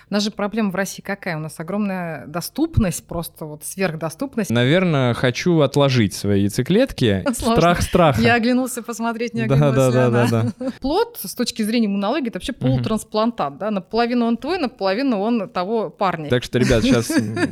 У нас же проблема в России какая? У нас огромная доступность, просто вот сверхдоступность. Наверное, хочу отложить свои яйцеклетки. Страх страха. Я оглянулся посмотреть, не оглянулась ли она. Да. Плод, с точки зрения иммунологии, это вообще полутрансплантат. Да? Наполовину он твой, наполовину он того парня. Так что, ребят, сейчас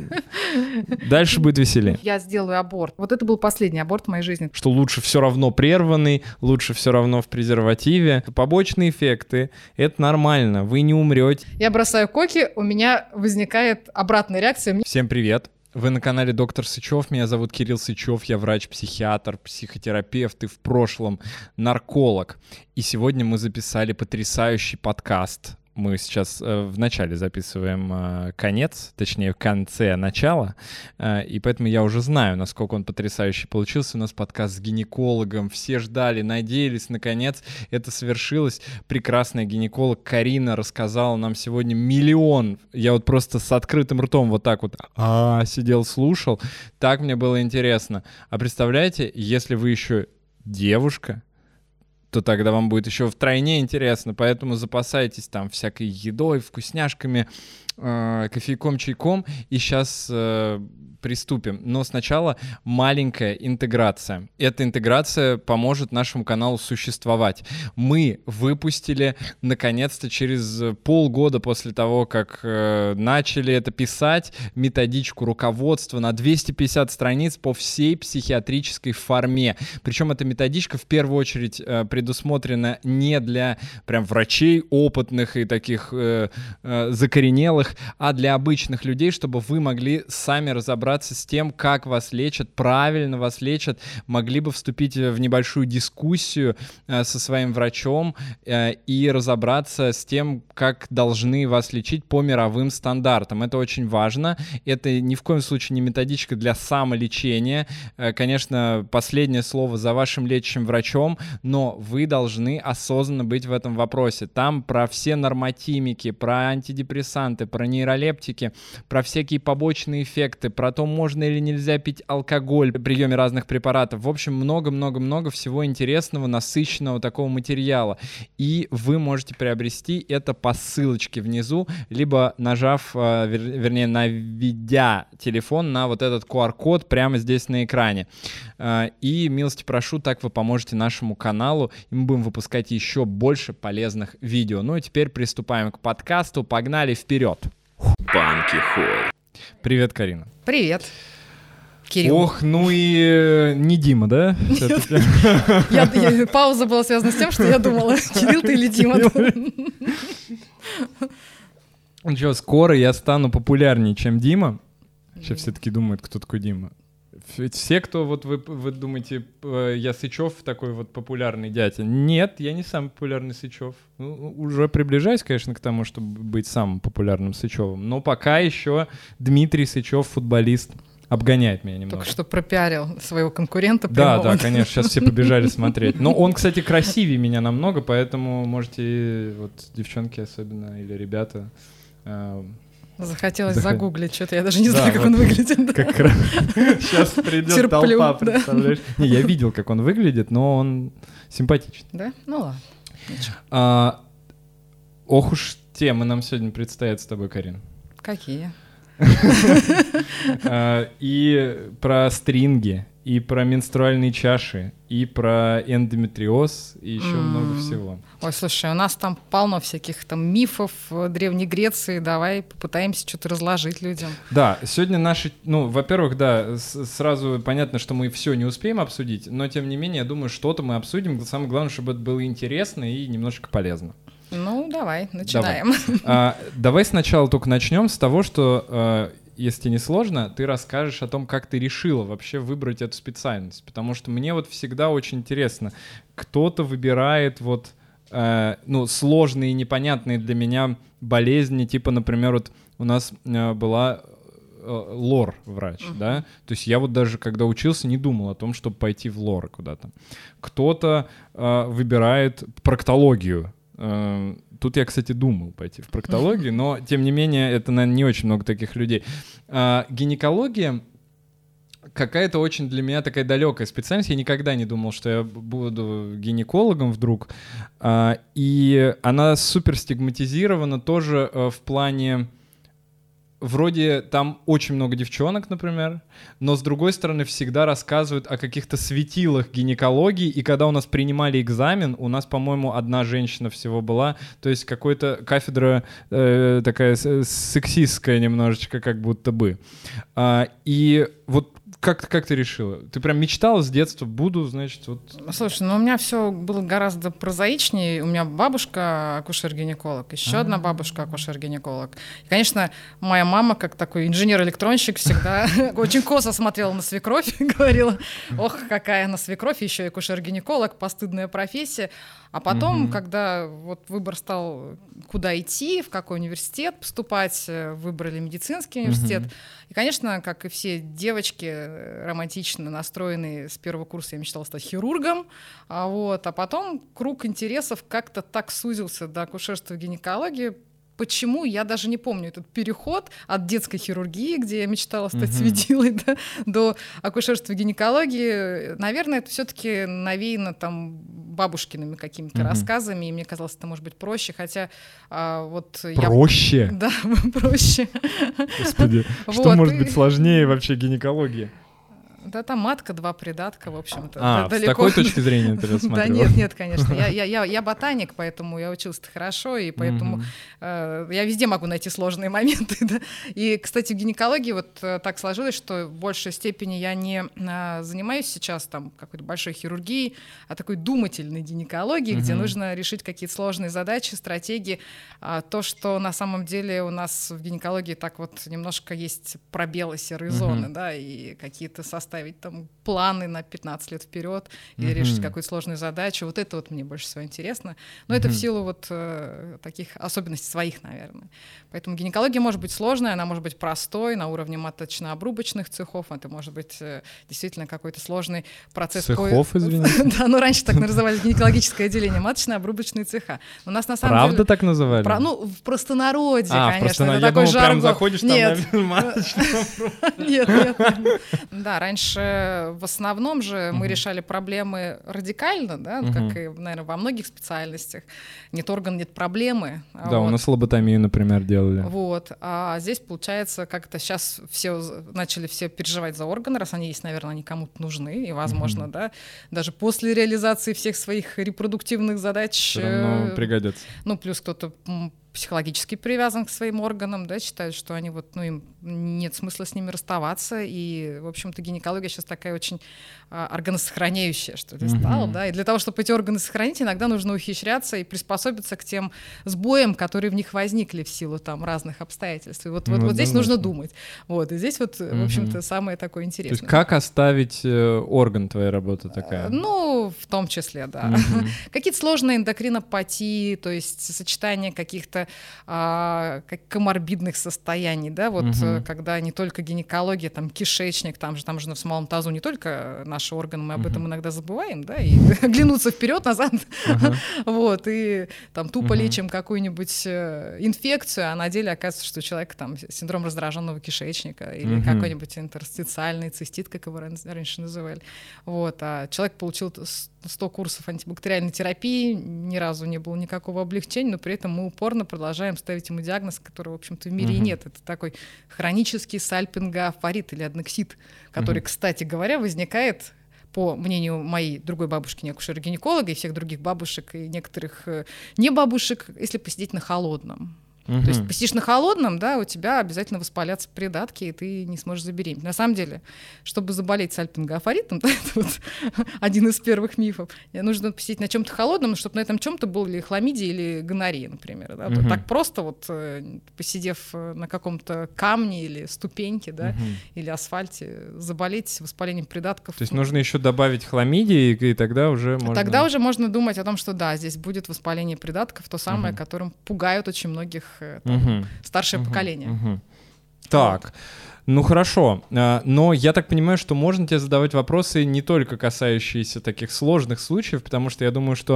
дальше будет веселее. Я сделаю аборт. Вот это был последний аборт в моей жизни. Что лучше все равно прерванный, лучше все равно в презервативе. Побочные эффекты — это нормально, вы не умрете. Я бросаю коки, у меня возникает обратная реакция. Всем привет! Вы на канале Доктор Сычев, меня зовут Кирилл Сычев, я врач-психиатр, психотерапевт и в прошлом нарколог. И сегодня мы записали потрясающий подкаст. Мы сейчас в начале записываем конец, точнее в конце начала, и поэтому я уже знаю, насколько он потрясающий получился. У нас подкаст с гинекологом, все ждали, надеялись, наконец это свершилось. Прекрасная гинеколог Карина рассказала нам сегодня миллион. Я вот просто с открытым ртом вот так вот сидел, слушал. Так мне было интересно. А представляете, если вы еще девушка, то тогда вам будет еще втройне интересно, поэтому запасайтесь там всякой едой, вкусняшками, кофейком, чайком, и сейчас приступим. Но сначала маленькая интеграция. Эта интеграция поможет нашему каналу существовать. Мы выпустили, наконец-то, через полгода после того, как начали это писать, методичку руководства на 250 страниц по всей психиатрической форме. Причем эта методичка в первую очередь предусмотрена не для прям врачей опытных и таких закоренелых, а для обычных людей, чтобы вы могли сами разобраться с тем, как вас лечат, правильно вас лечат, могли бы вступить в небольшую дискуссию со своим врачом и разобраться с тем, как должны вас лечить по мировым стандартам. Это очень важно. Это ни в коем случае не методичка для самолечения. Конечно, последнее слово за вашим лечащим врачом, но вы должны осознанно быть в этом вопросе. Там про все нормотимики, про антидепрессанты, про нейролептики, про всякие побочные эффекты, про то, можно или нельзя пить алкоголь при приеме разных препаратов. В общем, много-много-много всего интересного, насыщенного такого материала. И вы можете приобрести это по ссылочке внизу, либо нажав, вернее, наведя телефон на вот этот QR-код прямо здесь на экране. И, милости прошу, так вы поможете нашему каналу, и мы будем выпускать еще больше полезных видео. Ну и теперь приступаем к подкасту. Погнали вперед! Банки Хой. Привет, Карина. Привет, Кирилл. Ох, ну и не Дима, да? Пауза была связана с тем, что я думала, Кирилл ты или Дима. Ну что, скоро я стану популярнее, чем Дима. Сейчас все таки думают, кто такой Дима. Все, кто вот вы думаете, я Сычев такой вот популярный дядя. Нет, я не самый популярный Сычев. Ну, уже приближаюсь, конечно, к тому, чтобы быть самым популярным Сычевым. Но пока еще Дмитрий Сычев, футболист, обгоняет меня немного. Только что пропиарил своего конкурента. Да, конечно, сейчас все побежали смотреть. Но он, кстати, красивее меня намного, поэтому можете, вот девчонки особенно или ребята... Захотелось загуглить, что-то я даже не знаю, как он выглядит. Сейчас придет толпа, представляешь? Не, я видел, как он выглядит, но он симпатичный. Да? Ну ладно. Ох уж темы нам сегодня предстоят с тобой, Карин. Какие? И про стринги, и про менструальные чаши, и про эндометриоз, и еще много всего. Ой, слушай, у нас там полно всяких там мифов Древней Греции. Давай попытаемся что-то разложить людям. Да, сегодня наши... Ну, во-первых, да, сразу понятно, что мы все не успеем обсудить, но, тем не менее, я думаю, что-то мы обсудим. Самое главное, чтобы это было интересно и немножко полезно. Ну, давай, начинаем. Давай сначала только начнем с того, что... Если тебе не сложно, ты расскажешь о том, как ты решила вообще выбрать эту специальность. Потому что мне вот всегда очень интересно. Кто-то выбирает вот, сложные и непонятные для меня болезни. Типа, например, вот у нас была лор-врач, да? То есть я вот даже, когда учился, не думал о том, чтобы пойти в лор куда-то. Кто-то выбирает проктологию. Тут я, кстати, думал пойти в проктологию, но, тем не менее, это, наверное, не очень много таких людей. Гинекология какая-то очень для меня такая далекая специальность. Я никогда не думал, что я буду гинекологом вдруг. И она супер стигматизирована тоже в плане вроде там очень много девчонок, например, но с другой стороны всегда рассказывают о каких-то светилах гинекологии, и когда у нас принимали экзамен, у нас, по-моему, одна женщина всего была, то есть какая-то кафедра такая сексистская немножечко как будто бы. И вот как ты решила? Ты прям мечтала с детства, буду, значит, вот... Слушай, ну у меня все было гораздо прозаичнее. У меня бабушка акушер-гинеколог, еще одна бабушка акушер-гинеколог. И, конечно, моя мама, как такой инженер-электронщик, всегда очень косо смотрела на свекровь и говорила: ох, какая она свекровь, еще и акушер-гинеколог, постыдная профессия. А потом, когда вот выбор стал, куда идти, в какой университет поступать, выбрали медицинский университет. И, конечно, как и все девочки романтично настроенные, с первого курса я мечтала стать хирургом. А потом круг интересов как-то так сузился до акушерства и гинекологии. Почему, я даже не помню этот переход от детской хирургии, где я мечтала стать светилой, да, до акушерства и гинекологии. Наверное, это все-таки навеяно там бабушкиными какими-то рассказами, и мне казалось, это может быть проще, хотя Проще? Да, проще. Господи, что может быть сложнее вообще гинекологии? Да, там матка, 2 придатка, в общем-то. С такой точки зрения ты рассматривала? Да нет, конечно. Я ботаник, поэтому я училась-то хорошо, и поэтому я везде могу найти сложные моменты. Да? И, кстати, в гинекологии вот так сложилось, что в большей степени я не занимаюсь сейчас там какой-то большой хирургией, а такой думательной гинекологией, где нужно решить какие-то сложные задачи, стратегии. То, что на самом деле у нас в гинекологии так вот немножко есть пробелы, серые зоны, да, и какие-то составы там планы на 15 лет вперед или решить какую-то сложную задачу. Вот это вот мне больше всего интересно. Но это в силу вот таких особенностей своих, наверное. Поэтому гинекология может быть сложная, она может быть простой, на уровне маточно-обрубочных цехов, это может быть действительно какой-то сложный процесс. Цехов, извините? Да, ну раньше так называли гинекологическое отделение, маточно-обрубочные цеха. У нас на самом деле... Правда так называли? Ну, в простонародье, конечно. Я думал, прям заходишь там на маточную. Нет. Да, раньше в основном же мы решали проблемы радикально, да, как и, наверное, во многих специальностях. Нет органа, нет проблемы. Да, у нас лоботомию, например, делали. Вот. А здесь, получается, как-то сейчас начали все переживать за органы, раз они есть, наверное, они кому-то нужны, и, возможно, да, даже после реализации всех своих репродуктивных задач... Все равно пригодятся. Ну, плюс кто-то психологически привязан к своим органам, да, считают, что они вот, им нет смысла с ними расставаться, и, в общем-то, гинекология сейчас такая очень органосохраняющая, что ли, стала, да, и для того, чтобы эти органы сохранить, иногда нужно ухищряться и приспособиться к тем сбоям, которые в них возникли в силу там разных обстоятельств. И вот здесь нужно думать. Вот, и здесь вот, в общем-то, самое такое интересное. То есть как оставить орган, твоя работа такая? Ну, в том числе, да. Какие-то сложные эндокринопатии, то есть сочетание каких-то коморбидных состояний, да, вот когда не только гинекология, там кишечник, там же в малом тазу не только наши органы, мы об этом иногда забываем, да, и оглянуться вперед-назад, вот, и там тупо лечим какую-нибудь инфекцию, а на деле оказывается, что у человека там синдром раздраженного кишечника или какой-нибудь интерстициальный цистит, как его раньше называли, вот, а человек получил 100 курсов антибактериальной терапии, ни разу не было никакого облегчения, но при этом мы упорно продолжаем ставить ему диагноз, которого, в общем-то, в мире и нет. Это такой хронический сальпингофорит или аднексит, который, кстати говоря, возникает, по мнению моей другой бабушки, не акушера-гинеколога, и всех других бабушек, и некоторых не бабушек, если посидеть на холодном. То есть посидишь на холодном, да, у тебя обязательно воспалятся придатки, и ты не сможешь забеременеть. На самом деле, чтобы заболеть сальпингофоритом, да, это вот один из первых мифов, нужно посидеть на чем-то холодном, чтобы на этом чем-то был или хламидия, или гонорея, например. Да. Так просто вот посидев на каком-то камне или ступеньке, да, или асфальте, заболеть воспалением придатков. То есть нужно еще добавить хламидии, и тогда уже можно... Тогда уже можно думать о том, что да, здесь будет воспаление придатков, то самое, которым пугают очень многих старшее поколение. Так, ну хорошо, но я так понимаю, что можно тебе задавать вопросы не только касающиеся таких сложных случаев, потому что я думаю, что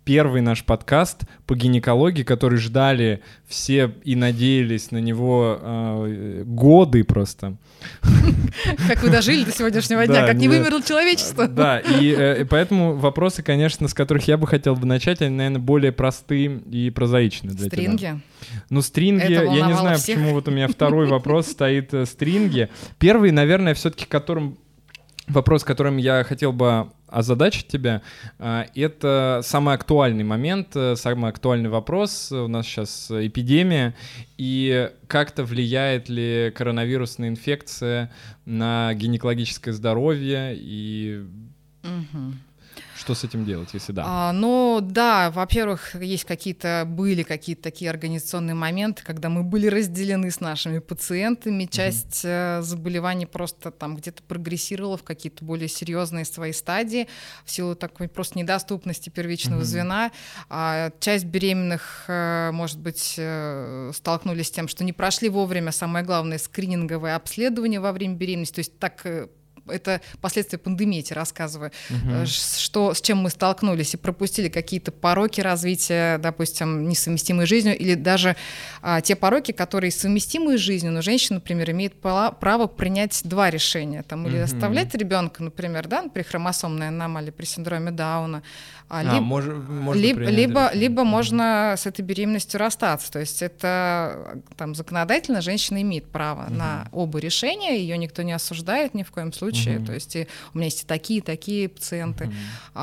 первый наш подкаст по гинекологии, который ждали все и надеялись на него годы просто. Как вы дожили до сегодняшнего дня, как не вымерло человечество. Да, и поэтому вопросы, конечно, с которых я бы хотел бы начать, они, наверное, более простые и прозаичные для тебя. Стринги? Ну, стринги, я не знаю, почему вот у меня второй вопрос стоит стринги. Первый, наверное, все-таки вопрос, которым я хотел бы озадачить тебя, это самый актуальный момент, самый актуальный вопрос. У нас сейчас эпидемия, и как-то влияет ли коронавирусная инфекция на гинекологическое здоровье, и что с этим делать, если да? Ну да, во-первых, были какие-то такие организационные моменты, когда мы были разделены с нашими пациентами, часть заболеваний просто там где-то прогрессировала в какие-то более серьезные свои стадии в силу такой просто недоступности первичного звена. Часть беременных, может быть, столкнулись с тем, что не прошли вовремя, самое главное, скрининговое обследование во время беременности, то есть так... Это последствия пандемии, я тебе рассказываю, с чем мы столкнулись и пропустили какие-то пороки развития, допустим, несовместимой с жизнью, или даже те пороки, которые совместимы с жизнью, но женщина, например, имеет право принять два решения, там, или оставлять ребенка, например, да, при хромосомной аномалии, при синдроме Дауна, либо можно с этой беременностью расстаться. То есть это там, законодательно женщина имеет право на оба решения, ее никто не осуждает ни в коем случае. То есть у меня есть и такие пациенты.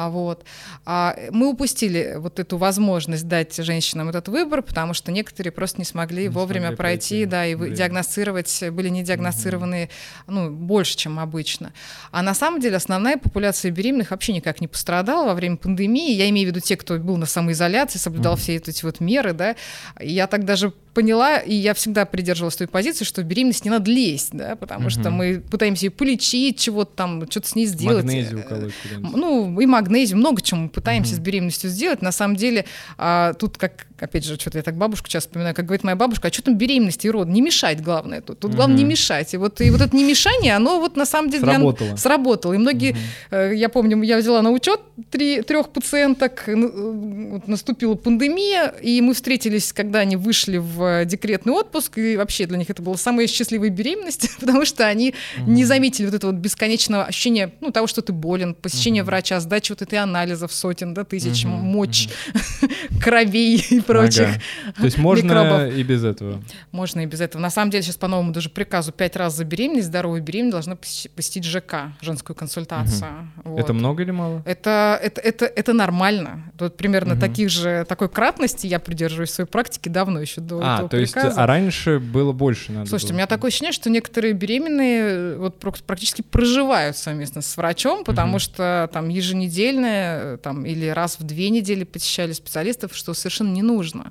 Мы упустили вот эту возможность дать женщинам этот выбор, потому что некоторые просто не смогли вовремя пройти, да, и диагностировать, были не диагностированы больше, чем обычно. А на самом деле основная популяция беременных вообще никак не пострадала во время пандемии. Я имею в виду те, кто был на самоизоляции, соблюдал все эти вот меры, да. Я так даже поняла, и я всегда придерживалась той позиции, что в беременность не надо лезть, да, потому что мы пытаемся ее полечить, чего-то там, что-то с ней сделать. Магнезию уколоть. И магнезию, много чего мы пытаемся с беременностью сделать. На самом деле, тут, как, опять же, что-то я так бабушку сейчас вспоминаю, как говорит моя бабушка, а что там беременности и роды? Не мешать, главное. Тут главное не мешать. И вот это немешание, оно вот на самом деле сработало. И многие, я помню, я взяла на учет 3 пациенток, наступила пандемия, и мы встретились, когда они вышли в декретный отпуск, и вообще для них это была самая счастливая беременность, потому что они не заметили вот этого вот бесконечного ощущения, того, что ты болен, посещение врача, сдачи вот этой анализов сотен, тысяч мочь, кровей и прочих микробов. То есть можно и без этого? Можно и без этого. На самом деле сейчас по новому даже приказу 5 раз за беременность здоровые беременные должны посетить ЖК, женскую консультацию. Это много или мало? Это нормально. Тут примерно такой кратности я придерживаюсь в своей практике давно, еще до этого приказа. А раньше было больше надо? Слушайте, у меня такое ощущение, что некоторые беременные вот практически проживают совместно с врачом, потому что там еженедельно или раз в 2 недели посещали специалистов, что совершенно не нужно.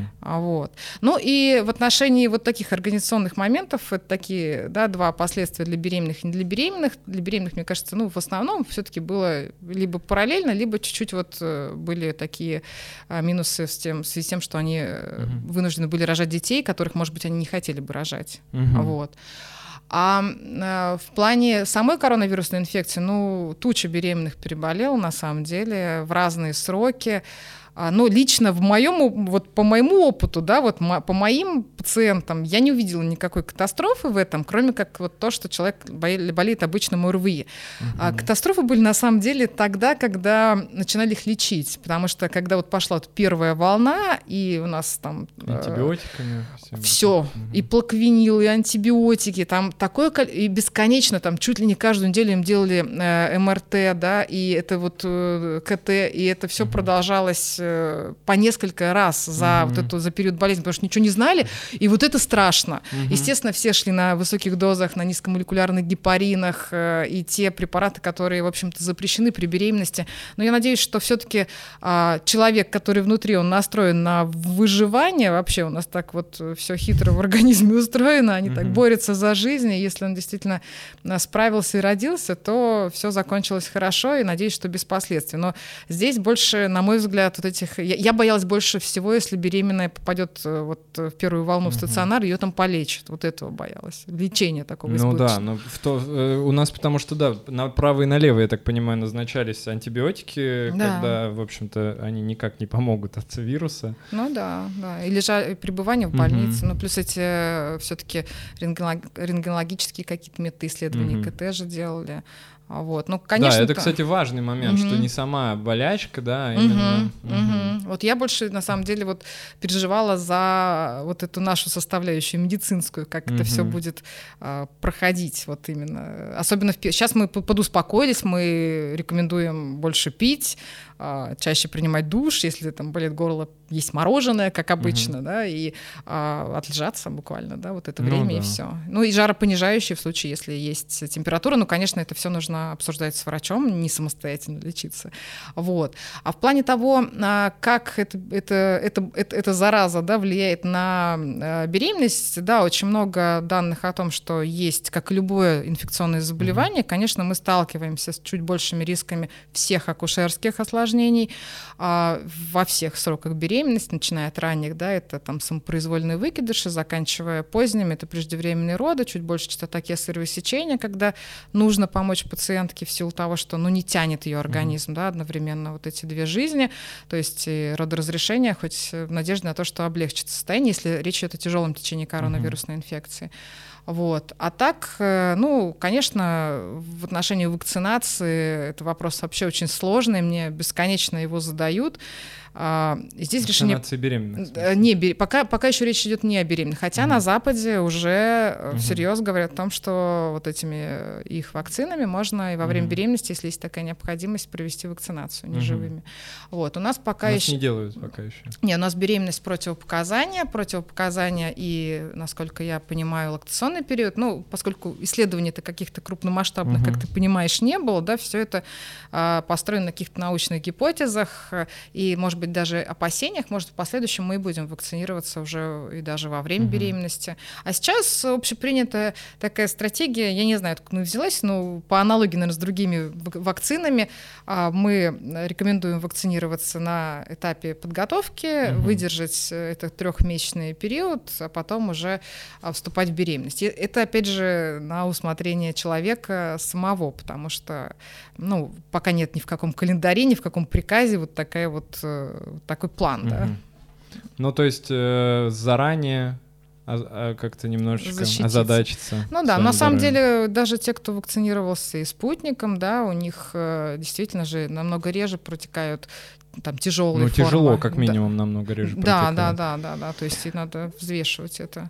Ну и в отношении вот таких организационных моментов, это такие, 2 последствия для беременных и не для беременных. Для беременных, мне кажется, в основном все-таки было либо параллельно, либо чуть-чуть были такие минусы в связи с тем, что они вынуждены были рожать детей, которых, может быть, они не хотели бы рожать. А в плане самой коронавирусной инфекции, туча беременных переболела, на самом деле, в разные сроки. Лично по моему опыту, по моим пациентам, я не увидела никакой катастрофы в этом, кроме как то, что человек болеет обычным ОРВИ. Катастрофы были на самом деле тогда, когда начинали их лечить, потому что когда пошла первая волна, и у нас там... Антибиотиками? Все, и плаквенил, и антибиотики, там такое, и бесконечно, там чуть ли не каждую неделю им делали МРТ, и это КТ, и это все продолжалось по несколько раз за период болезни, потому что ничего не знали, и это страшно. Естественно, все шли на высоких дозах, на низкомолекулярных гепаринах, и те препараты, которые, в общем-то, запрещены при беременности. Но я надеюсь, что все-таки человек, который внутри, он настроен на выживание, вообще у нас так все хитро в организме устроено, они так борются за жизнь, и если он действительно справился и родился, то все закончилось хорошо, и надеюсь, что без последствий. Но здесь больше, на мой взгляд, эти этих... Я боялась больше всего, если беременная попадет вот в первую волну в стационар, ее там полечат. Вот этого боялась. Лечение такого избыточного. Ну да, у нас потому что, да, направо и налево, я так понимаю, назначались антибиотики, когда, в общем-то, они никак не помогут от вируса. Ну да. И пребывание в больнице. Ну плюс эти все-таки рентгенологические какие-то метаисследования, КТ же делали. Вот. Ну, конечно, да, это, кстати, важный момент, что не сама болячка, да, именно. Вот я больше, на самом деле, вот переживала за вот эту нашу составляющую медицинскую, как это все будет проходить, вот именно. Особенно сейчас мы подуспокоились, мы рекомендуем больше пить, чаще принимать душ, если там болит горло, есть мороженое, как обычно, да, и отлежаться буквально, да, вот это время и все. Ну и жаропонижающие в случае, если есть температура, ну, конечно, это все нужно обсуждать с врачом, не самостоятельно лечиться. Вот. А в плане того, как эта зараза, да, влияет на беременность, да, очень много данных о том, что есть, как и любое инфекционное заболевание, конечно, мы сталкиваемся с чуть большими рисками всех акушерских осложнений во всех сроках беременности, начиная от ранних, да, это там самопроизвольные выкидыши, заканчивая поздними, это преждевременные роды, чуть больше частота кесарево сечения, когда нужно помочь пациентке в силу того, что, ну, не тянет ее организм, да, одновременно вот эти две жизни, то есть и родоразрешение, хоть в надежде на то, что облегчит состояние, если речь идет о тяжелом течении коронавирусной инфекции. Вот. А так, ну, конечно, в отношении вакцинации это вопрос вообще очень сложный, мне бесконечно его задают. Здесь решение... беременности. Пока еще речь идет не о беременных, хотя на Западе уже всерьез говорят о том, что вот этими их вакцинами можно и во время беременности, если есть такая необходимость, провести вакцинацию неживыми. Вот. У нас пока еще... не делают пока еще. Не, у нас беременность противопоказания и, насколько я понимаю, лактационный период, ну, поскольку исследований-то каких-то крупномасштабных, как ты понимаешь, не было, да, все это построено на каких-то научных гипотезах и, может быть, даже опасениях, может, в последующем мы и будем вакцинироваться уже и даже во время беременности. А сейчас общепринятая такая стратегия, я не знаю, откуда она взялась, но по аналогии, наверное, с другими вакцинами мы рекомендуем вакцинироваться на этапе подготовки, выдержать этот 3-месячный период, а потом уже вступать в беременность. И это, опять же, на усмотрение человека самого, потому что, ну, пока нет ни в каком календаре, ни в каком приказе вот такой план, да. Ну, то есть заранее как-то немножечко озадачиться. Ну да, на самом деле даже те, кто вакцинировался и спутником, да, у них действительно же намного реже протекают там тяжелые формы. Ну, тяжело, как минимум, намного реже протекает. Да, то есть и надо взвешивать это.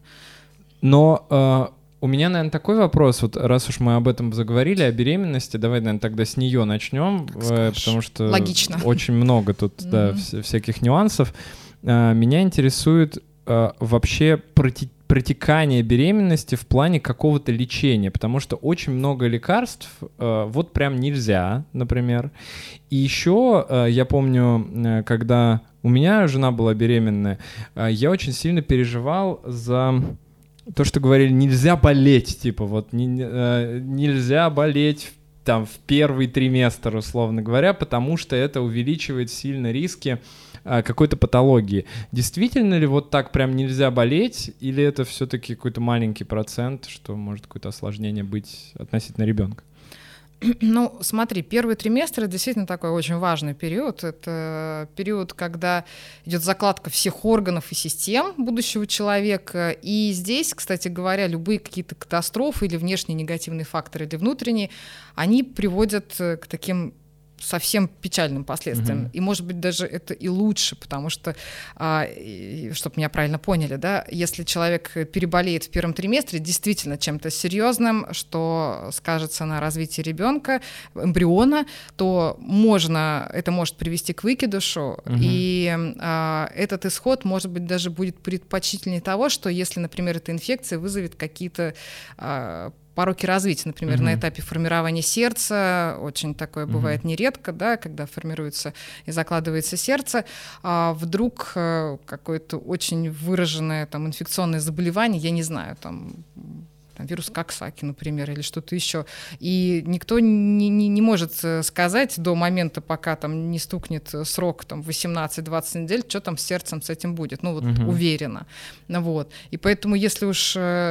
Но у меня, наверное, такой вопрос, вот раз уж мы об этом заговорили, о беременности, давай, наверное, тогда с нее начнем, потому что логично. Очень много тут всяких нюансов. Меня интересует вообще протекание беременности в плане какого-то лечения, потому что очень много лекарств вот прям нельзя, например. И еще я помню, когда у меня жена была беременная, я очень сильно переживал за... То, что говорили, нельзя болеть, типа, вот нельзя болеть там в первый триместр, условно говоря, потому что это увеличивает сильно риски какой-то патологии. Действительно ли вот так прям нельзя болеть, или это все-таки какой-то маленький процент, что может какое-то осложнение быть относительно ребенка? Ну, смотри, первый триместр — это действительно такой очень важный период. Это период, когда идет закладка всех органов и систем будущего человека. И здесь, кстати говоря, любые какие-то катастрофы или внешние негативные факторы, или внутренние, они приводят к таким совсем печальным последствиям. И, может быть, даже это и лучше, потому что, чтобы меня правильно поняли, да, если человек переболеет в первом триместре действительно чем-то серьезным, что скажется на развитии ребенка, эмбриона, то это может привести к выкидышу, и этот исход, может быть, даже будет предпочтительнее того, что если, например, эта инфекция вызовет какие-то пороки развития, например, на этапе формирования сердца, очень такое бывает нередко, да, когда формируется и закладывается сердце, вдруг какое-то очень выраженное там инфекционное заболевание, я не знаю, там там, вирус Коксаки, например, или что-то еще. И никто не может сказать до момента, пока там не стукнет срок там 18-20 недель, что там с сердцем с этим будет. Ну вот уверенно. Вот. И поэтому если уж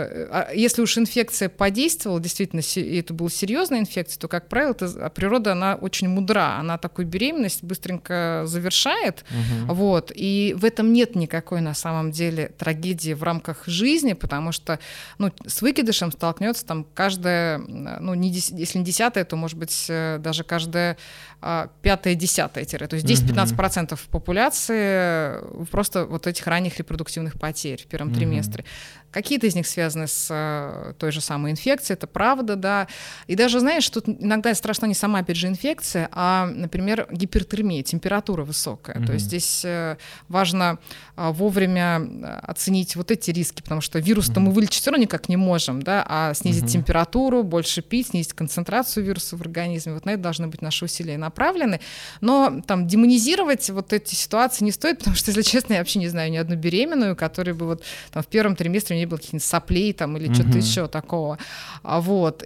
инфекция подействовала, действительно, и это была серьезная инфекция, то, как правило, природа, она очень мудра. Она такую беременность быстренько завершает. Вот. И в этом нет никакой на самом деле трагедии в рамках жизни, потому что с выкидышем столкнется там каждая, если не 10-я, то, может быть, даже каждая 5-я, 10-я, то есть 10-15% популяции просто вот этих ранних репродуктивных потерь в первом триместре. Какие-то из них связаны с той же самой инфекцией, это правда, да. И даже, знаешь, тут иногда страшна не сама, опять же, инфекция, а, например, гипертермия, температура высокая. То есть здесь важно вовремя оценить вот эти риски, потому что вирус-то мы вылечить все равно никак не можем, да, а снизить температуру, больше пить, снизить концентрацию вируса в организме, вот на это должны быть наши усилия направлены. Но там демонизировать вот эти ситуации не стоит, потому что, если честно, я вообще не знаю ни одну беременную, которая бы вот там в первом триместре у нее было каких-нибудь соплей там или что-то еще такого. Вот.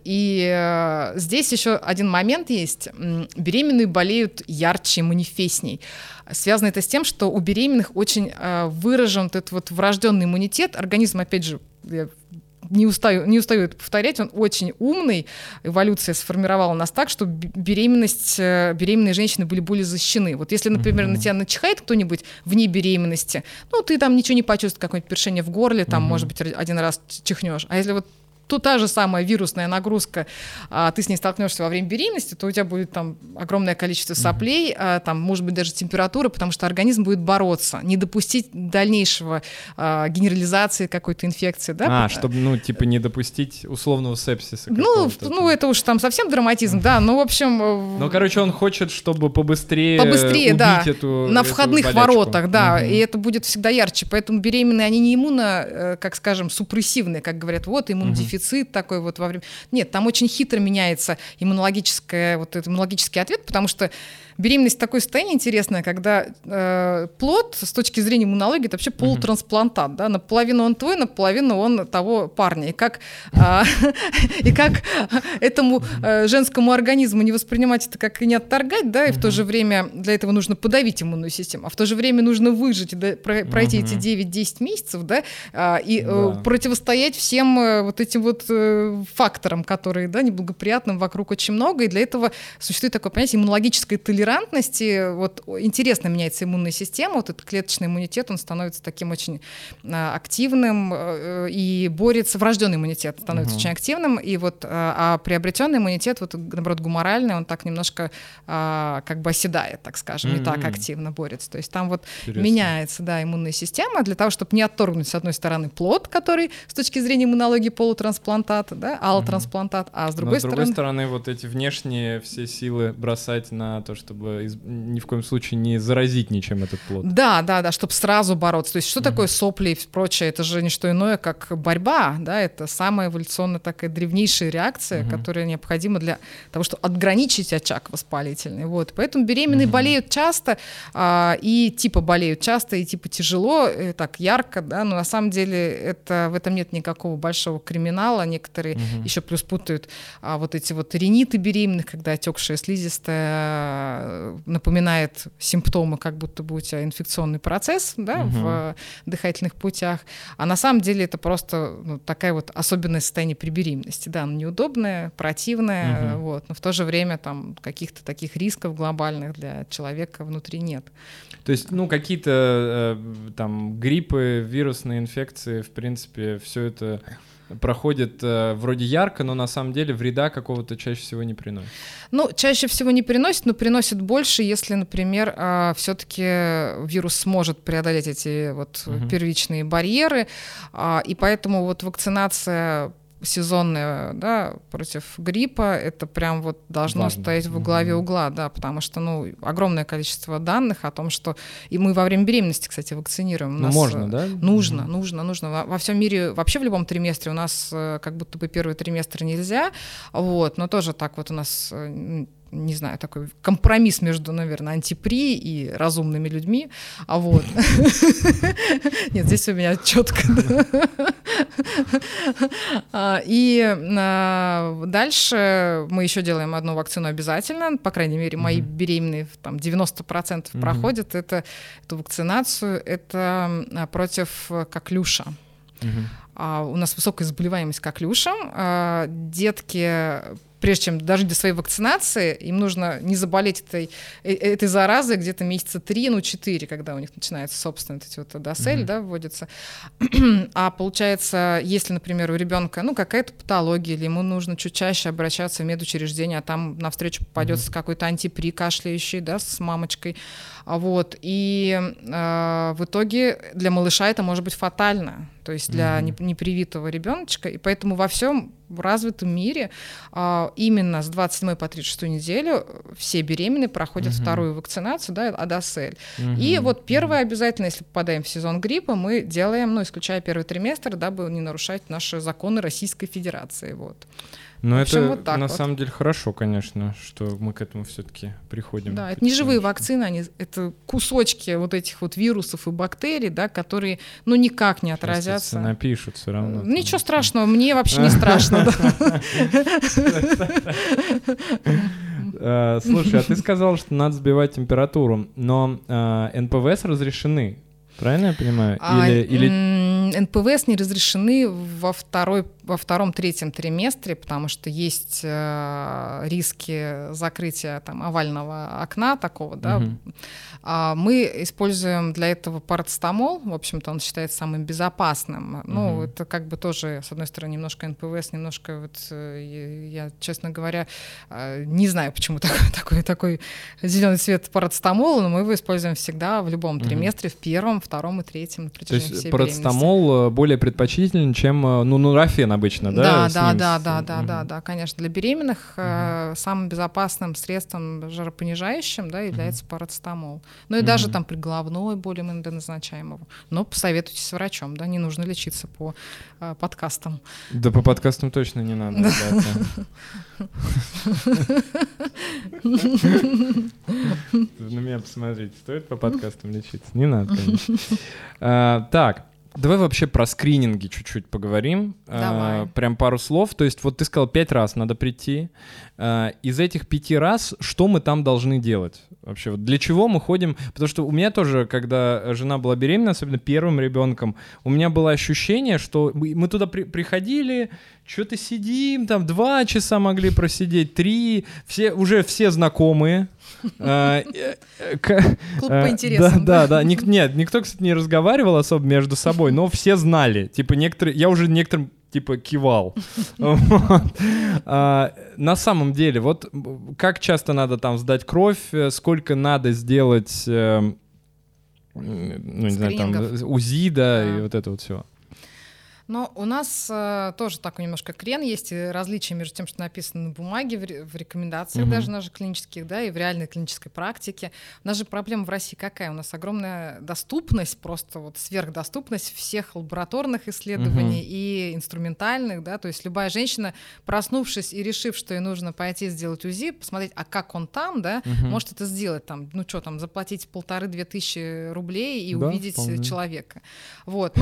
И здесь еще один момент есть. Беременные болеют ярче, манифестней. Связано это с тем, что у беременных очень выражен этот вот врожденный иммунитет. Организм, опять же, я не устаю это повторять, он очень умный. Эволюция сформировала нас так, что беременные женщины были более защищены. Вот если, например, на тебя начихает кто-нибудь вне беременности, ты там ничего не почувствуешь, какое-нибудь першение в горле, там, может быть, один раз чихнешь. А если вот тут та же самая вирусная нагрузка, ты с ней столкнешься во время беременности, то у тебя будет там огромное количество соплей, там, может быть, даже температура, потому что организм будет бороться, не допустить дальнейшего генерализации какой-то инфекции. Да? Чтобы, не допустить условного сепсиса. Это уж там совсем драматизм, да, в общем... короче, он хочет, чтобы побыстрее убить да, эту на входных болячку. Воротах, да, и это будет всегда ярче, поэтому беременные, они не иммуно, как скажем, супрессивные, как говорят, вот иммунодефицит, такой вот во время... Нет, там очень хитро меняется иммунологический ответ, потому что беременность такое состояние интересное, когда плод с точки зрения иммунологии это вообще полутрансплантат, да, наполовину он твой, наполовину он того парня. И как этому женскому организму не воспринимать это как и не отторгать, да, и в то же время для этого нужно подавить иммунную систему, а в то же время нужно выжить и пройти эти 9-10 месяцев, да, и противостоять всем вот этим вот факторам, которые, да, неблагоприятным вокруг очень много, и для этого существует такое понятие иммунологической толерантности. Вот интересно меняется иммунная система, вот этот клеточный иммунитет, он становится таким очень активным и борется, врожденный иммунитет становится очень активным, и вот, а приобретенный иммунитет, вот, наоборот, гуморальный, он так немножко как бы оседает, так скажем, не так активно борется. То есть там вот меняется, да, иммунная система для того, чтобы не отторгнуть, с одной стороны, плод, который с точки зрения иммунологии полутрансплантат, да, аллотрансплантат, а с другой стороны, вот эти внешние все силы бросать на то, чтобы ни в коем случае не заразить ничем этот плод. Да, чтобы сразу бороться. То есть что такое сопли и прочее? Это же не что иное, как борьба, да, это самая эволюционно такая древнейшая реакция, которая необходима для того, чтобы отграничить очаг воспалительный. Вот. Поэтому беременные болеют часто, и типа болеют часто, и типа тяжело, и так ярко, да, но на самом деле в этом нет никакого большого криминала. Некоторые еще плюс путают вот эти вот риниты беременных, когда отекшая слизистая напоминает симптомы, как будто бы у тебя инфекционный процесс, да, в дыхательных путях, а на самом деле это просто такая вот особенное состояние при беременности, да, оно неудобное, противное, вот, но в то же время там каких-то таких рисков глобальных для человека внутри нет. То есть, какие-то там гриппы, вирусные инфекции, в принципе, все это проходит вроде ярко, но на самом деле вреда какого-то чаще всего не приносит. Чаще всего не приносит, но приносит больше, если, например, все-таки вирус сможет преодолеть эти вот первичные барьеры, и поэтому вот вакцинация сезонная, да, против гриппа, это прям вот должно важно стоять во главе угла, да, потому что, огромное количество данных о том, что и мы во время беременности, кстати, вакцинируем. Можно, да? Нужно. Во всем мире, вообще в любом триместре у нас как будто бы первый триместр нельзя, вот, но тоже так вот у нас не знаю, такой компромисс между, наверное, антипри и разумными людьми. Вот. Нет, здесь у меня четко. И дальше мы еще делаем одну вакцину обязательно. По крайней мере, мои беременные там 90% проходят эту вакцинацию. Это против коклюша. У нас высокая заболеваемость коклюшем. Детки, прежде чем дожить до своей вакцинации, им нужно не заболеть этой заразой где-то месяца 3-4, когда у них начинается, собственно, эти вот досель, да, вводится. А получается, если, например, у ребенка какая-то патология, или ему нужно чуть чаще обращаться в медучреждение, а там навстречу попадется какой-то антипри кашляющий, да, с мамочкой, вот, и в итоге для малыша это может быть фатально, то есть для непривитого ребеночка, и поэтому во всем развитом мире именно с 27 по 36 неделю все беременные проходят вторую вакцинацию, да, Адосель. И вот первое обязательно, если попадаем в сезон гриппа, мы делаем, исключая первый триместр, дабы не нарушать наши законы Российской Федерации. Вот. Но это вот на самом деле хорошо, конечно, что мы к этому все-таки приходим. Да, это не живые вакцины, это кусочки вот этих вот вирусов и бактерий, да, которые, никак не отразятся. Сейчас напишут все равно. Ничего страшного, мне вообще не страшно. Слушай, а ты сказал, что надо сбивать температуру, но НПВС разрешены, правильно я понимаю? НПВС не разрешены во втором-третьем триместре, потому что есть риски закрытия там овального окна такого, да. Мы используем для этого парацетамол, в общем-то, он считается самым безопасным. Это как бы тоже, с одной стороны, немножко НПВС, немножко я, честно говоря, не знаю, почему такой зеленый цвет парацетамола, но мы его используем всегда в любом триместре, в первом, втором и третьем на протяжении всей беременности. Парацетамол более предпочтителен, чем нурофен обычно, да? Да, конечно. Для беременных самым безопасным средством жаропонижающим, да, является парацетамол. И даже там при головной боли мы иногда назначаем его. Но посоветуйтесь с врачом, да, не нужно лечиться по подкастам. Да, по подкастам точно не надо, ребята. На меня посмотрите, стоит по подкастам лечиться? Не надо, конечно. Так, давай вообще про скрининги чуть-чуть поговорим. Давай. Прям пару слов. То есть вот ты сказал, 5 раз надо прийти. Из этих 5 раз что мы там должны делать? Вообще, вот для чего мы ходим? Потому что у меня тоже, когда жена была беременна, особенно первым ребенком, у меня было ощущение, что мы туда приходили, что-то сидим, там 2 часа могли просидеть, 3, уже все знакомые. Клуб по интересам. Да. Никто, кстати, не разговаривал особо между собой, но все знали. Типа я уже некоторым кивал. На самом деле, вот как часто надо там сдать кровь, сколько надо сделать, не знаю, там УЗИ, да, и вот это вот все. Но у нас тоже такой немножко крен есть, и различия между тем, что написано на бумаге, в рекомендациях даже наших клинических, да, и в реальной клинической практике. У нас же проблема в России какая? У нас огромная доступность, просто вот сверхдоступность всех лабораторных исследований и инструментальных, да, то есть любая женщина, проснувшись и решив, что ей нужно пойти сделать УЗИ, посмотреть, а как он там, да, может это сделать, там, заплатить 1500-2000 рублей и увидеть человека. Вот,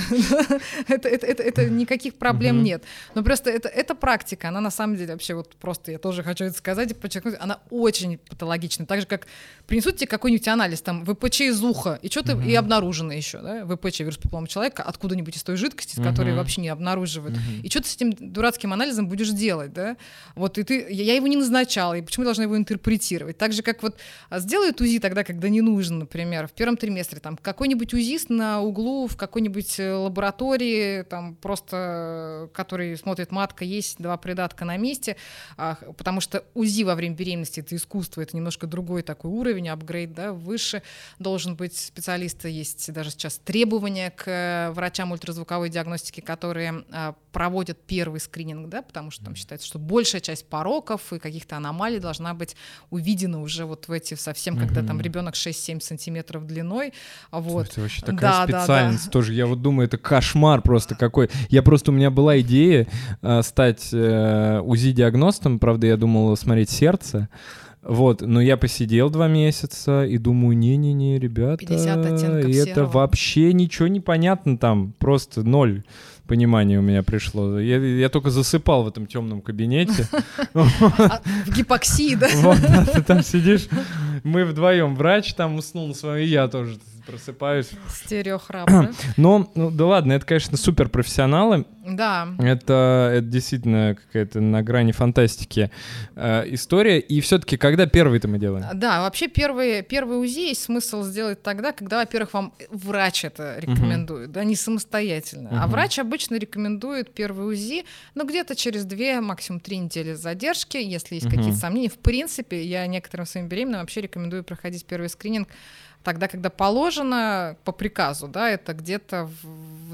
это никаких проблем нет. Но просто эта практика, она на самом деле вообще вот просто, я тоже хочу это сказать и подчеркнуть, она очень патологична. Так же, как принесут тебе какой-нибудь анализ, там, ВПЧ из уха, и что-то и обнаружено еще, да, ВПЧ, вирус папиллома человека, откуда-нибудь из той жидкости, которую вообще не обнаруживают. И что ты с этим дурацким анализом будешь делать, да? Вот, и я его не назначала, и почему я должна его интерпретировать? Так же, как вот сделают УЗИ тогда, когда не нужно, например, в первом триместре, там, какой-нибудь УЗИст на углу в какой-нибудь лаборатории, там просто, который смотрит, матка есть, 2 придатка на месте, потому что УЗИ во время беременности — это искусство, это немножко другой такой уровень, апгрейд, да, выше должен быть специалист, есть даже сейчас требования к врачам ультразвуковой диагностики, которые проводят первый скрининг, да, потому что там считается, что большая часть пороков и каких-то аномалий должна быть увидена уже вот в эти совсем, когда там ребенок 6-7 сантиметров длиной, вот. Это вообще такая специальность тоже, я вот думаю, это кошмар просто, какой. У меня была идея стать УЗИ-диагностом, правда, я думал смотреть сердце. Вот, но я посидел 2 месяца и думаю, не-не-не, ребята, 50 оттенков это серого. вообще ничего не понятно там, просто 0 понимания у меня пришло. Я только засыпал в этом темном кабинете. В гипоксии, да? Вот, ты там сидишь, мы вдвоем, врач там уснул на своем, и я тоже просыпаюсь. Стереохрап, да? Но, да ладно, это, конечно, суперпрофессионалы. Да. Это действительно какая-то на грани фантастики история. И все-таки, когда первый-то мы делаем? Да, вообще первый УЗИ есть смысл сделать тогда, когда, во-первых, вам врач это рекомендует, да, не самостоятельно. А врач обычно рекомендует первый УЗИ, где-то через 2, максимум 3 недели задержки, если есть какие-то сомнения. В принципе, я некоторым своим беременным вообще рекомендую проходить первый скрининг тогда, когда положено по приказу, да, это где-то в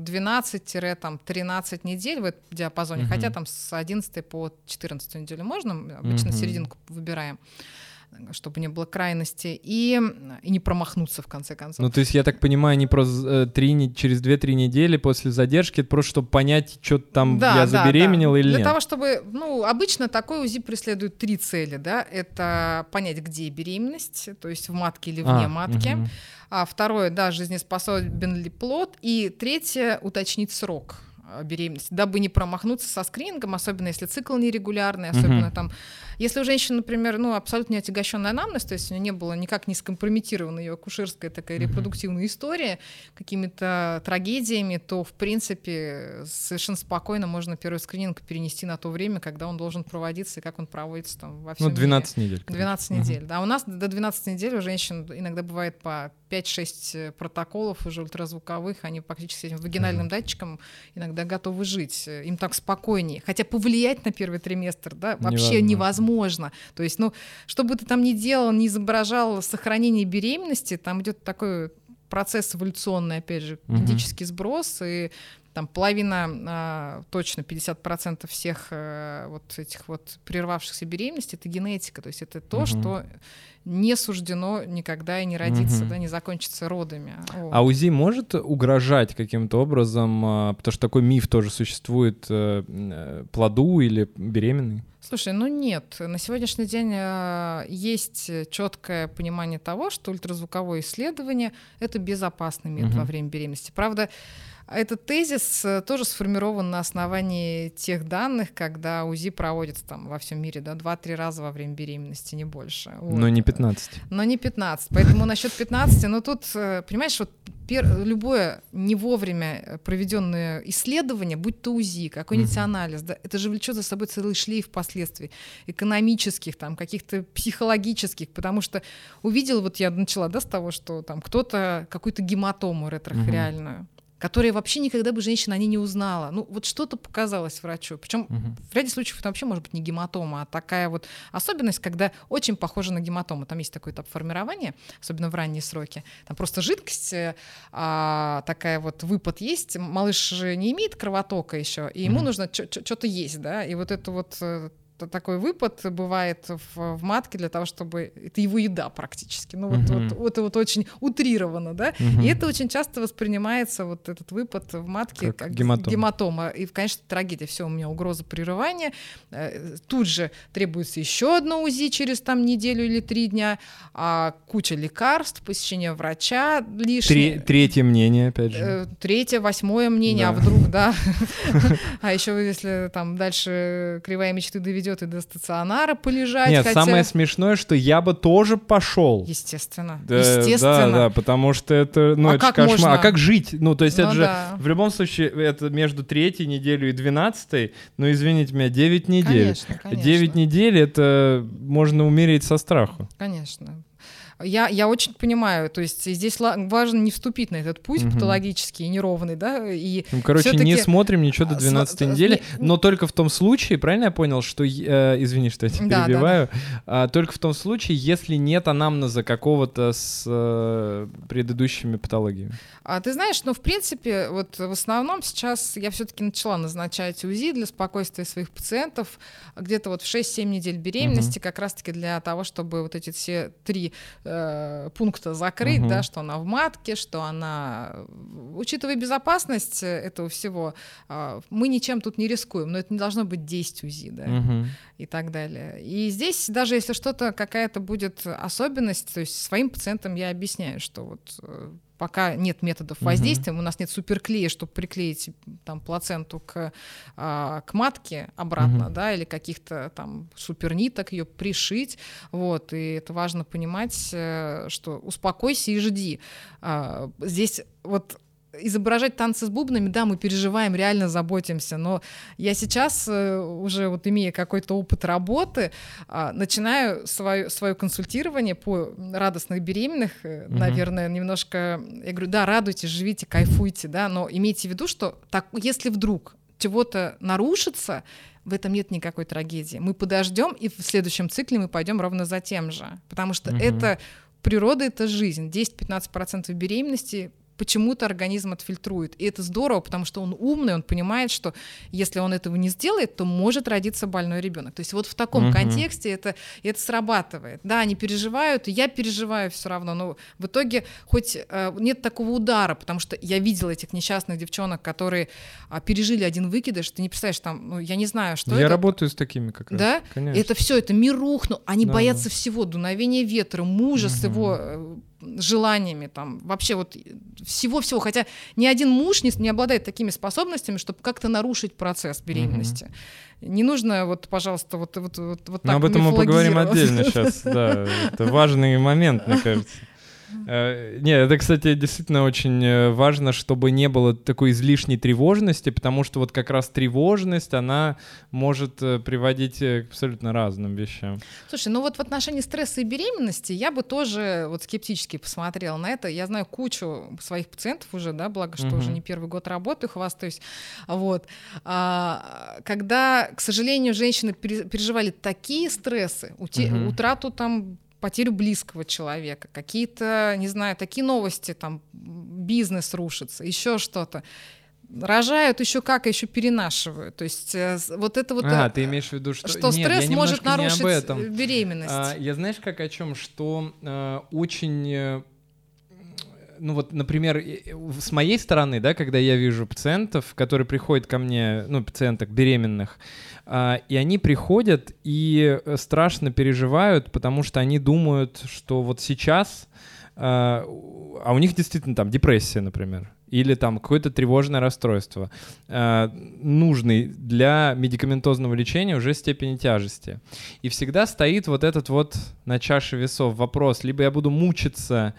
12-13 недель в этом диапазоне, хотя там с 11 по 14 неделю можно, обычно серединку выбираем, чтобы не было крайности, и не промахнуться в конце концов. Ну, то есть, я так понимаю, не просто через 2-3 недели после задержки, это просто чтобы понять, что там я забеременела или нет? Для того, чтобы, обычно такой УЗИ преследует 3 цели, да, это понять, где беременность, то есть в матке или вне матки, а второе, да, жизнеспособен ли плод, и третье, уточнить срок беременности, дабы не промахнуться со скринингом, особенно если цикл нерегулярный, особенно там, если у женщины, например, абсолютно не отягощенная анамнез, то есть у нее не было никак не скомпрометирована ее акушерская такая репродуктивная история какими-то трагедиями, то, в принципе, совершенно спокойно можно первый скрининг перенести на то время, когда он должен проводиться и как он проводится там во всем 12 мире. недель. 12 недель, да. У нас до 12 недель у женщин иногда бывает по 5-6 протоколов уже ультразвуковых, они практически с этим вагинальным датчиком иногда готовы жить, им так спокойнее. Хотя повлиять на первый триместр, да, вообще невозможно. То есть, что бы ты там ни делал, не изображал сохранение беременности, там идет такой процесс эволюционный, опять же, генетический сброс, и там половина, точно 50% всех вот этих вот прервавшихся беременностей — это генетика, то есть это то, что не суждено никогда и не родиться, да, не закончится родами. А УЗИ может угрожать каким-то образом, потому что такой миф тоже существует, плоду или беременной? Слушай, нет. На сегодняшний день есть четкое понимание того, что ультразвуковое исследование — это безопасный метод во время беременности. Правда, этот тезис тоже сформирован на основании тех данных, когда УЗИ проводится там во всем мире, да, 2-3 раза во время беременности, не больше. Вот. Но не 15. Но не 15. Поэтому насчет 15, тут, понимаешь, вот любое не вовремя проведенное исследование, будь то УЗИ, какой-нибудь анализ, да, это же влечет за собой целый шлейф последствий экономических, там, каких-то психологических, потому что увидела, вот я начала, да, с того, что там кто-то какую-то гематому ретрохориальную, которая вообще никогда бы женщина о ней не узнала. Вот что-то показалось врачу. Причем в ряде случаев это вообще может быть не гематома, а такая вот особенность, когда очень похожа на гематому. Там есть такой этап формирования, особенно в ранние сроки. Там просто жидкость, такая вот выпад есть. Малыш же не имеет кровотока еще, и ему нужно что-то есть, да, и вот это вот такой выпад бывает в матке для того, чтобы... Это его еда практически. Это вот очень утрировано, да? И это очень часто воспринимается, вот этот выпад в матке, как гематома. И, конечно, трагедия. Все, у меня угроза прерывания. Тут же требуется еще одно УЗИ через там неделю или 3 дня, куча лекарств, посещение врача лишнее. Третье мнение, опять же. 3-е, 8-е мнение, да. А вдруг, да. А еще если там дальше кривая мечты доведет и до стационара полежать. Нет, самое смешное, что я бы тоже пошел. Естественно. Да, потому что это, это кошмар. Можно? А как жить? То есть это же в любом случае это между 3-й неделей и 12-й, извините меня, 9 недель. Конечно. 9 недель — это можно умереть со страху. Конечно. Я очень понимаю, то есть здесь важно не вступить на этот путь патологический и неровный, да, и не смотрим ничего до 12 недели, но только в том случае, правильно я понял, что, извини, что я тебя перебиваю, только в том случае, если нет анамнеза какого-то с предыдущими патологиями. Ты знаешь, в принципе, вот в основном сейчас я все-таки начала назначать УЗИ для спокойствия своих пациентов где-то вот в 6-7 недель беременности, как раз-таки для того, чтобы вот эти все 3 пункта закрыть, да, что она в матке, что она, учитывая безопасность этого всего, мы ничем тут не рискуем, но это не должно быть 10 УЗИ, да, и так далее. И здесь даже если что-то, какая-то будет особенность, то есть своим пациентам я объясняю, что вот пока нет методов воздействия, у нас нет суперклея, чтобы приклеить там плаценту к матке обратно, да, или каких-то там суперниток ее пришить, вот, и это важно понимать, что успокойся и жди. Здесь вот изображать танцы с бубнами, да, мы переживаем, реально заботимся, но я сейчас, уже вот имея какой-то опыт работы, начинаю свое консультирование по радостных беременных, наверное, немножко, я говорю, да, радуйтесь, живите, кайфуйте, да, но имейте в виду, что так, если вдруг чего-то нарушится, в этом нет никакой трагедии. Мы подождем, и в следующем цикле мы пойдем ровно за тем же, потому что это природа, это жизнь. 10-15% беременности почему-то организм отфильтрует. И это здорово, потому что он умный, он понимает, что если он этого не сделает, то может родиться больной ребенок. То есть вот в таком контексте это срабатывает. Да, они переживают, и я переживаю все равно, но в итоге хоть нет такого удара, потому что я видела этих несчастных девчонок, которые пережили один выкидыш, ты не представляешь, там, ну, я не знаю, что это. Я работаю с такими как раз. Да? Конечно. Это все, это мир рухнул. Они боятся всего, дуновения ветра, мужа с его желаниями, там, вообще вот всего-всего. Хотя ни один муж не обладает такими способностями, чтобы как-то нарушить процесс беременности. Не нужно, вот, пожалуйста, вот так мифологизировать. Но об этом мы поговорим отдельно сейчас, да. Это важный момент, мне кажется. Нет, это, кстати, действительно очень важно, чтобы не было такой излишней тревожности, потому что вот как раз тревожность, она может приводить к абсолютно разным вещам. Слушай, ну вот в отношении стресса и беременности я бы тоже вот скептически посмотрела на это. Я знаю кучу своих пациентов уже, да, благо, что уже не первый год работаю, хвастаюсь. Вот. Когда, к сожалению, женщины переживали такие стрессы, утрату там, потерю близкого человека, какие-то, не знаю, такие новости, там, бизнес рушится, еще что-то. Рожают еще как, еще перенашивают. То есть вот это вот... ты имеешь в виду, что... Что Нет, стресс может нарушить беременность. Я знаешь, как о чем? Что очень... Ну вот, например, с моей стороны, да, когда я вижу пациентов, которые приходят ко мне, ну, пациенток беременных, и они приходят и страшно переживают, потому что они думают, что вот сейчас, а у них действительно там депрессия, например, или там какое-то тревожное расстройство, нужный для медикаментозного лечения уже степени тяжести. И всегда стоит вот этот вот на чаше весов вопрос, либо я буду мучиться,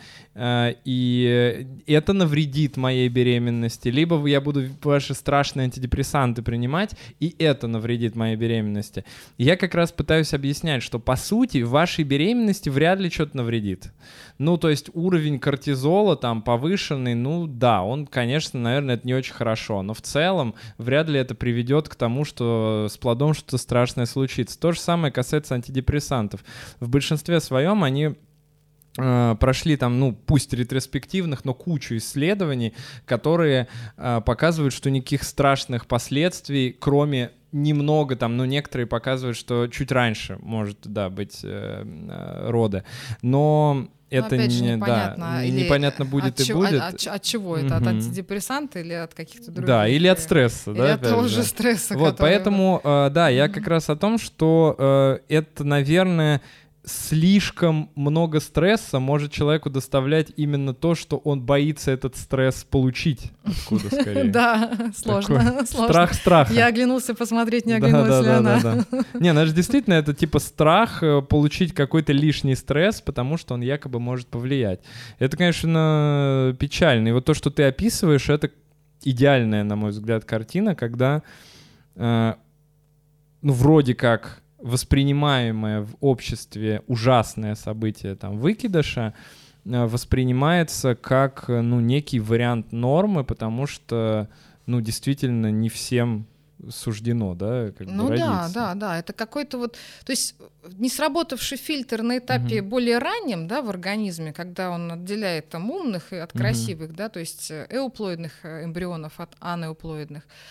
и это навредит моей беременности, либо я буду ваши страшные антидепрессанты принимать, и это навредит моей беременности. И я как раз пытаюсь объяснять, что по сути вашей беременности вряд ли что-то навредит. Ну, то есть уровень кортизола там повышенный, ну да, он, конечно, наверное, это не очень хорошо, но в целом вряд ли это приведет к тому, что с плодом что-то страшное случится. То же самое касается антидепрессантов. В большинстве своем они прошли там, ну, пусть ретроспективных, но кучу исследований, которые показывают, что никаких страшных последствий, кроме немного там, но некоторые показывают, что чуть раньше может, да, быть роды. Но это непонятно будет и будет. От чего это? От антидепрессанта или от каких-то других? Да, или от стресса. Или от того же стресса. Вот, поэтому, да, я как раз о том, что это, наверное, слишком много стресса может человеку доставлять именно то, что он боится этот стресс получить. Откуда скорее? Да, сложно. Страх страха. Я оглянулся посмотреть, не оглянулась ли она. Не, ну это же действительно это типа страх получить какой-то лишний стресс, потому что он якобы может повлиять. Это, конечно, печально. И вот то, что ты описываешь, это идеальная, на мой взгляд, картина, когда, ну, вроде как воспринимаемое в обществе ужасное событие там выкидыша воспринимается как, ну, некий вариант нормы, потому что, ну, действительно не всем суждено, да, как бы родиться. Да, это какой-то вот, то есть не сработавший фильтр на этапе более раннем, да, в организме, когда он отделяет там умных от красивых, да, то есть эуплоидных эмбрионов от анеуплоидных.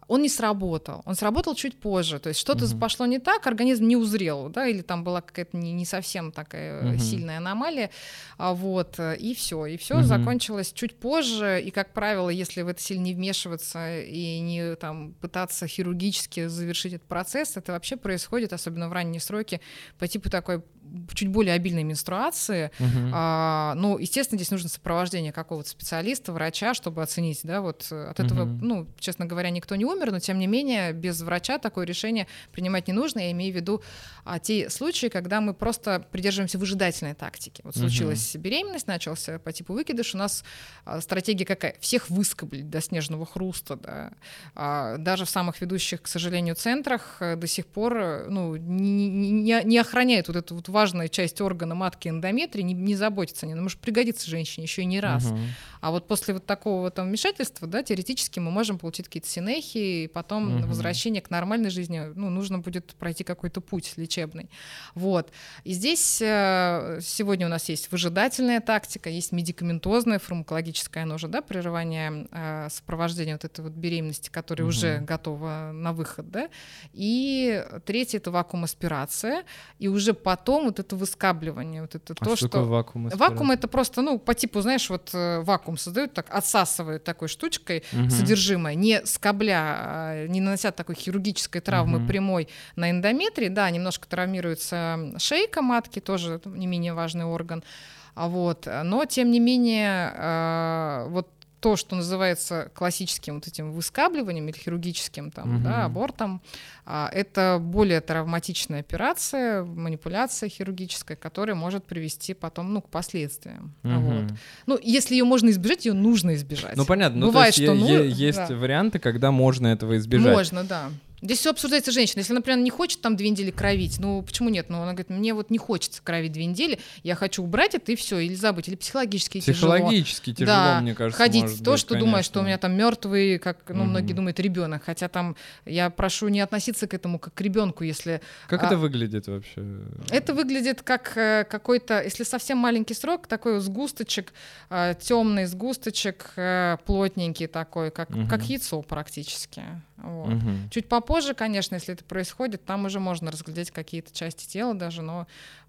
он не сработал. Он сработал чуть позже. То есть что-то пошло не так, организм не узрел, да, или там была какая-то не совсем такая сильная аномалия, вот, и все закончилось чуть позже. И, как правило, если в это сильно не вмешиваться и не там пытаться хирургически завершить этот процесс, это вообще происходит, особенно в ранние сроки, по типу такой чуть более обильной менструации. Ну, естественно, здесь нужно сопровождение какого-то специалиста, врача, чтобы оценить, да, вот от этого, ну, честно говоря, никто не умер, но тем не менее без врача такое решение принимать не нужно. Я имею в виду те случаи, когда мы просто придерживаемся выжидательной тактики. Вот случилась беременность, начался по типу выкидыш, у нас стратегия какая? Всех выскоблить до снежного хруста, да. Даже в самых ведущих, к сожалению, центрах до сих пор, ну, не охраняют вот эту вот важная часть органа матки эндометрий, не заботится о ней, она может пригодиться женщине еще и не раз. А вот после вот такого там вмешательства, да, теоретически мы можем получить какие-то синехи, и потом возвращение к нормальной жизни, ну, нужно будет пройти какой-то путь лечебный. Вот. И здесь сегодня у нас есть выжидательная тактика, есть медикаментозная, фармакологическая, оно же, да, прерывание сопровождения вот этой вот беременности, которая уже готова на выход, да. И третье — это вакуум-аспирация, и уже потом вот это выскабливание, вот это то, что такое вакуум? Вакуум — это просто, ну, по типу, знаешь, вот вакуум создают, так отсасывают такой штучкой содержимое, не скобля, не нанося такой хирургической травмы прямой на эндометрий, да, немножко травмируется шейка матки, тоже не менее важный орган, вот, но тем не менее вот то, что называется классическим вот этим выскабливанием или хирургическим там, да, абортом, это более травматичная операция, манипуляция хирургическая, которая может привести потом, ну, к последствиям. Вот. Ну, если ее можно избежать, ее нужно избежать. Ну, понятно. Бывает, ну, то есть есть варианты, когда можно этого избежать. Можно, да. Здесь все обсуждается женщина. Если, например, она не хочет там 2 недели кровить, ну почему нет? Ну, она говорит, мне вот не хочется кровить 2 недели, я хочу убрать это и все, или забыть, или психологически тяжело. Психологически тяжело, да, мне кажется, ходить может то, быть, что думаешь, что у меня там мертвый, как, ну, многие думают, ребенок, хотя там я прошу не относиться к этому как к ребенку, если. Как это выглядит вообще? Это выглядит как какой-то, если совсем маленький срок, такой сгусточек, темный сгусточек, плотненький такой, как яйцо практически. Вот. Чуть попозже, конечно, если это происходит, там уже можно разглядеть какие-то части тела даже, но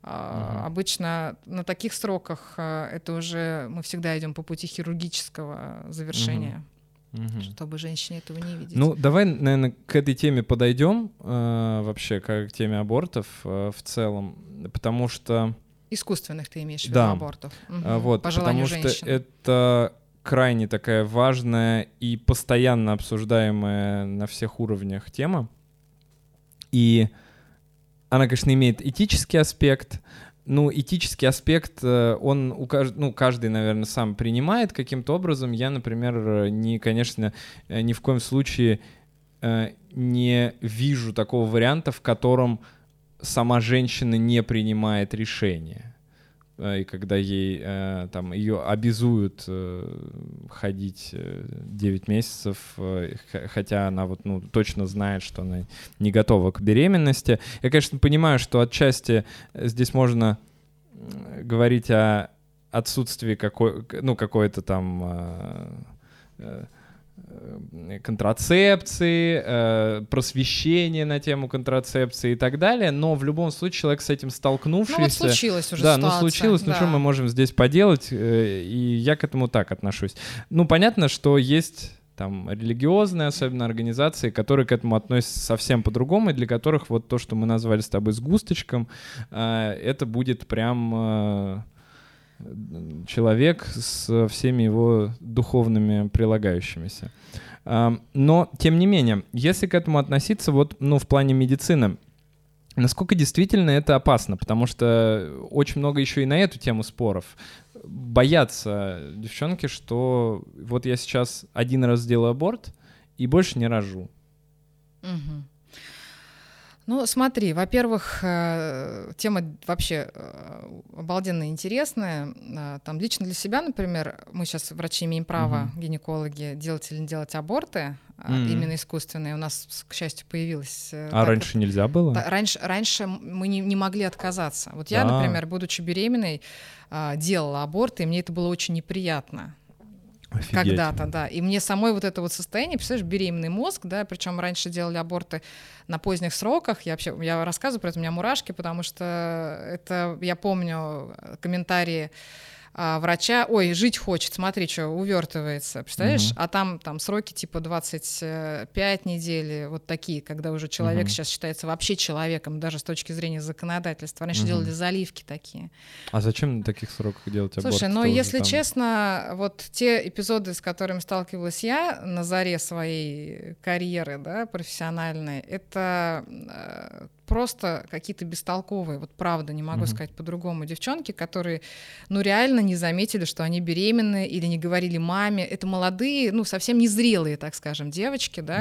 обычно на таких сроках это уже мы всегда идем по пути хирургического завершения, чтобы женщине этого не видеть. Ну, давай, наверное, к этой теме подойдем вообще, к теме абортов в целом, потому что... Искусственных ты имеешь в виду абортов? Вот, по желанию потому женщин. что это крайне такая важная и постоянно обсуждаемая на всех уровнях тема. И она, конечно, имеет этический аспект. Ну, этический аспект, он каждый, наверное, сам принимает каким-то образом. Я, например, конечно, ни в коем случае не вижу такого варианта, в котором сама женщина не принимает решение. И когда ей там ее обязуют ходить 9 месяцев, хотя она вот, ну, точно знает, что она не готова к беременности. Я, конечно, понимаю, что отчасти здесь можно говорить о отсутствии какой-то там контрацепции, просвещения на тему контрацепции и так далее, но в любом случае человек с этим столкнувшийся... Ну вот случилось уже ситуация. Да, ну случилось, да. Ну что мы можем здесь поделать, и я к этому так отношусь. Ну понятно, что есть там религиозные, особенно организации, которые к этому относятся совсем по-другому, и для которых вот то, что мы назвали с тобой сгусточком, это будет прям... человек с всеми его духовными прилагающимися. Но, тем не менее, если к этому относиться вот, ну, в плане медицины, насколько действительно это опасно? Потому что очень много еще и на эту тему споров. Боятся девчонки, что вот я сейчас 1 раз сделаю аборт и больше не рожу. Ну, смотри, во-первых, тема вообще обалденно интересная. Там лично для себя, например, мы сейчас, врачи, имеем право, гинекологи, делать или не делать аборты, именно искусственные. У нас, к счастью, появилось... раньше нельзя было? Раньше мы не могли отказаться. Вот я, например, будучи беременной, делала аборты, и мне это было очень неприятно. Когда-то, да. И мне самой вот это вот состояние, представляешь, беременный мозг, да, причем раньше делали аборты на поздних сроках. Я рассказываю про это, у меня мурашки, потому что это, я помню комментарии врача: ой, жить хочет, смотри, что увертывается, представляешь? А там сроки типа 25 недель, вот такие, когда уже человек сейчас считается вообще человеком, даже с точки зрения законодательства. Раньше делали заливки такие. А зачем на таких сроках делать аборт? Слушай, ну если честно, вот те эпизоды, с которыми сталкивалась я на заре своей карьеры, да, профессиональной, это просто какие-то бестолковые, вот правда, не могу сказать по-другому, девчонки, которые, ну, реально не заметили, что они беременны, или не говорили маме. Это молодые, ну, совсем незрелые, так скажем, девочки, да,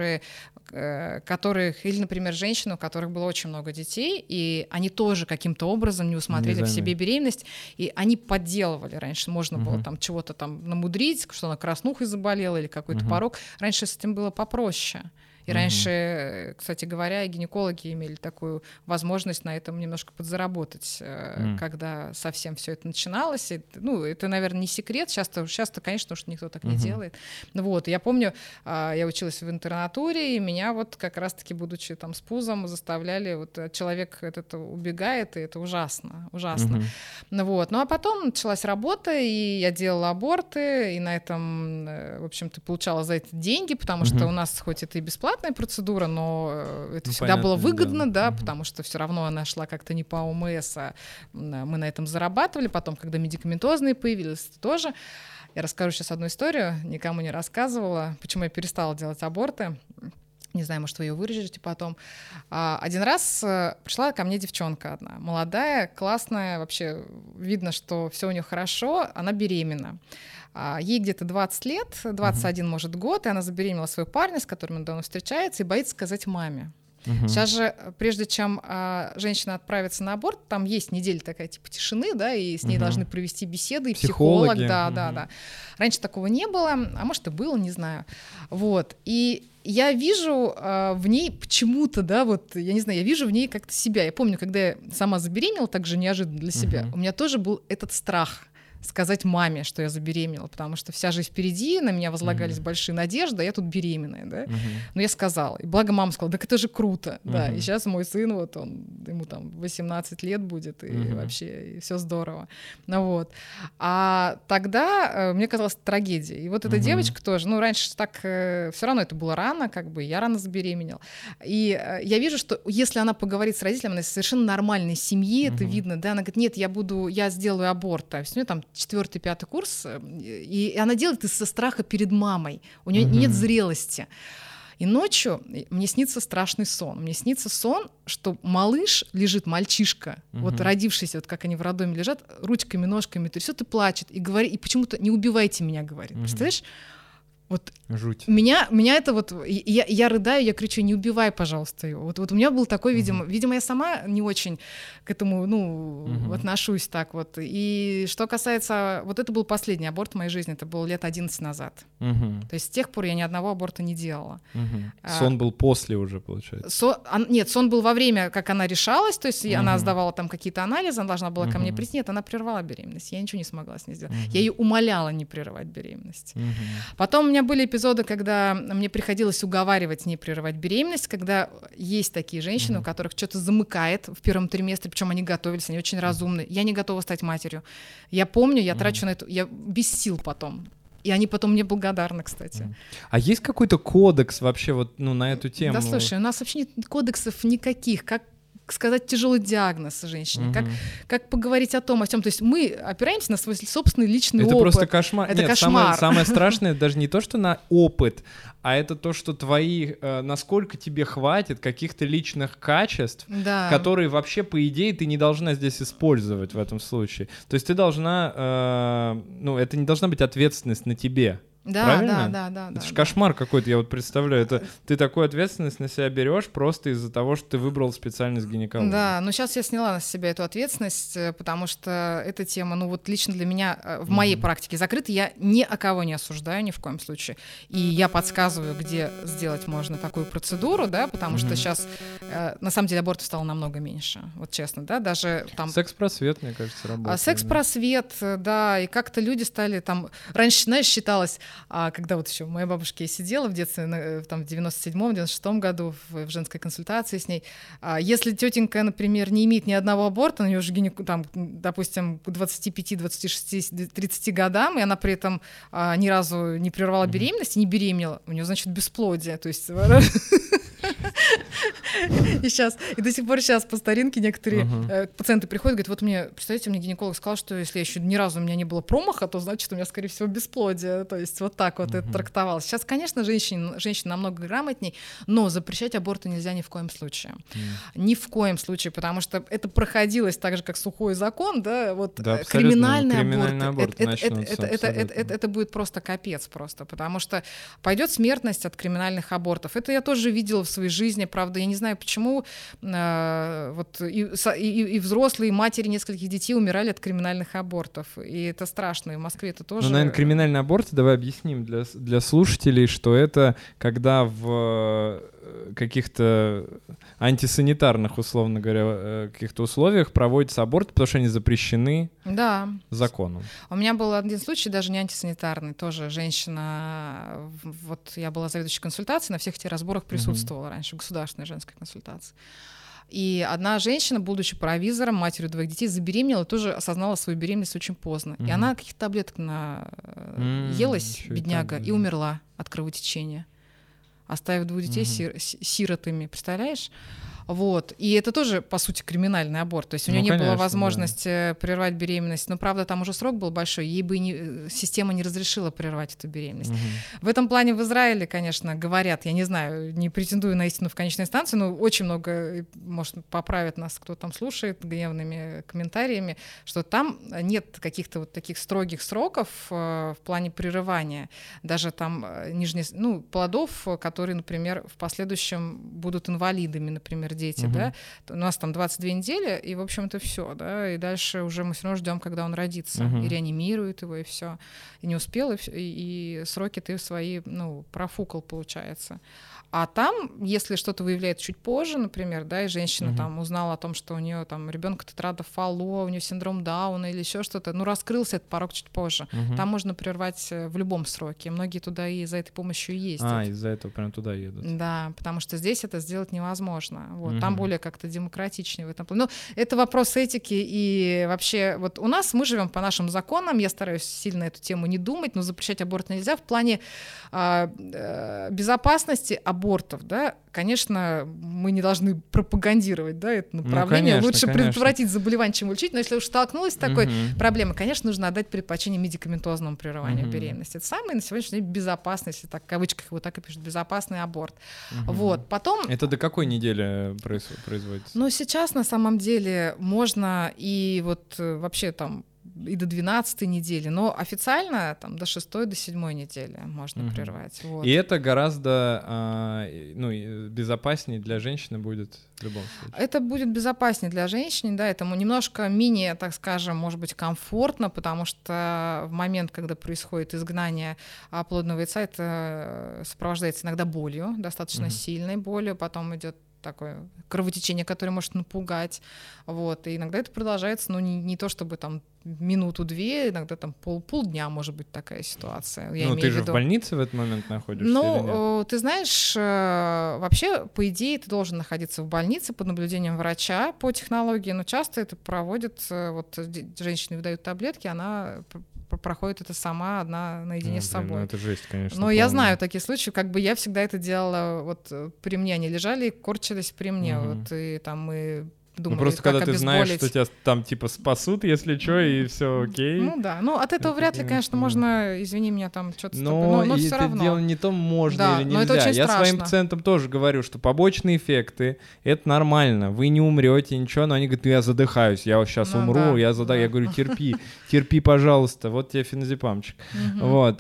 которых, или, например, женщины, у которых было очень много детей, и они тоже каким-то образом не усмотрели в себе беременность, и они подделывали. Раньше можно было там чего-то там намудрить, что она краснухой заболела или какой-то порог. Раньше с этим было попроще. И раньше, кстати говоря, гинекологи имели такую возможность на этом немножко подзаработать, когда совсем все это начиналось. И, ну, это, наверное, не секрет. Сейчас-то, конечно, уж никто так не делает. Вот. Я помню, я училась в интернатуре, и меня вот как раз-таки, будучи там с пузом, заставляли, вот человек этот убегает, и это ужасно, ужасно. Вот. Ну, а потом началась работа, и я делала аборты, и на этом, в общем-то, получала за это деньги, потому что у нас хоть это и бесплатно, процедура, но это всегда было выгодно, да, потому что все равно она шла как-то не по ОМС, а мы на этом зарабатывали. Потом, когда медикаментозные появились, это тоже. Я расскажу сейчас одну историю, никому не рассказывала, почему я перестала делать аборты. Не знаю, может, вы ее вырежете потом. Один раз пришла ко мне девчонка одна, молодая, классная, вообще видно, что все у нее хорошо, она беременна. Ей где-то 20 лет, 21, может, год, и она забеременела своего парня, с которым она давно встречается, и боится сказать маме. Сейчас же, прежде чем женщина отправится на аборт, там есть неделя такая типа тишины, да, и с ней должны провести беседы, и психолог, да. Раньше такого не было, а может и было, не знаю. Вот, и я вижу в ней почему-то, да, вот, я не знаю, я вижу в ней как-то себя. Я помню, когда я сама забеременела, так же неожиданно для себя, у меня тоже был этот страх сказать маме, что я забеременела, потому что вся жизнь впереди, на меня возлагались большие надежды, а я тут беременная, да. Но я сказала, и благо мама сказала: так это же круто, да. И сейчас мой сын, вот ему там 18 лет будет, и вообще все здорово. Ну вот. А тогда мне казалось трагедией. И вот эта девочка тоже, ну раньше так, все равно это было рано, как бы, я рано забеременела. И я вижу, что если она поговорит с родителями, она из совершенно нормальной семьи, это видно, да, она говорит: нет, я сделаю аборт, то есть у нее там 4-5 курс, и она делает из-за страха перед мамой. У нее нет зрелости. И ночью мне снится страшный сон. Мне снится сон, что малыш лежит, мальчишка, вот родившийся, вот как они в роддоме лежат, ручками, ножками трясет и плачет, и говорит, и почему-то: не убивайте меня, говорит. Представляешь? Вот жуть. Меня это вот, я рыдаю, я кричу: не убивай, пожалуйста, его. Вот у меня был такой, видимо, я сама не очень к этому, отношусь так вот. И что касается, вот это был последний аборт в моей жизни, это было лет 11 назад. То есть с тех пор я ни одного аборта не делала. Сон был после уже, получается? Нет, сон был во время, как она решалась, то есть она сдавала там какие-то анализы, она должна была ко мне прийти. Нет, она прервала беременность, я ничего не смогла с ней сделать. Я ее умоляла не прерывать беременность. Потом у меня были эпизоды, когда мне приходилось уговаривать не прерывать беременность, когда есть такие женщины, у которых что-то замыкает в первом триместре, причем они готовились, они очень разумные. Я не готова стать матерью. Я помню, я трачу на это, я без сил потом. И они потом мне благодарны, кстати. А есть какой-то кодекс вообще вот, ну, на эту тему? Да, слушай, у нас вообще нет кодексов никаких, как сказать тяжелый диагноз женщине, как поговорить о том, о сём. То есть мы опираемся на свой собственный личный опыт. Это просто кошмар. Это Нет, кошмар. Самое страшное даже не то, что на опыт, а это то, что насколько тебе хватит каких-то личных качеств, которые вообще, по идее, ты не должна здесь использовать в этом случае. То есть ты должна, это не должна быть ответственность на тебе. Правильно? Да. Это же кошмар какой-то, я вот представляю. Это ты такую ответственность на себя берешь просто из-за того, что ты выбрал специальность гинекологии. Да, но сейчас я сняла с себя эту ответственность, потому что эта тема, ну вот лично для меня в моей практике закрыта. Я ни о кого не осуждаю ни в коем случае. И я подсказываю, где сделать можно такую процедуру, да, потому что сейчас на самом деле абортов стало намного меньше, вот честно, да, даже там... Секс-просвет, мне кажется, работает. Секс-просвет, да, и как-то люди стали там... Раньше, знаешь, считалось, когда вот еще у моей бабушки я сидела в детстве, там, в 97-м, 96-м году в женской консультации с ней, если тетенька, например, не имеет ни одного аборта, у нее уже там, допустим, к 25, 26, 30 годам, и она при этом ни разу не прервала беременность, не беременела, у нее, значит, бесплодие, то есть... И до сих пор сейчас по старинке некоторые пациенты приходят и говорят, вот мне, представляете, мне гинеколог сказал, что если еще ни разу у меня не было промаха, то значит у меня, скорее всего, бесплодие. То есть вот так вот это трактовалось. Сейчас, конечно, женщины намного грамотней, но запрещать аборты нельзя ни в коем случае. Ни в коем случае, потому что это проходилось так же, как сухой закон, да, вот криминальный аборт. Это будет просто капец просто, потому что пойдет смертность от криминальных абортов. Это я тоже видела в своей жизни, правда, я не знаю, почему вот и взрослые, и матери нескольких детей умирали от криминальных абортов, и это страшно, и в Москве это тоже... Ну, наверное, криминальные аборты, давай объясним для слушателей, что это когда в каких-то антисанитарных, условно говоря, каких-то условиях проводятся аборты, потому что они запрещены законом. У меня был один случай, даже не антисанитарный, тоже женщина, вот я была заведующей консультацией, на всех этих разборах присутствовала раньше, в государственной женской консультации. И одна женщина, будучи провизором, матерью 2 детей, забеременела, тоже осознала свою беременность очень поздно. И она каких-то таблеток наелась, бедняга, и умерла от кровотечения, оставив 2 детей сиротами, представляешь? Вот. И это тоже, по сути, криминальный аборт. То есть у нее не было возможности прервать беременность. Но, правда, там уже срок был большой, ей бы система не разрешила прервать эту беременность. В этом плане в Израиле, конечно, говорят, я не знаю, не претендую на истину в конечной инстанции, но очень много, может, поправят нас, кто там слушает, гневными комментариями, что там нет каких-то вот таких строгих сроков в плане прерывания. Даже там плодов, которые, например, в последующем будут инвалидами, например, дети, да, у нас там 22 недели, и, в общем-то, все, да, и дальше уже мы все равно ждем, когда он родится, и реанимируют его, и все, и не успел, и сроки ты свои, профукал, получается. А там, если что-то выявляется чуть позже, например, да, и женщина там узнала о том, что у нее там ребенок тетрада Фало, у нее синдром Дауна или еще что-то, раскрылся этот порог чуть позже. Там можно прервать в любом сроке. Многие туда и за этой помощью ездят. Из-за этого прям туда едут. Да, потому что здесь это сделать невозможно. Вот, там более как-то демократичнее в этом плане. Но это вопрос этики, и вообще вот у нас мы живем по нашим законам, я стараюсь сильно эту тему не думать, но запрещать аборт нельзя в плане безопасности абортов, да, конечно, мы не должны пропагандировать, да, это направление. Лучше предотвратить заболевание, чем лечить, но если уж столкнулась с такой проблемой, конечно, нужно отдать предпочтение медикаментозному прерыванию беременности. Это самый на сегодняшний день безопасный, если так в кавычках его так и пишут, безопасный аборт. Вот, потом... Это до какой недели производится? Ну, сейчас на самом деле можно и вот вообще там и до 12-й недели, но официально там до 6-й, до 7-й недели можно прервать. Вот. И это гораздо безопаснее для женщины будет в любом случае. Это будет безопаснее для женщины, да, это немножко менее, так скажем, может быть, комфортно, потому что в момент, когда происходит изгнание плодного яйца, это сопровождается иногда болью, достаточно сильной болью, потом идет такое кровотечение, которое может напугать, вот, и иногда это продолжается, не то чтобы там минуту-две, иногда там полдня может быть такая ситуация. Ты же в больнице в этот момент находишься или нет? Ты знаешь, вообще, по идее, ты должен находиться в больнице под наблюдением врача по технологии, но часто это проводит, вот женщины выдают таблетки, она проходит это сама одна наедине с собой. Это жесть, конечно. Но я знаю такие случаи, как бы я всегда это делала, вот при мне они лежали и корчились при мне, вот, и там мы думали, просто как когда ты знаешь, обезболить. что тебя там типа спасут, если что, и все окей. Ну да, ну от этого вряд ли, конечно, можно, извини меня, там что-то с тобой, Но но и все это равно. дело не то, можно Да, или но это нельзя. очень Я страшно. своим пациентам тоже говорю, что побочные эффекты — это нормально, вы не умрете, ничего, но они говорят, я задыхаюсь, я сейчас Ну умру, да, я да. говорю, терпи, пожалуйста, вот тебе феназепамчик. Вот.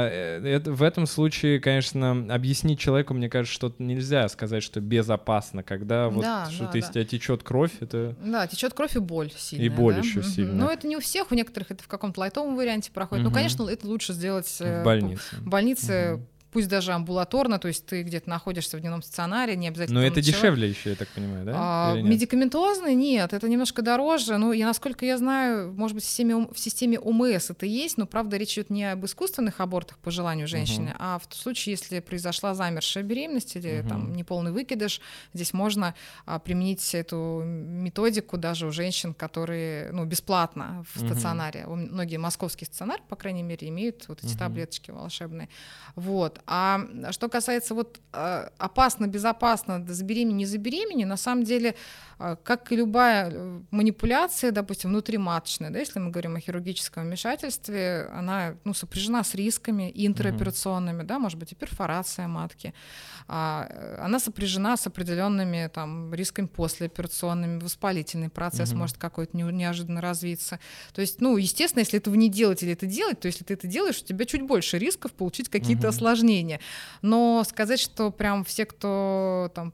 В этом случае, конечно, объяснить человеку, мне кажется, что нельзя сказать, что безопасно, когда вот что-то из тебя течет кровь, это... Да, течет кровь и боль сильная. И боль еще сильная. Но это не у всех, у некоторых это в каком-то лайтовом варианте проходит. Ну, конечно, это лучше сделать в больнице. В больнице, пусть даже амбулаторно, то есть ты где-то находишься в дневном стационаре, не обязательно... Но это дешевле еще, я так понимаю, да? Медикаментозный нет, это немножко дороже. Ну, насколько я знаю, может быть, в системе ОМС это есть, но, правда, речь идет не об искусственных абортах по желанию женщины, а в случае, если произошла замершая беременность или там неполный выкидыш, здесь можно применить эту методику даже у женщин, которые, ну, бесплатно в стационаре. Многие московские стационары, по крайней мере, имеют вот эти таблеточки волшебные. Вот. А что касается вот опасно, безопасно, забеременеть, не забеременеть, на самом деле, как и любая манипуляция, допустим, внутриматочная, да, если мы говорим о хирургическом вмешательстве, она, ну, сопряжена с рисками интраоперационными, да, может быть, и перфорация матки, она сопряжена с определенными там рисками послеоперационными, воспалительный процесс может какой-то неожиданно развиться. То есть, ну, естественно, если этого не делать или это делать, то если ты это делаешь, у тебя чуть больше рисков получить какие-то осложнения. Но сказать, что прям все, кто там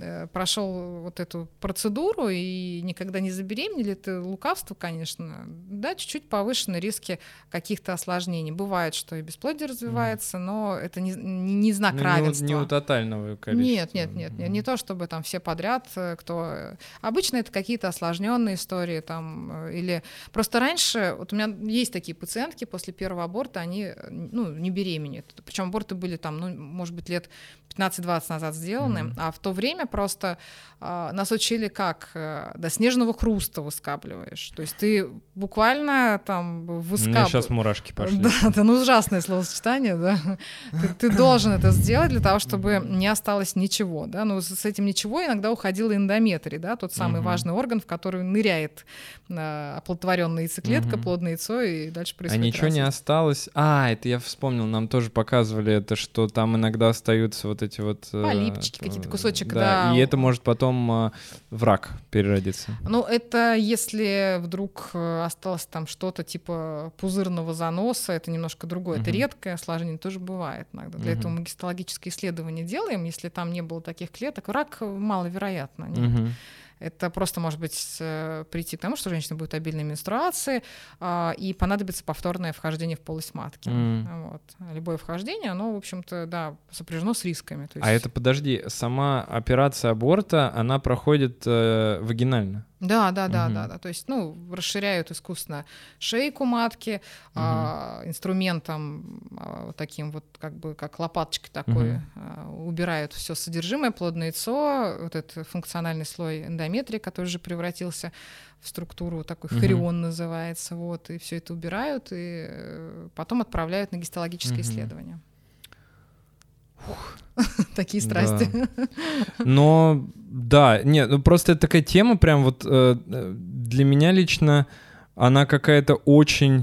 прошел вот эту процедуру и никогда не забеременели, это лукавство, конечно. Да, чуть-чуть повышены риски каких-то осложнений. Бывает, что и бесплодие развивается, но это не знак равенства. Не у тотального количества. Нет. Не то, чтобы там все подряд, кто... Обычно это какие-то осложненные истории там, или... Просто раньше, вот у меня есть такие пациентки, после первого аборта они, ну, не беременеют. Причем аборты были там, ну, может быть, лет 15-20 назад сделаны, а в то время просто нас учили, как до снежного хруста выскабливаешь. То есть ты буквально там выскабливаешь. У меня сейчас мурашки пошли. Да, это ну, ужасное словосочетание, да. Ты должен это сделать для того, чтобы не осталось ничего, да. Но с этим ничего иногда уходил эндометрий, да, тот самый важный орган, в который ныряет оплодотворенная яйцеклетка, плодное яйцо, и дальше происходит ничего не осталось. Это я вспомнил, нам тоже показывали это, что там иногда остаются вот эти вот... полипчики, какие-то кусочек, да. И это может потом в рак переродиться. Ну, это если вдруг осталось там что-то типа пузырного заноса, это немножко другое. Это редкое осложнение, тоже бывает иногда. Для этого мы гистологические исследования делаем. Если там не было таких клеток, рак маловероятно. Нет. Это просто может быть прийти к тому, что женщина будет обильной менструации, и понадобится повторное вхождение в полость матки. Вот. Любое вхождение, оно, в общем-то, да, сопряжено с рисками. То есть... А это, подожди, сама операция аборта, она проходит вагинально? Да. То есть, ну, расширяют искусственно шейку матки инструментом таким вот, как бы, как лопаточкой такой, убирают все содержимое, плодное яйцо, вот этот функциональный слой эндометрия, который же превратился в структуру, такой хорион называется, вот, и все это убирают, и потом отправляют на гистологические исследования. Такие страсти. Но да, нет, ну просто это такая тема прям вот для меня лично она какая-то очень,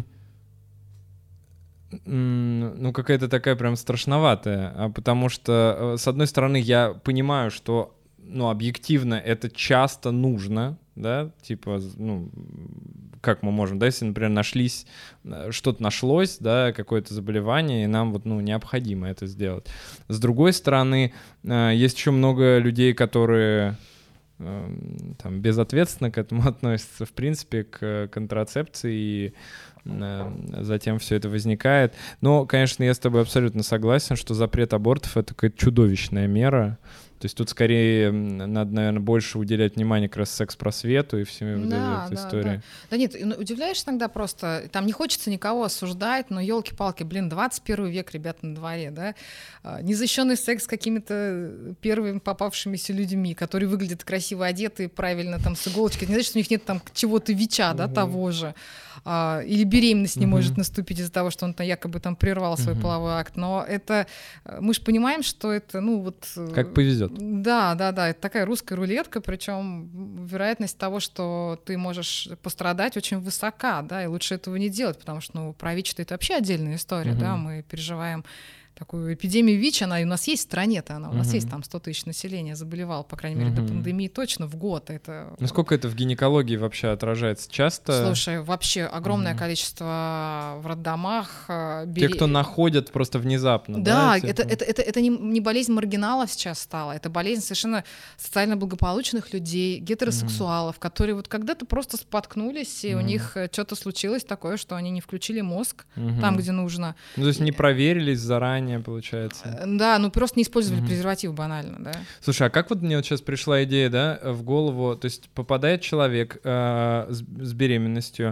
ну какая-то такая прям страшноватая, потому что с одной стороны я понимаю, что, ну, объективно это часто нужно, да, типа, ну, как мы можем, да, если, например, что-то нашлось, да, какое-то заболевание, и нам вот, ну, необходимо это сделать. С другой стороны, есть еще много людей, которые там безответственно к этому относятся, в принципе, к контрацепции, и затем все это возникает. Но, конечно, я с тобой абсолютно согласен, что запрет абортов — это какая-то чудовищная мера. То есть тут скорее надо, наверное, больше уделять внимание как раз секс-просвету и всей вот этой истории. Да нет, удивляешь иногда просто, там не хочется никого осуждать, но елки-палки, 21 век, ребят, на дворе, да, незащищенный секс с какими-то первыми попавшимися людьми, которые выглядят красиво одеты, правильно там с иголочкой, не значит, что у них нет там чего-то ВИЧа, да, того же, или беременность не может наступить из-за того, что он якобы там прервал свой половой акт, но это, мы же понимаем, что это, ну вот... Как повезет. ходят. Да, это такая русская рулетка, причем вероятность того, что ты можешь пострадать, очень высока, да, и лучше этого не делать, потому что, про ВИЧ это вообще отдельная история, да, мы переживаем такую эпидемию ВИЧ, она и у нас есть в стране-то, у нас есть там 100 тысяч населения заболевало, по крайней мере, до пандемии точно в год. Это... Насколько это в гинекологии вообще отражается? Часто? Слушай, вообще огромное количество в роддомах. Те, кто находят просто внезапно. Да, это не болезнь маргиналов сейчас стала, это болезнь совершенно социально благополучных людей, гетеросексуалов, которые вот когда-то просто споткнулись, и у них что-то случилось такое, что они не включили мозг там, где нужно. Ну, то есть не проверились заранее, получается. Да, просто не использовали презерватив банально, да. Слушай, а как вот мне вот сейчас пришла идея, да, в голову, то есть попадает человек с беременностью,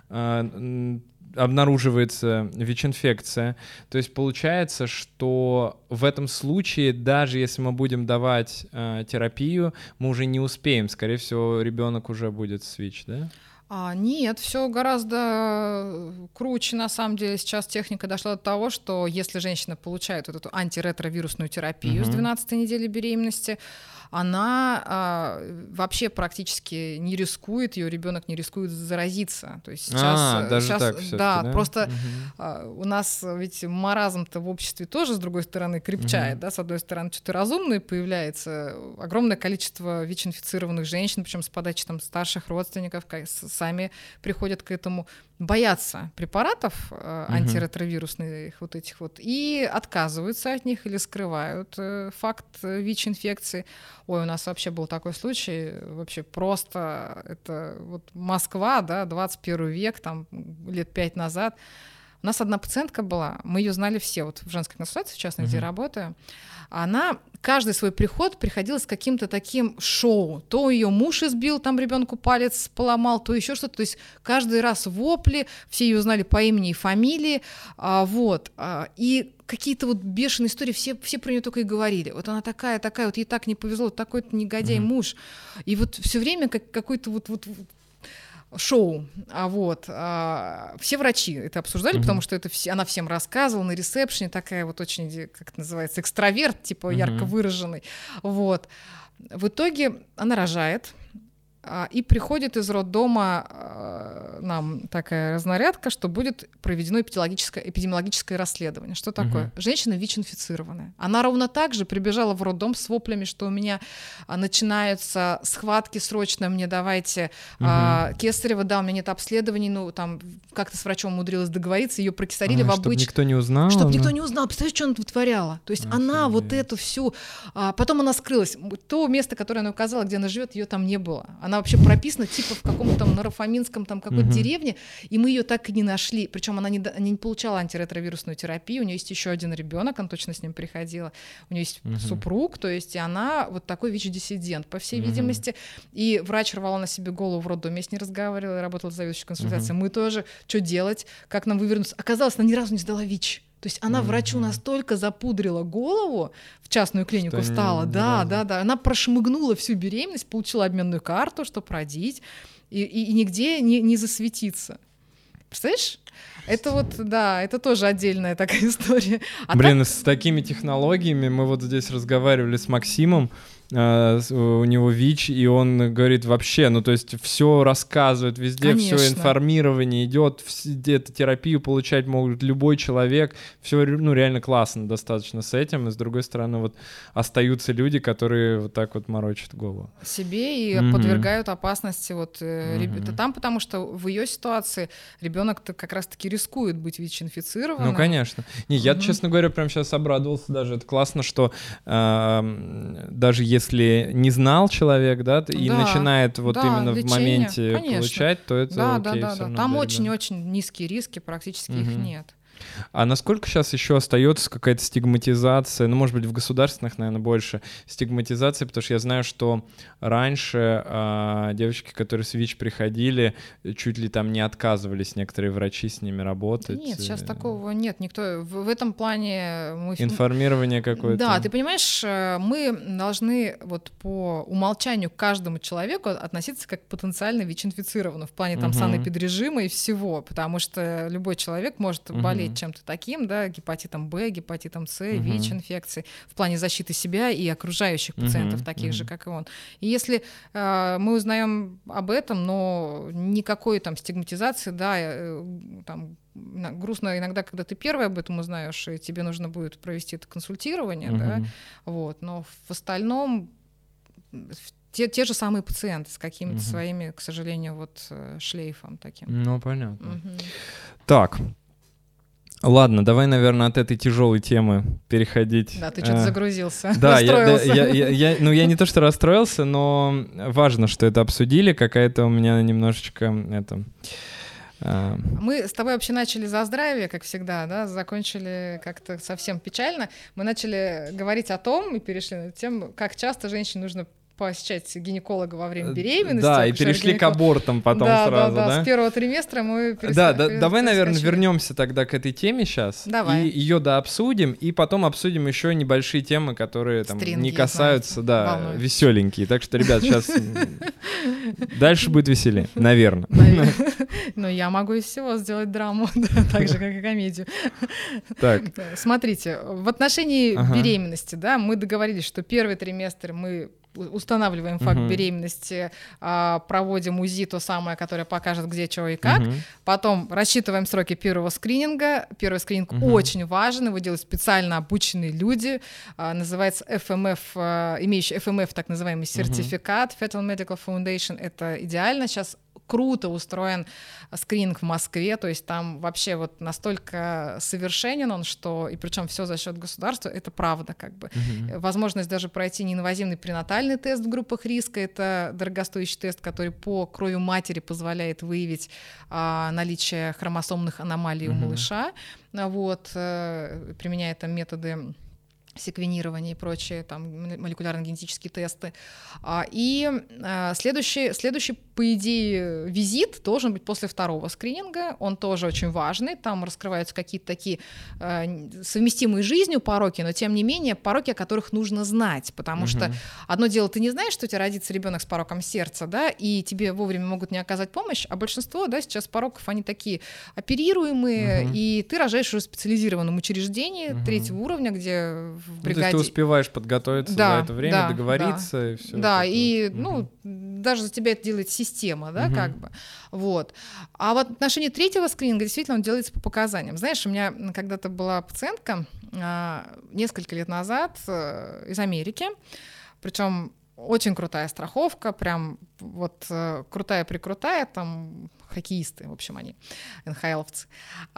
обнаруживается ВИЧ-инфекция, то есть получается, что в этом случае, даже если мы будем давать терапию, мы уже не успеем, скорее всего, ребенок уже будет с ВИЧ, да? Нет, все гораздо круче. На самом деле сейчас техника дошла до того, что если женщина получает вот эту антиретровирусную терапию с 12-й недели беременности, она вообще практически не рискует, ее ребенок не рискует заразиться. То есть сейчас так да, просто у нас ведь маразм-то в обществе тоже, с другой стороны, крепчает. Да? С одной стороны, что-то разумное появляется, огромное количество ВИЧ-инфицированных женщин, причем с подачи там старших родственников, сами приходят к этому, боятся препаратов антиретровирусных вот этих вот и отказываются от них или скрывают факт ВИЧ-инфекции. Ой, у нас вообще был такой случай, вообще просто, это вот Москва, да, 21 век, там лет 5 назад. У нас одна пациентка была, мы ее знали все, вот в женской консультации, в частной, где я работаю, она каждый свой приход приходила с каким-то таким шоу. То ее муж избил, там ребенку палец поломал, то еще что-то. То есть каждый раз вопли, все ее знали по имени и фамилии, и какие-то вот бешеные истории, все про нее только и говорили. Вот она такая, вот ей так не повезло, вот такой-то негодяй муж. И вот все время какой-то вот шоу. Все врачи это обсуждали, потому что она всем рассказывала на ресепшене, такая вот очень, как это называется, экстраверт, типа ярко выраженный. Вот. В итоге она рожает, и приходит из роддома нам такая разнарядка, что будет проведено эпидемиологическое расследование. Что такое? Женщина ВИЧ-инфицированная. Она ровно так же прибежала в роддом с воплями, что у меня начинаются схватки срочно, мне давайте кесарево, да, у меня нет обследований, там как-то с врачом умудрилась договориться, ее прокисарили в обычном... Чтобы никто не узнал? Чтобы никто не узнал. Представляешь, что она вытворяла? То есть она вот эту всю... Потом она скрылась. То место, которое она указала, где она живет, ее там не было. Она вообще прописана типа в каком-то там Нарафаминском там какой-то деревне, и мы ее так и не нашли. Причем она не получала антиретровирусную терапию, у нее есть еще один ребенок, она точно с ним приходила, у нее есть супруг, то есть и она вот такой ВИЧ-диссидент, по всей видимости. И врач рвала на себе голову в роддоме, я с ней разговаривала, работала в заведующей консультацией. Мы тоже, что делать, как нам вывернуться? Оказалось, она ни разу не сдала ВИЧ. То есть она врачу настолько запудрила голову, в частную клинику стала, да. Она прошмыгнула всю беременность, получила обменную карту, чтобы родить, и нигде не засветиться. Представляешь? Это вот, да, это тоже отдельная такая история. С такими технологиями мы вот здесь разговаривали с Максимом, у него ВИЧ, и он говорит вообще, то есть все рассказывает, везде все информирование идет, эту терапию получать может любой человек, все реально классно достаточно с этим, и с другой стороны вот остаются люди, которые вот так вот морочат голову себе и подвергают опасности там, потому что в ее ситуации ребенок-то как раз-таки рискует быть ВИЧ-инфицированным. Ну, конечно. Я, честно говоря, прямо сейчас обрадовался даже. Это классно, что даже если не знал человек, да, и начинает именно в моменте получать, то это окей. Да. Там очень-очень низкие риски, практически их нет. А насколько сейчас еще остается какая-то стигматизация, может быть, в государственных, наверное, больше стигматизации, потому что я знаю, что раньше девочки, которые с ВИЧ приходили, чуть ли там не отказывались некоторые врачи с ними работать. Нет, сейчас такого нет. Никто в этом плане... Информирование какое-то. Да, ты понимаешь, мы должны по умолчанию к каждому человеку относиться как потенциально ВИЧ-инфицированному в плане там санэпидрежима и всего, потому что любой человек может болеть болеть чем-то таким, да, гепатитом Б, гепатитом С, ВИЧ-инфекцией, в плане защиты себя и окружающих пациентов, таких же, как и он. И если мы узнаем об этом, но никакой там стигматизации, да, там, грустно иногда, когда ты первый об этом узнаешь, и тебе нужно будет провести это консультирование, да, вот, но в остальном те же самые пациенты с какими-то своими, к сожалению, вот шлейфом таким. Ну, понятно. Так, ладно, давай, наверное, от этой тяжелой темы переходить. Да, ты что-то загрузился, да, расстроился. Я не то что расстроился, но важно, что это обсудили, какая-то у меня немножечко Мы с тобой вообще начали за здравие, как всегда, да, закончили как-то совсем печально. Мы начали говорить о том и перешли на тему, как часто женщине нужно посещать гинеколога во время беременности. Да, и перешли к абортам потом сразу, да? С первого триместра мы давай, наверное, вернемся тогда к этой теме сейчас. Давай. И ее дообсудим, и потом обсудим еще небольшие темы, которые там не касаются, веселенькие. Так что, ребят, сейчас дальше будет веселее, наверное. Но я могу из всего сделать драму, так же, как и комедию. Так. Смотрите, в отношении беременности, да, мы договорились, что первый триместр мы устанавливаем факт беременности, проводим УЗИ, то самое, которое покажет, где, чего и как. Потом рассчитываем сроки первого скрининга. Первый скрининг очень важен, его делают специально обученные люди. Называется ФМФ, имеющий ФМФ, так называемый сертификат. Federal Medical Foundation. Это идеально. Сейчас круто устроен скрининг в Москве, то есть там вообще вот настолько совершенен он, что, и причем все за счет государства, это правда как бы. Возможность даже пройти неинвазивный пренатальный тест в группах риска, это дорогостоящий тест, который по крови матери позволяет выявить наличие хромосомных аномалий у малыша, вот, применяя там методы секвенирование и прочие там молекулярно-генетические тесты. И следующий, по идее, визит должен быть после второго скрининга. Он тоже очень важный. Там раскрываются какие-то такие совместимые с жизнью пороки, но тем не менее пороки, о которых нужно знать. Потому что одно дело, ты не знаешь, что у тебя родится ребенок с пороком сердца, да, и тебе вовремя могут не оказать помощь, а большинство, да, сейчас пороков, они такие оперируемые, и ты рожаешь уже в специализированном учреждении третьего уровня, где в бригаде. То есть ты успеваешь подготовиться за это время, договориться и все. Да, и даже за тебя это делает система, да, как бы. Вот. А вот в отношении третьего скрининга действительно он делается по показаниям. Знаешь, у меня когда-то была пациентка несколько лет назад из Америки, причем очень крутая страховка, прям вот крутая-прикрутая, там хоккеисты, в общем, они, НХЛовцы.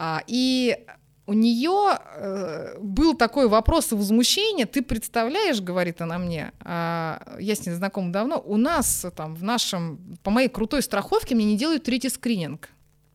И у нее был такой вопрос и возмущение. Ты представляешь, говорит она мне, я с ней знакома давно, у нас там по моей крутой страховке мне не делают третий скрининг.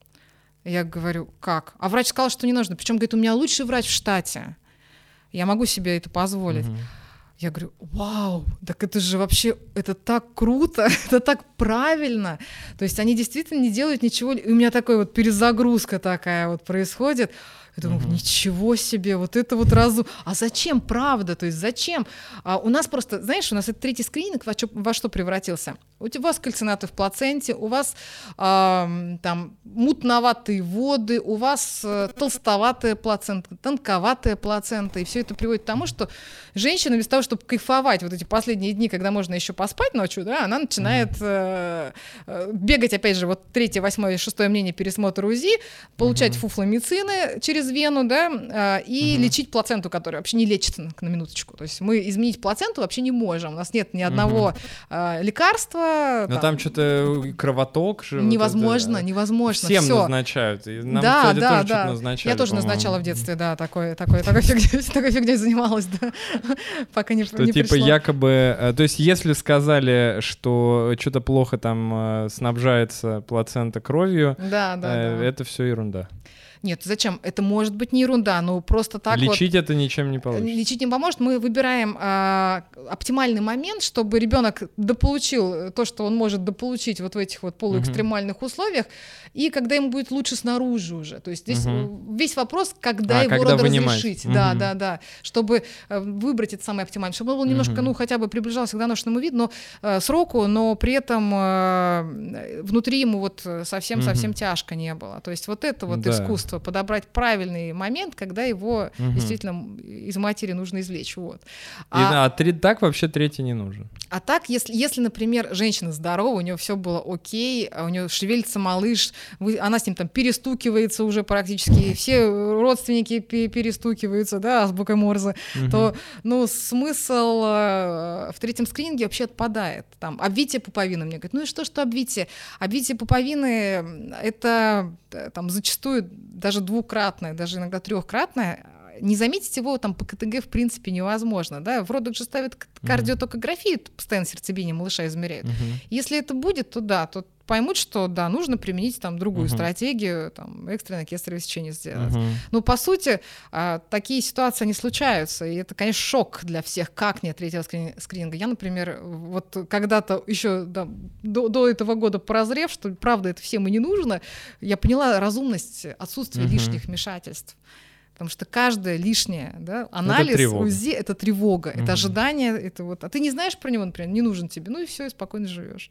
Я говорю, как? А врач сказал, что не нужно. Причем, говорит, у меня лучший врач в штате. Я могу себе это позволить. Я говорю, вау, так это же вообще, это так круто, это так правильно. То есть они действительно не делают ничего. И у меня такая вот перезагрузка такая вот происходит. Я думаю, ничего себе, вот это вот разум. А зачем, правда? То есть зачем? У нас просто, знаешь, у нас этот третий скрининг во что превратился? У вас кальцинаты в плаценте, у вас там мутноватые воды, у вас толстоватая плацента, тонковатая плацента, и все это приводит к тому, что женщина вместо того, чтобы кайфовать вот эти последние дни, когда можно еще поспать ночью, да, она начинает бегать, опять же, вот 3, 8, 6 мнение, пересмотр УЗИ, получать фуфломицины через вену, да, и лечить плаценту, которая вообще не лечится, на минуточку. То есть мы изменить плаценту вообще не можем. У нас нет ни одного лекарства. Но там что-то кровоток же. Невозможно. Всем всё. назначают. Нам, кстати, тоже что-то назначали. Я тоже назначала в детстве, да, такой фигней занималась, да, пока не пришло. Типа якобы, то есть если сказали, что что-то плохо там снабжается плацента кровью, это все ерунда. Нет, зачем? Это может быть не ерунда, но просто так лечить это ничем не получится. Лечить не поможет. Мы выбираем оптимальный момент, чтобы ребенок дополучил то, что он может дополучить вот в этих вот полуэкстремальных условиях, и когда ему будет лучше снаружи уже. То есть здесь весь вопрос, когда его разрешить. Да. Чтобы выбрать это самое оптимальное, чтобы он был немножко, хотя бы приближался к доношенному виду, но сроку, но при этом внутри ему вот совсем-совсем тяжко не было. То есть вот это вот искусство. лекарства, подобрать правильный момент, когда его действительно из матери нужно извлечь. Вот. Так вообще третий не нужен. А так, если, например, женщина здорова, у нее все было окей, у нее шевелится малыш, она с ним там перестукивается уже практически, все родственники перестукиваются, да, азбукой Морзе, то, смысл в третьем скрининге вообще отпадает. Там, обвитие пуповины, мне говорят, ну и что обвитие? Обвитие пуповины — это там зачастую даже двукратное, даже иногда трехкратное. Не заметить его там по КТГ в принципе невозможно. Да? В родах же ставят кардиотокографию, постоянно сердцебиение малыша измеряют. Если это будет, то да, то поймут, что да, нужно применить там другую стратегию, там, экстренное кесарево сечение сделать. Но по сути такие ситуации не случаются, и это, конечно, шок для всех, как нет третьего скрининга. Я, например, вот когда-то еще до этого года прозрев, что правда это всем и не нужно, я поняла разумность отсутствия лишних вмешательств. Потому что каждое лишнее, да, анализ, УЗИ — это тревога, это ожидание, это вот. А ты не знаешь про него, например, не нужен тебе, ну и все, и спокойно живешь.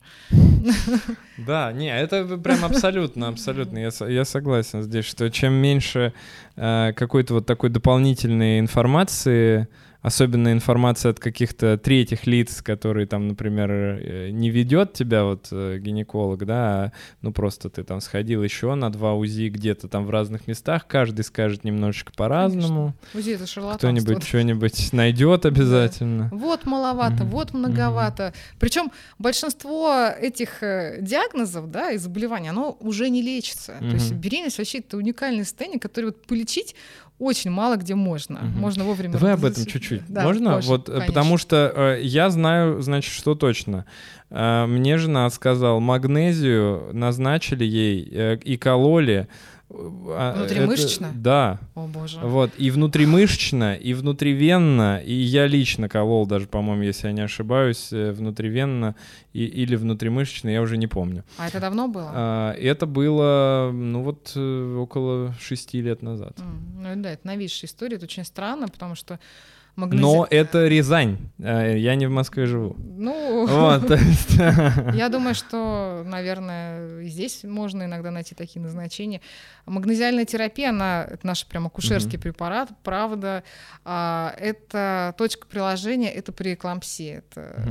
Да, не, это прям абсолютно. Я согласен здесь, что чем меньше какой-то вот такой дополнительной информации, особенно информация от каких-то третьих лиц, которые там, например, не ведет тебя вот гинеколог, да, просто ты там сходил еще на 2 УЗИ где-то там в разных местах, каждый скажет немножечко по-разному. УЗИ — это шарлатанство. Кто-нибудь что-нибудь найдет обязательно. Да. Вот маловато, вот многовато. Причем большинство этих диагнозов, да, и заболеваний, оно уже не лечится. То есть беременность вообще это уникальное состояние, которое вот полечить очень мало где можно. Можно вовремя. Давай об этом чуть-чуть. Да, можно? позже, вот, потому что я знаю, значит, что точно. Мне жена сказала, магнезию назначили ей и кололи. Внутримышечно? Да. О, боже. Вот, и внутримышечно, и внутривенно, и я лично колол даже, по-моему, если я не ошибаюсь, внутривенно или внутримышечно, я уже не помню. А это давно было? Это было, около 6 лет назад. Да, это новейшая история, это очень странно, потому что Но это Рязань, я не в Москве живу. Я думаю, что, наверное, и здесь можно иногда найти такие назначения. Магнезиальная терапия, это наш прям акушерский препарат, правда, это точка приложения, это при эклампсии. Это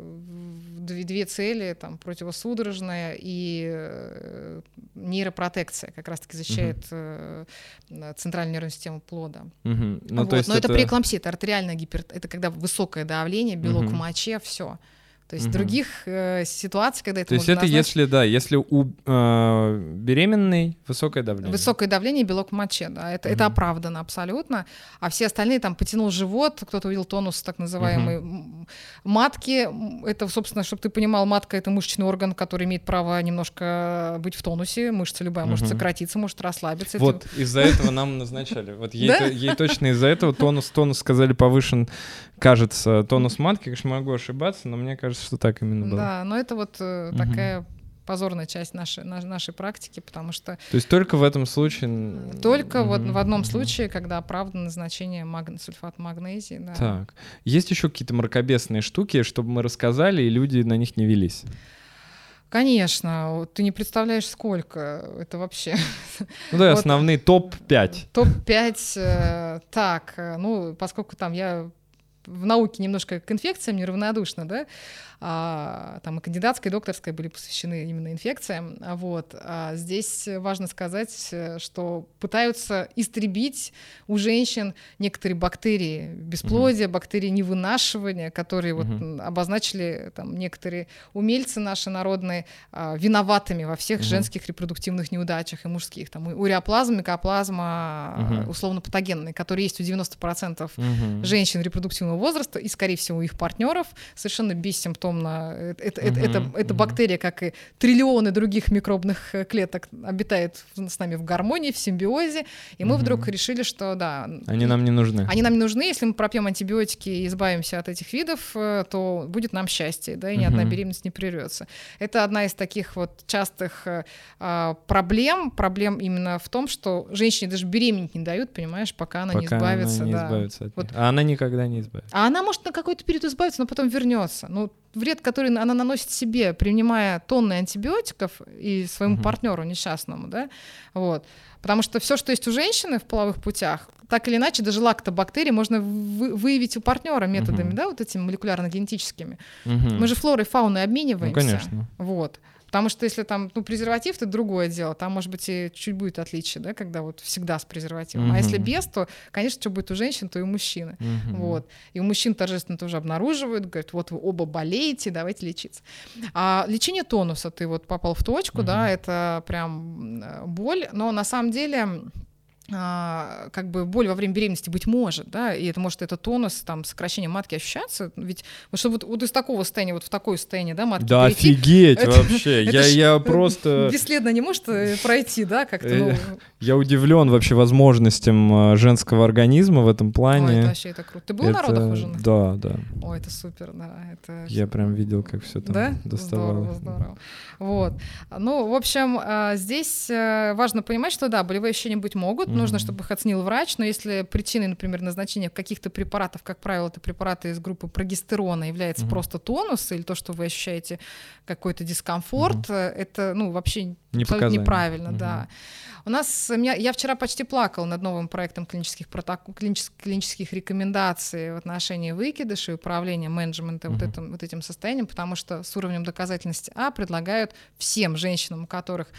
2 цели, там, противосудорожная и нейропротекция, как раз-таки защищает центральную нервную систему плода. Но это при эклампсии, это артериальная это когда высокое давление, белок в моче, все. То есть других ситуаций, когда это можно назначить... То есть это если у беременной высокое давление. Высокое давление, белок в моче, да, это оправдано абсолютно. А все остальные, там, потянул живот, кто-то увидел тонус так называемый матки. Это, собственно, чтобы ты понимал, матка — это мышечный орган, который имеет право немножко быть в тонусе. Мышца любая может сократиться, может расслабиться. Вот из-за этого нам назначали. Вот ей точно из-за этого тонус, сказали, повышен, кажется, тонус матки. Конечно, могу ошибаться, но мне кажется, что так именно было. Да, но это вот такая позорная часть нашей практики, потому что... То есть только в этом случае... Только вот в одном случае, когда оправдано назначение сульфата магнезии. Да. Так. Есть еще какие-то мракобесные штуки, чтобы мы рассказали, и люди на них не велись? Конечно. Ты не представляешь, сколько. Это вообще... Основные топ-5. Топ-5. Так, поскольку там я... в науке немножко к инфекциям неравнодушна, да, там и кандидатская, и докторская были посвящены именно инфекциям. Здесь важно сказать, что пытаются истребить у женщин некоторые бактерии бесплодия, бактерии невынашивания, которые обозначили там некоторые умельцы наши народные виноватыми во всех женских репродуктивных неудачах и мужских. Там уреоплазма, микоплазма условно-патогенные, которые есть у 90% женщин репродуктивного возраста и, скорее всего, у их партнеров, совершенно бессимптомно. Эта бактерия, как и триллионы других микробных клеток, обитает с нами в гармонии, в симбиозе, и мы вдруг решили, что да... Они нам не нужны. Они нам не нужны. Если мы пропьем антибиотики и избавимся от этих видов, то будет нам счастье, да, и ни одна беременность не прервется. Это одна из таких вот частых проблем. Проблем именно в том, что женщине даже беременеть не дают, понимаешь, пока она не избавится. Избавится от них. А она никогда не избавится. А она может на какой-то период избавиться, но потом вернется. вред, который она наносит себе, принимая тонны антибиотиков и своему партнеру несчастному, да, вот. Потому что все, что есть у женщины в половых путях, так или иначе, даже лактобактерии можно выявить у партнера методами, да, вот этими молекулярно-генетическими. Мы же флорой и фауной обмениваемся. Ну, конечно. Вот. Потому что если там, презерватив, это другое дело, там, может быть, и чуть будет отличие, да, когда вот всегда с презервативом. А если без, то, конечно, что будет у женщин, то и у мужчины. Вот. И у мужчин торжественно тоже обнаруживают, говорят, вот вы оба болеете, давайте лечиться. А лечение тонуса, ты вот попал в точку, да, это прям боль, но на самом деле... как бы боль во время беременности быть может, да, и это может это тонус, там, сокращение матки ощущаться, ведь чтобы вот из такого состояния вот в такое состояние, да, матки да, перейти, офигеть вообще, я просто... Бесследно не может пройти, да, как-то, Я удивлен вообще возможностям женского организма в этом плане. Ой, это вообще это круто. Ты был на родах у жены? Да. Ой, это супер, да. Я прям видел, как все там доставало. Здорово. Вот. Ну, в общем, здесь важно понимать, что да, болевые ощущения быть могут, нужно, чтобы их оценил врач, но если причиной, например, назначения каких-то препаратов, как правило, это препараты из группы прогестерона, является просто тонус или то, что вы ощущаете какой-то дискомфорт, это, вообще абсолютно неправильно, да. У нас, я вчера почти плакала над новым проектом клинических рекомендаций в отношении выкидышей, управления, менеджмента вот этим состоянием, потому что с уровнем доказательности предлагают всем женщинам, у которых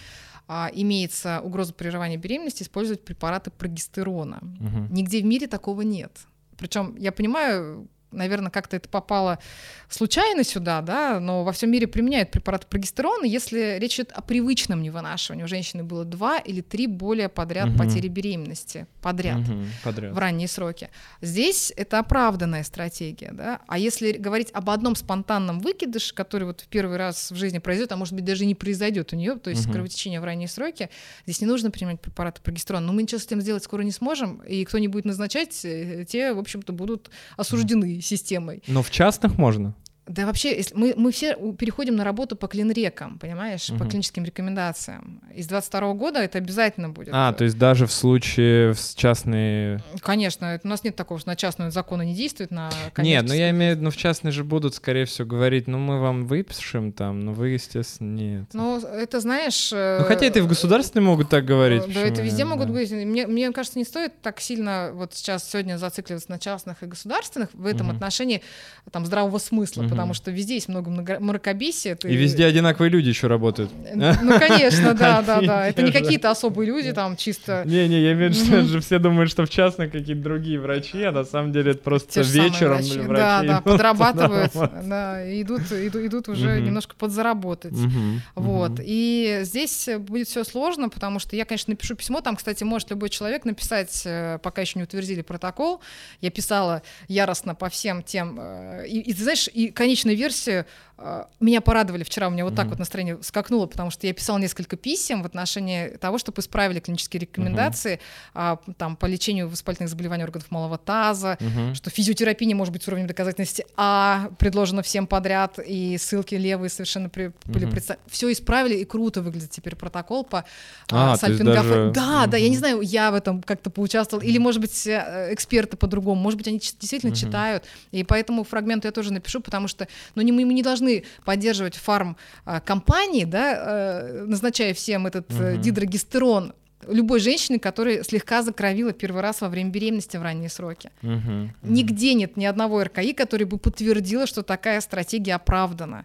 имеется угроза прерывания беременности, использовать препараты прогестерона. Нигде в мире такого нет. Причем я понимаю, наверное, как-то это попало случайно сюда, да, но во всем мире применяют препараты прогестерона, если речь идет о привычном невынашивании. У женщины было 2 или 3 более подряд потери беременности. Подряд. В ранние сроки. Здесь это оправданная стратегия, да. А если говорить об одном спонтанном выкидыше, который вот в первый раз в жизни произойдет, а может быть даже не произойдет у нее, то есть кровотечение в ранние сроки, здесь не нужно принимать препараты прогестерона. Но мы ничего с этим сделать скоро не сможем, и кто не будет назначать, те, в общем-то, будут осуждены системой. Но в частных можно? Да вообще, если мы все переходим на работу по клинрекам, понимаешь, по клиническим рекомендациям. Из 22 года это обязательно будет. То есть даже в случае с частной... Конечно, у нас нет такого, что на частную законы не действует, на коммерческую... Нет, я имею в виду, в частной же будут, скорее всего, говорить, мы вам выпишем там, но вы, естественно, нет. Это, знаешь... хотя это и в государственной могут так говорить. Да, это везде могут быть. Мне кажется, не стоит так сильно вот сейчас сегодня зацикливаться на частных и государственных в этом отношении там здравого смысла, потому что везде есть много мракобесия. И везде одинаковые люди еще работают. Ну, конечно, да. Это не какие-то особые люди, там чисто... Не, я имею в виду, что все думают, что в частных какие-то другие врачи, а на самом деле это просто вечером врачи. Да, подрабатывают, да, идут уже немножко подзаработать. Вот. И здесь будет все сложно, потому что я, конечно, напишу письмо, там, кстати, может любой человек написать, пока еще не утвердили протокол. Я писала яростно по всем тем... И ты знаешь, и конечную версию меня порадовали вчера, у меня вот так вот настроение скакнуло, потому что я писала несколько писем в отношении того, чтобы исправили клинические рекомендации там, по лечению воспалительных заболеваний органов малого таза, что физиотерапия не может быть с уровнем доказательности предложено всем подряд, и ссылки левые совершенно были представлены. Все исправили, и круто выглядит теперь протокол по сальпингофрену. Да, я не знаю, я в этом как-то поучаствовала, или, может быть, эксперты по-другому, может быть, они действительно читают, и по этому фрагменту я тоже напишу, потому что мы не должны поддерживать фармкомпании, да, назначая всем этот дидрогестерон любой женщине, которая слегка закровила первый раз во время беременности в ранние сроки. Нигде нет ни одного РКИ, который бы подтвердило, что такая стратегия оправдана.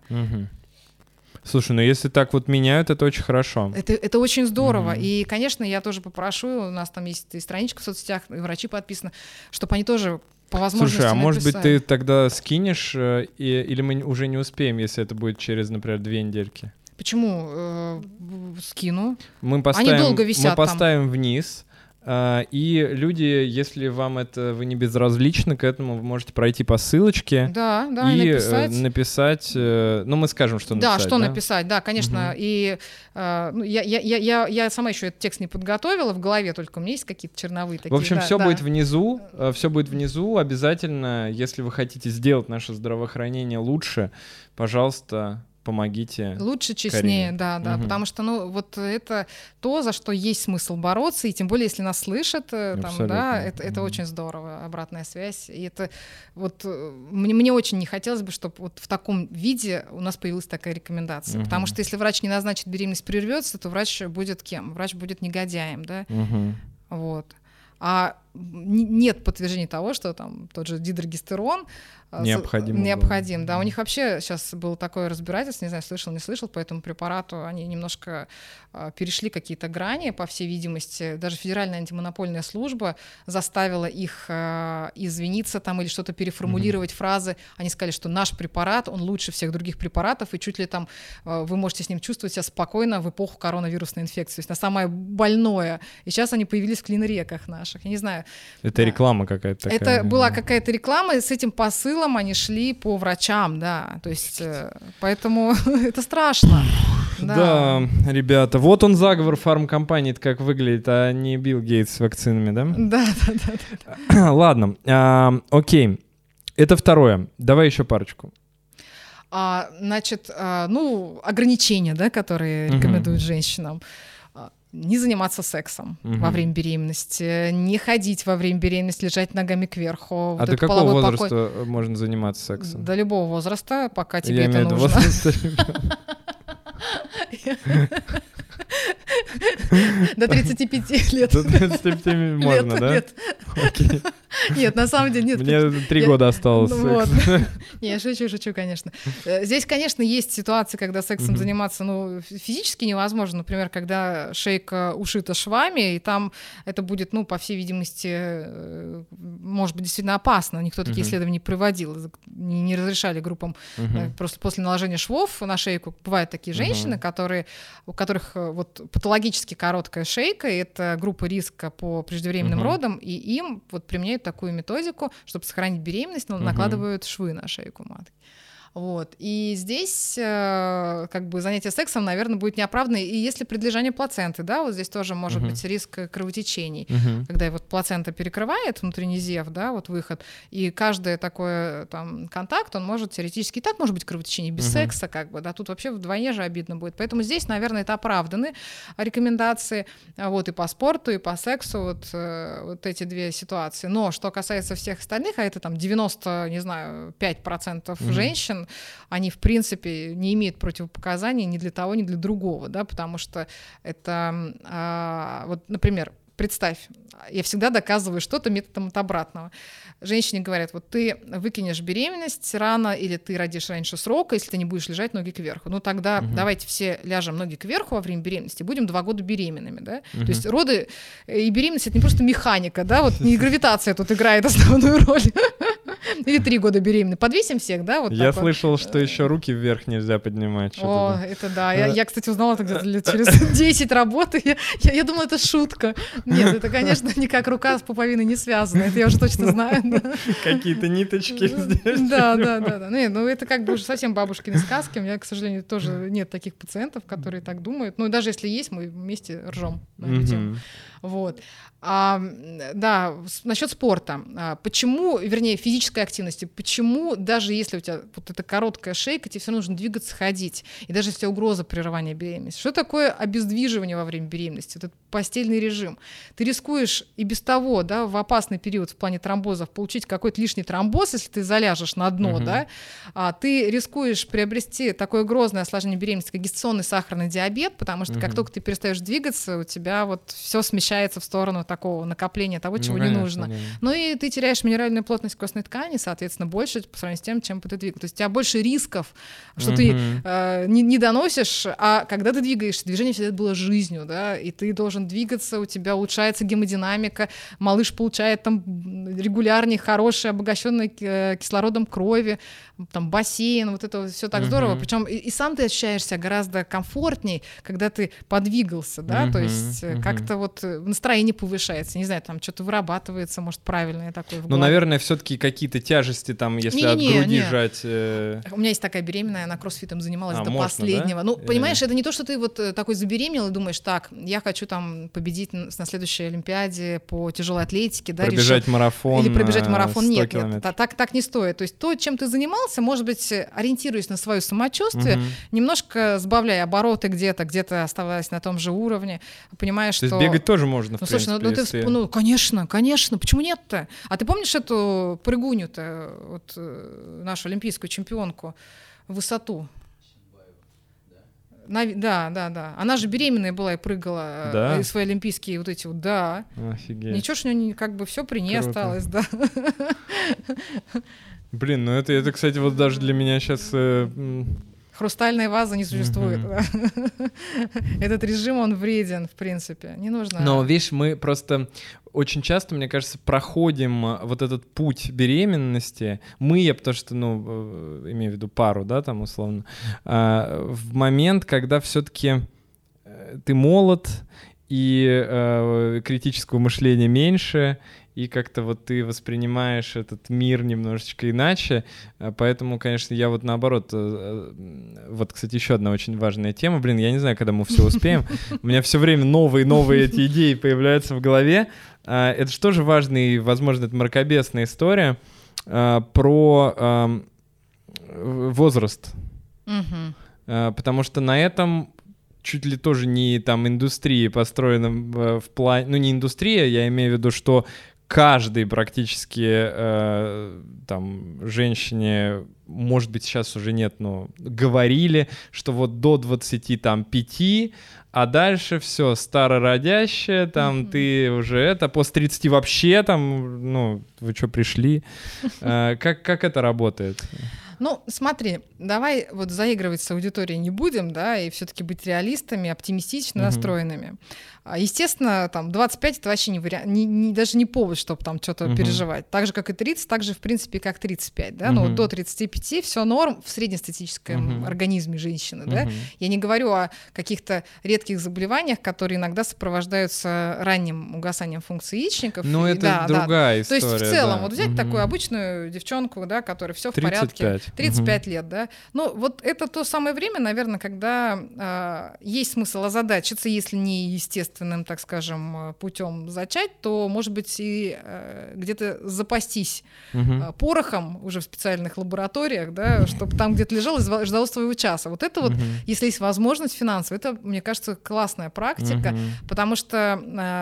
Слушай, если так вот меняют, это очень хорошо. Это очень здорово. И, конечно, я тоже попрошу, у нас там есть и страничка в соцсетях, и врачи подписаны, чтобы они тоже по возможности Слушай, написали. Может быть, ты тогда скинешь, или мы уже не успеем, если это будет через, например, 2 недельки? Почему? Скину. Мы поставим, они долго висят мы поставим вниз, и люди, если вам вы не безразличны к этому, вы можете пройти по ссылочке и написать, мы скажем, что написать. Да, что написать, да, конечно. И я сама еще этот текст не подготовила, в голове только у меня есть какие-то черновые такие. В общем, все будет внизу, обязательно, если вы хотите сделать наше здравоохранение лучше, пожалуйста, помогите. Лучше, честнее, Карине. да, потому что, ну, вот это то, за что есть смысл бороться, и тем более, если нас слышат, там, да, это очень здорово, обратная связь, и это вот мне очень не хотелось бы, чтобы вот в таком виде у нас появилась такая рекомендация, потому что если врач не назначит беременность, прервется, то врач будет кем? Врач будет негодяем, да, вот. А нет подтверждений того, что там тот же дидрогестерон необходим. Да, у них вообще сейчас было такое разбирательство, не знаю, слышал, не слышал, по этому препарату они немножко перешли какие-то грани, по всей видимости. Даже Федеральная антимонопольная служба заставила их извиниться там или что-то переформулировать фразы. Они сказали, что наш препарат, он лучше всех других препаратов, и чуть ли там вы можете с ним чувствовать себя спокойно в эпоху коронавирусной инфекции, то есть на самое больное. И сейчас они появились в клин-реках наших. Я не знаю. Это реклама какая-то такая. Это была какая-то реклама, и с этим посылом они шли по врачам, да, то есть поэтому это страшно. Да, ребята, вот он заговор фармкомпаний, как выглядит, а не Билл Гейтс с вакцинами, да? Да. Ладно, окей, это второе, давай еще парочку. Значит, ну, ограничения, да, которые рекомендуют женщинам. Не заниматься сексом во время беременности, не ходить во время беременности, лежать ногами кверху. А до какого возраста можно заниматься сексом? До любого возраста, пока тебе это нужно. До 35 лет. До 35 можно, да? Окей. Нет, на самом деле нет. Мне 3 года осталось. Не, я шучу, конечно. Здесь, конечно, есть ситуации, когда сексом заниматься, ну, физически невозможно. Например, когда шейка ушита швами, и там это будет, ну, по всей видимости, может быть, действительно опасно. Никто такие исследования не проводил, не разрешали группам. Просто после наложения швов на шейку бывают такие женщины, у которых вот патологически короткая шейка, и это группа риска по преждевременным родам, и им вот применяют такую методику, чтобы сохранить беременность, но накладывают швы на шейку матки. Вот. И здесь как бы занятие сексом, наверное, будет неоправданно. И если предлежание плаценты, да, вот здесь тоже может быть риск кровотечений, когда вот плацента перекрывает внутренний зев, да, вот выход, и каждый такой там контакт, он может теоретически, и так может быть кровотечение без секса, как бы, да, тут вообще вдвойне же обидно будет. Поэтому здесь, наверное, это оправданы рекомендации, вот, и по спорту, и по сексу, вот эти две ситуации. Но что касается всех остальных, а это там 95% женщин, они, в принципе, не имеют противопоказаний ни для того, ни для другого, да, потому что это, вот, например, представь, я всегда доказываю что-то методом от обратного. Женщине говорят, вот ты выкинешь беременность рано, или ты родишь раньше срока, если ты не будешь лежать ноги кверху. Ну тогда давайте все ляжем ноги кверху во время беременности, будем 2 года беременными, да? То есть роды и беременность — это не просто механика, да, вот не гравитация тут играет основную роль. Или 3 года беременны. Подвесим всех, да? Вот я слышал, что еще руки вверх нельзя поднимать. О, это да. Я, кстати, узнала тогда через 10 работы. Я думала, это шутка. Нет, это, конечно, никак рука с пуповиной не связана. Это я уже точно знаю. Какие-то ниточки здесь. Да. Ну, это как бы уже совсем бабушкины сказки. У меня, к сожалению, тоже нет таких пациентов, которые так думают. Ну, даже если есть, мы вместе ржем на эту тему. Вот. Да, насчет спорта. Почему, вернее, физической активности, почему даже если у тебя вот эта короткая шейка, тебе все равно нужно двигаться, ходить, и даже если угроза прерывания беременности? Что такое обездвиживание во время беременности? Вот этот постельный режим. Ты рискуешь и без того, да, в опасный период в плане тромбозов получить какой-то лишний тромбоз, если ты заляжешь на дно, да, ты рискуешь приобрести такое грозное осложнение беременности, как гестационный сахарный диабет, потому что как только ты перестаешь двигаться, у тебя вот все смещается в сторону такого накопления того, чего не нужно. Да. Ну и ты теряешь минеральную плотность костной ткани, соответственно, больше по сравнению с тем, чем ты двигаешься. То есть у тебя больше рисков, что ты не доносишь, а когда ты двигаешься, движение всегда было жизнью, да, и ты должен двигаться, у тебя улучшается гемодинамика, малыш получает там регулярнее хорошей, обогащенной кислородом крови, там бассейн, вот это все так здорово. Причем и сам ты ощущаешься гораздо комфортней, когда ты подвигался, да, то есть как-то вот настроение повышается, не знаю, там что-то вырабатывается, может, правильное такое в голове. Ну, наверное, все-таки какие-то тяжести там, если от груди жать... У меня есть такая беременная, она кроссфитом занималась до можно, последнего. Да? Ну, понимаешь, это не то, что ты вот такой забеременел и думаешь, так, я хочу там победить на следующей Олимпиаде по тяжелой атлетике, да, пробежать марафон. Или пробежать марафон. Нет, так не стоит. То есть то, чем ты занимался, может быть, ориентируясь на свое самочувствие, немножко сбавляя обороты где-то оставаясь на том же уровне, понимаешь, что... То есть бегать тоже можно, в принципе, слушай, ну, конечно, почему нет-то? А ты помнишь эту прыгуню-то, вот, нашу олимпийскую чемпионку в высоту? Да. Она же беременная была и прыгала и свои олимпийские вот эти вот, да. Офигеть. Ничего ж у нее как бы все при ней осталось, да. Блин, ну это, кстати, вот даже для меня сейчас... Хрустальная ваза не существует. Этот режим, он вреден, в принципе. Не нужно... Но, видишь, мы просто очень часто, мне кажется, проходим вот этот путь беременности. Потому что, имею в виду пару, да, там, условно, в момент, когда все-таки ты молод, и критического мышления меньше, и как-то вот ты воспринимаешь этот мир немножечко иначе, поэтому, конечно, я вот наоборот, вот, кстати, еще одна очень важная тема, я не знаю, когда мы все успеем, у меня все время новые эти идеи появляются в голове, это же тоже важная и, возможно, это мракобесная история про возраст, потому что на этом чуть ли тоже не там индустрия построена в плане, не индустрия, я имею в виду, что каждой практически там женщине, может быть, сейчас уже нет, но говорили, что вот до 25, а дальше все старородящее, там ты уже после 30 вообще там, вы что, пришли? Как это работает? Ну, смотри, давай вот заигрывать с аудиторией не будем, да, и все-таки быть реалистами, оптимистично настроенными. Естественно, там 25 — это вообще даже не повод, чтобы там что-то переживать. Так же, как и 30, так же, в принципе, как 35, да, но до 35 все норм в среднестатистическом организме женщины, да. Я не говорю о каких-то редких заболеваниях, которые иногда сопровождаются ранним угасанием функций яичников. Ну, это другая история. То есть в целом, вот взять такую обычную девчонку, да, которая все в порядке, 35 лет, да. Ну, вот это то самое время, наверное, когда есть смысл озадачиться, если не естественным, так скажем, путем зачать, то, может быть, и где-то запастись порохом уже в специальных лабораториях, да, чтобы там где-то лежал и ждал своего часа. Вот это вот, если есть возможность финансовая, это, мне кажется, классная практика, потому что,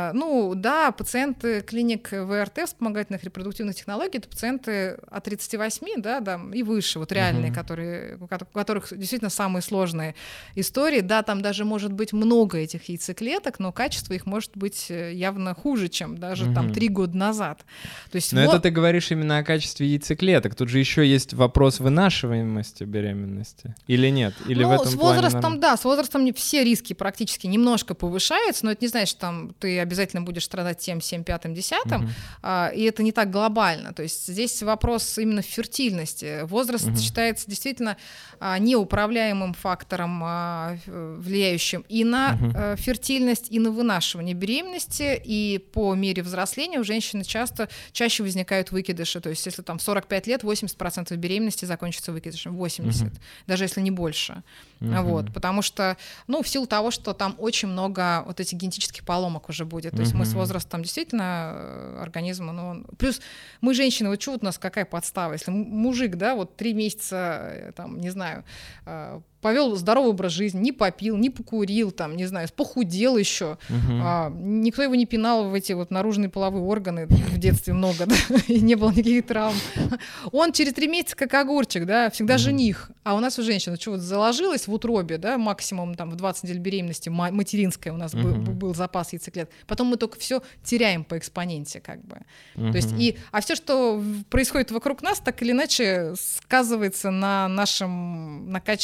пациенты клиник ВРТ, вспомогательных репродуктивных технологий, это пациенты от 38, да, и выше, вот реальные, у которых действительно самые сложные истории. Да, там даже может быть много этих яйцеклеток, но качество их может быть явно хуже, чем даже там 3 года назад. То есть но это ты говоришь именно о качестве яйцеклеток. Тут же еще есть вопрос вынашиваемости беременности. Или нет? Или в этом с возрастом, с возрастом все риски практически немножко повышаются, но это не значит, что там ты обязательно будешь страдать тем, 5, 10, и это не так глобально. То есть здесь вопрос именно в фертильности. Возраст считается действительно неуправляемым фактором, влияющим и на фертильность, и на вынашивание беременности, и по мере взросления у женщины чаще возникают выкидыши. То есть если там 45 лет, 80% беременности закончится выкидышем, 80%, даже если не больше. Вот, потому что, в силу того, что там очень много вот этих генетических поломок уже будет. То есть мы с возрастом действительно организм, плюс мы женщины, вот что вот у нас какая подстава? Если мужик, да, вот 3 месяца, там, не знаю, повел здоровый образ жизни, не попил, не покурил, там, не знаю, похудел еще. Никто его не пинал в эти вот наружные половые органы в детстве много, да, и не было никаких травм. Он через 3 месяца как огурчик, да, всегда жених. А у нас у женщины что вот заложилось в утробе, да, максимум там в 20 недель беременности материнская у нас был запас яйцеклеток. Потом мы только все теряем по экспоненте, как бы. То есть а все, что происходит вокруг нас, так или иначе сказывается на качестве наших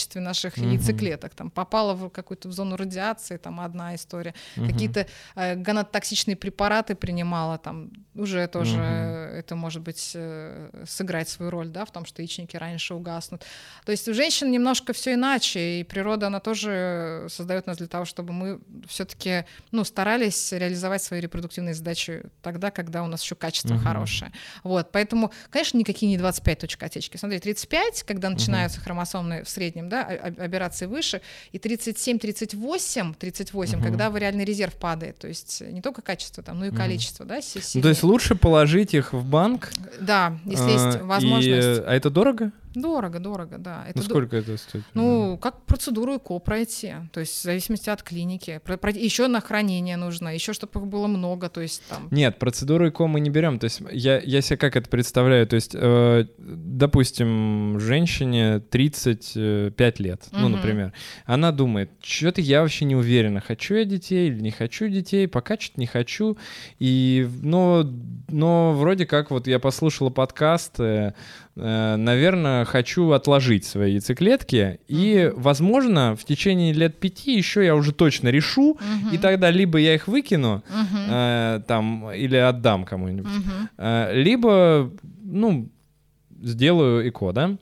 наших яйцеклеток. Там попала в какую-то зону радиации, там одна история. Какие-то гонотоксичные препараты принимала, там уже тоже это может быть сыграть свою роль, да, в том, что яичники раньше угаснут. То есть у женщин немножко все иначе, и природа, она тоже создает нас для того, чтобы мы все-таки, ну, старались реализовать свои репродуктивные задачи тогда, когда у нас еще качество хорошее. Вот, поэтому, конечно, никакие не 25 точек отечки. Смотри, 35, когда начинаются хромосомные в среднем, да, аберрации выше, и 37-38, когда вариальный резерв падает. То есть не только качество, там, но и количество, да, ну, то есть лучше положить их в банк? Да, если есть возможность. А это дорого? Дорого, да. Это сколько это стоит? Ну, как процедуру ЭКО пройти, то есть в зависимости от клиники. Еще на хранение нужно, еще чтобы их было много, то есть там... Нет, процедуру ЭКО мы не берем, то есть я себе как это представляю, то есть, допустим, женщине 35 лет, ну, например, она думает, что-то я вообще не уверена, хочу я детей или не хочу детей, пока что-то не хочу, но вроде как вот я послушала подкаст, наверное, хочу отложить свои яйцеклетки, и, возможно, в течение лет 5 еще я уже точно решу, и тогда либо я их выкину, там, или отдам кому-нибудь, либо, ну, сделаю ЭКО, да?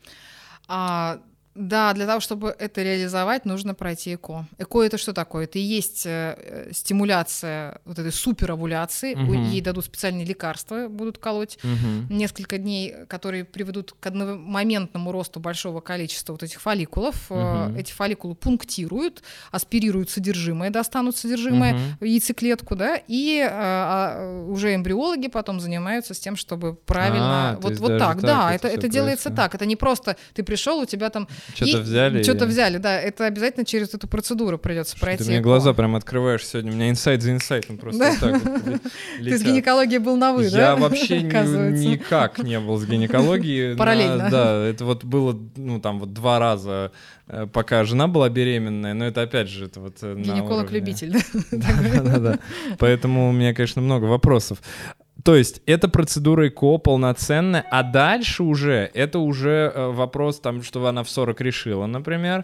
Да, для того, чтобы это реализовать, нужно пройти ЭКО. ЭКО — это что такое? Это и есть стимуляция вот этой суперовуляции. Ей дадут специальные лекарства, будут колоть несколько дней, которые приведут к одномоментному росту большого количества вот этих фолликулов. Эти фолликулы пунктируют, аспирируют содержимое, достанут содержимое в яйцеклетку, да, и уже эмбриологи потом занимаются с тем, чтобы правильно... Вот так, да, это делается так. Это не просто ты пришел, у тебя там... Что-то взяли. Что-то взяли, да. Это обязательно через эту процедуру придется пройти. Ты мне глаза прям открываешь сегодня. У меня инсайт за инсайтом просто вот так вот Ты с гинекологией был на «вы», да? Я вообще никак не был с гинекологией. Параллельно. Да, это вот было, ну, там вот 2 раза, пока жена была беременная, но это опять же это вот гинеколог-любитель, да? Да. Поэтому у меня, конечно, много вопросов. То есть это процедура ЭКО полноценная, а дальше уже, это уже вопрос, там, что она в 40 решила, например,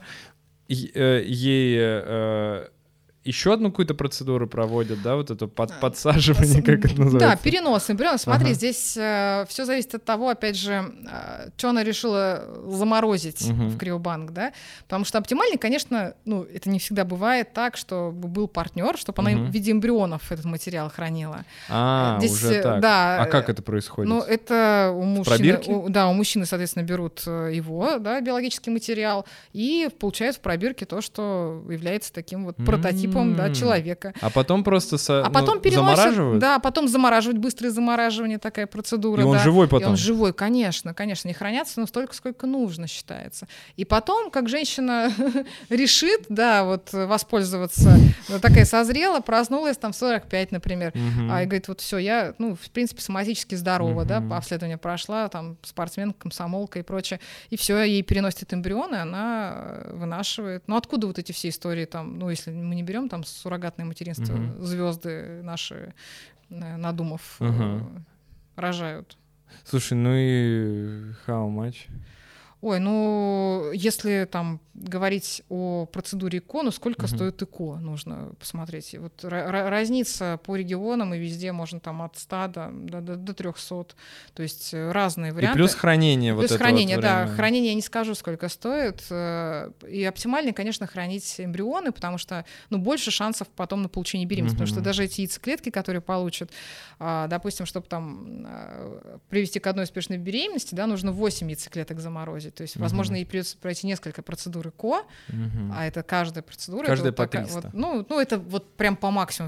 ей еще одну какую-то процедуру проводят, да, вот это подсаживание, как это называется? Да, перенос эмбриона. Смотри, здесь все зависит от того, опять же, что она решила заморозить в криобанк, да, потому что оптимально, конечно, ну, это не всегда бывает так, чтобы был партнер, чтобы она в виде эмбрионов этот материал хранила. Здесь, уже так. Да, а как это происходит? Ну, это у мужчины, у мужчины, соответственно, берут его, да, биологический материал, и получают в пробирке то, что является таким вот прототипом, да, человека. А потом просто потом переносят, замораживают? Да, потом замораживают, быстрое замораживание, такая процедура. И он живой потом? И он живой, конечно, не хранятся, но столько, сколько нужно, считается. И потом, как женщина решит, да, вот воспользоваться, такая созрела, проснулась там в 45, например, и говорит, вот все, я, ну, в принципе, соматически здорова, да, обследование прошла, там, спортсмен, комсомолка и прочее, и все, ей переносят эмбрионы, она вынашивает. Ну, откуда вот эти все истории там, ну, если мы не берем там суррогатное материнство, звезды наши, надумав, рожают. Слушай, ну и how much? Ой, ну, если там говорить о процедуре ЭКО, ну, сколько стоит ЭКО, нужно посмотреть. Вот разница по регионам, и везде можно там от 100 до 300, то есть разные варианты. И плюс хранение. Плюс хранение, да. Хранение я не скажу, сколько стоит. И оптимальнее, конечно, хранить эмбрионы, потому что, ну, больше шансов потом на получение беременности, потому что даже эти яйцеклетки, которые получат, допустим, чтобы там привести к одной успешной беременности, да, нужно 8 яйцеклеток заморозить. То есть, возможно, ей придется пройти несколько процедур ЭКО, а это каждая процедура. Каждая это по вот 300. Вот, ну, это вот прям по максимуму,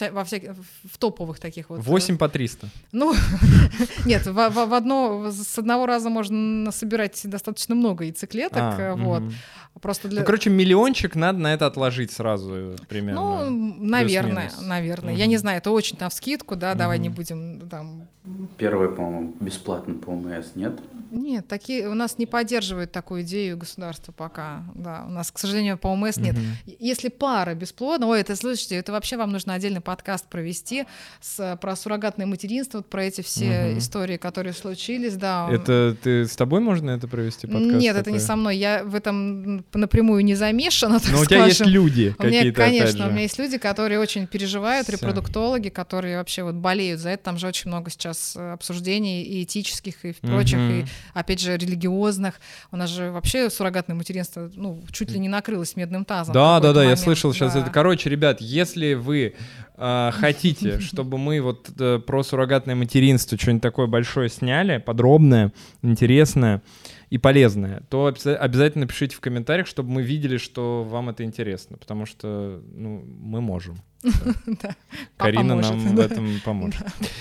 в топовых таких вот. 8 по 300. Ну, нет, с одного раза можно насобирать достаточно много яйцеклеток, вот. Просто для... Ну, короче, миллиончик надо на это отложить сразу примерно. Ну, наверное. Я не знаю, это очень навскидку, да, давай не будем там... Первый, по-моему, бесплатно по ОМС, нет? Нет, такие у нас не поддерживают такую идею государства пока. Да, у нас, к сожалению, по ОМС нет. Если пара бесплодна, слушайте, это вообще вам нужно отдельный подкаст провести про суррогатное материнство, про эти все истории, которые случились. Да. Это с тобой можно это провести подкаст? Нет, это не со мной. Я в этом напрямую не замешана, так Но у тебя есть люди какие-то, конечно, у меня есть люди, которые очень переживают, репродуктологи, которые вообще вот болеют за это. Там же очень много сейчас обсуждений и этических, и прочих, и опять же, религиозных. У нас же вообще суррогатное материнство, чуть ли не накрылось медным тазом. Да, я слышал сейчас это. Короче, ребят, если вы хотите, чтобы мы вот про суррогатное материнство что-нибудь такое большое сняли, подробное, интересное и полезное, то обязательно пишите в комментариях, чтобы мы видели, что вам это интересно, потому что, мы можем. Карина нам в этом поможет.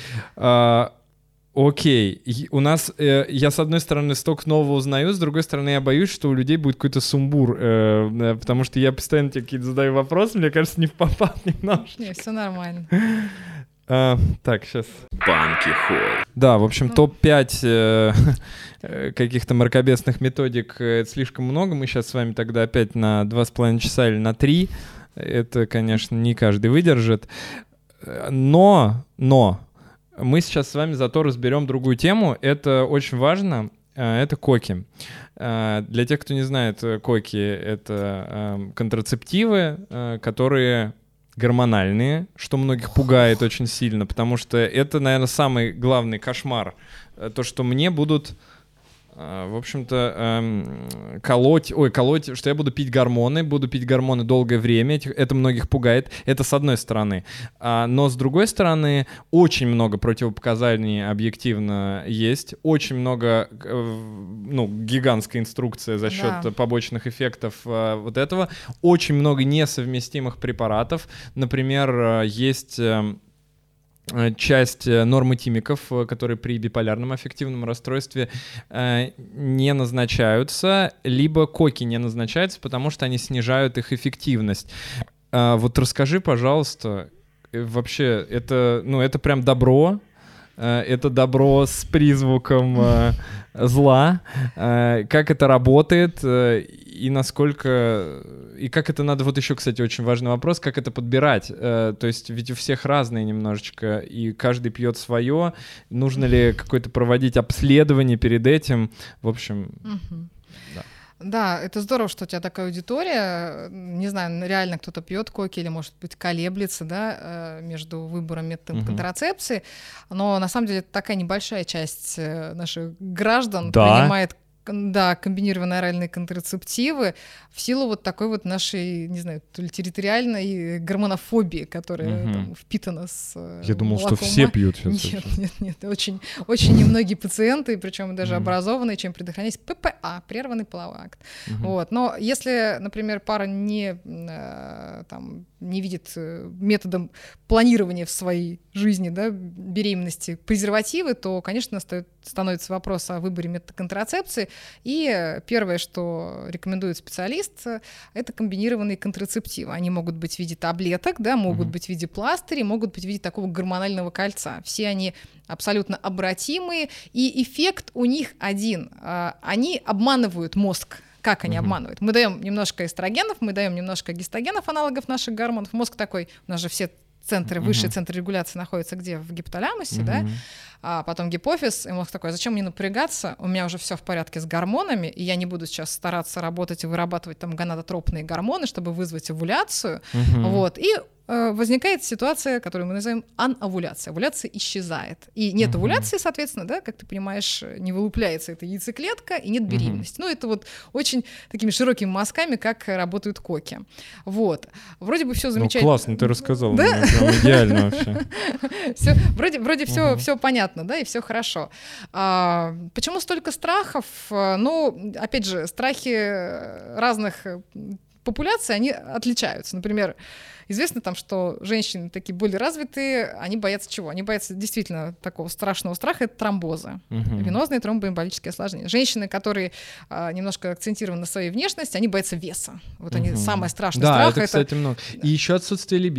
Окей, у нас, я с одной стороны столько нового узнаю, с другой стороны я боюсь, что у людей будет какой-то сумбур, потому что я постоянно тебе какие-то задаю вопросы, мне кажется, не в попад немножечко. Нет, все нормально. Так, сейчас. Банки Холл. Да, в общем, топ-5 каких-то мракобесных методик это слишком много, мы сейчас с вами тогда опять на 2,5 часа или на 3, это, конечно, не каждый выдержит, но... Мы сейчас с вами зато разберем другую тему. Это очень важно. Это коки. Для тех, кто не знает, коки — это контрацептивы, которые гормональные, что многих пугает очень сильно, потому что это, наверное, самый главный кошмар. То, что мне будут... в общем-то, колоть, что я буду пить гормоны долгое время, это многих пугает, это с одной стороны. Но с другой стороны, очень много противопоказаний объективно есть, очень много, гигантская инструкция за счет побочных эффектов вот этого, очень много несовместимых препаратов, например, есть... часть нормотимиков, которые при биполярном аффективном расстройстве не назначаются, либо коки не назначаются, потому что они снижают их эффективность. Вот расскажи, пожалуйста, вообще, это прям добро, это добро с призвуком зла, как это работает и насколько... И как это надо, вот еще, кстати, очень важный вопрос, как это подбирать? То есть ведь у всех разные немножечко, и каждый пьет свое. Нужно ли какое-то проводить обследование перед этим? В общем, да. Да, это здорово, что у тебя такая аудитория. Не знаю, реально кто-то пьет коки или, может быть, колеблется, да, между выбором методом контрацепции. Но на самом деле такая небольшая часть наших граждан принимает комбинированные оральные контрацептивы в силу вот такой вот нашей, не знаю, то ли территориальной гормонофобии, которая там впитана с Я думал, что все пьют сейчас. Нет, очень, очень немногие пациенты, причем даже образованные, чем предохранять ППА, прерванный половой акт. Вот. Но если, например, пара не видит методом планирования в своей жизни, да, беременности презервативы, то, конечно, становится вопрос о выборе метода контрацепции. И первое, что рекомендует специалист, это комбинированные контрацептивы. Они могут быть в виде таблеток, да, могут быть в виде пластырей, могут быть в виде такого гормонального кольца. Все они абсолютно обратимые, и эффект у них один. Они обманывают мозг. Как они обманывают? Мы даем немножко эстрогенов, мы даем немножко гистогенов, аналогов наших гормонов. Мозг такой, у нас же все центры, высшие центры регуляции находятся где? В гипоталамусе, да? А потом гипофиз, и мозг такой, зачем мне напрягаться? У меня уже все в порядке с гормонами, и я не буду сейчас стараться работать и вырабатывать там гонадотропные гормоны, чтобы вызвать овуляцию. Вот. И возникает ситуация, которую мы называем анавуляция. Овуляция исчезает. И нет овуляции, соответственно, да, как ты понимаешь, не вылупляется эта яйцеклетка, и нет беременности. Ну, это вот очень такими широкими мазками, как работают коки. Вот. Вроде бы все замечательно. Классно, ты рассказал. Да? Прям идеально вообще. Вроде все понятно, да, и все хорошо. Почему столько страхов? Ну, опять же, страхи разных популяций, они отличаются. Например, известно там, что женщины такие более развитые, они боятся чего? Они боятся действительно такого страшного страха, это тромбозы, венозные тромбоэмболические осложнения. Женщины, которые немножко акцентированы на своей внешности, они боятся веса. Вот они самое страшное страх. Да, это, кстати, много. И еще отсутствие либидо.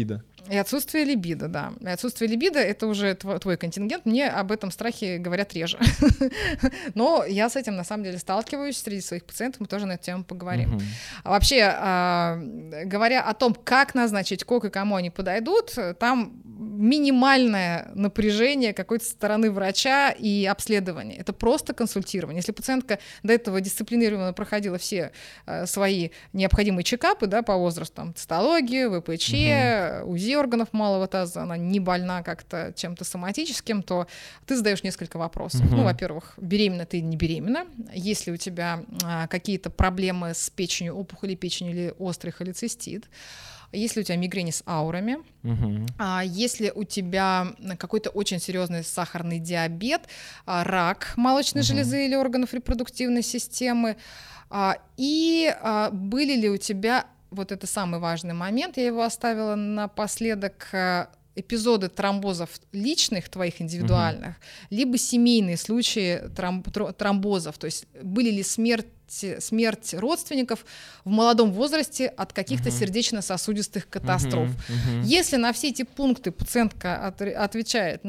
И отсутствие либидо, да. И отсутствие либидо — это уже твой контингент. Мне об этом страхе говорят реже. Но я с этим, на самом деле, сталкиваюсь среди своих пациентов. Мы тоже на эту тему поговорим. Вообще, говоря о том, как назначить КОК и кому они подойдут, там минимальное напряжение какой-то стороны врача и обследования. Это просто консультирование. Если пациентка до этого дисциплинированно проходила все свои необходимые чекапы, да, по возрасту, там, цитологию, ВПЧ, УЗИ органов малого таза, она не больна как-то чем-то соматическим, то ты задаешь несколько вопросов. Ну, во-первых, беременна ты или не беременна? Есть ли у тебя какие-то проблемы с печенью, опухоли печени или острый холецистит? Есть ли у тебя мигрени с аурами? Если у тебя какой-то очень серьезный сахарный диабет, рак молочной железы или органов репродуктивной системы? И были ли у тебя, вот это самый важный момент, я его оставила напоследок, эпизоды тромбозов личных, твоих индивидуальных, либо семейные случаи тромбозов, то есть были ли смерть родственников в молодом возрасте от каких-то сердечно-сосудистых катастроф. Если на все эти пункты пациентка отвечает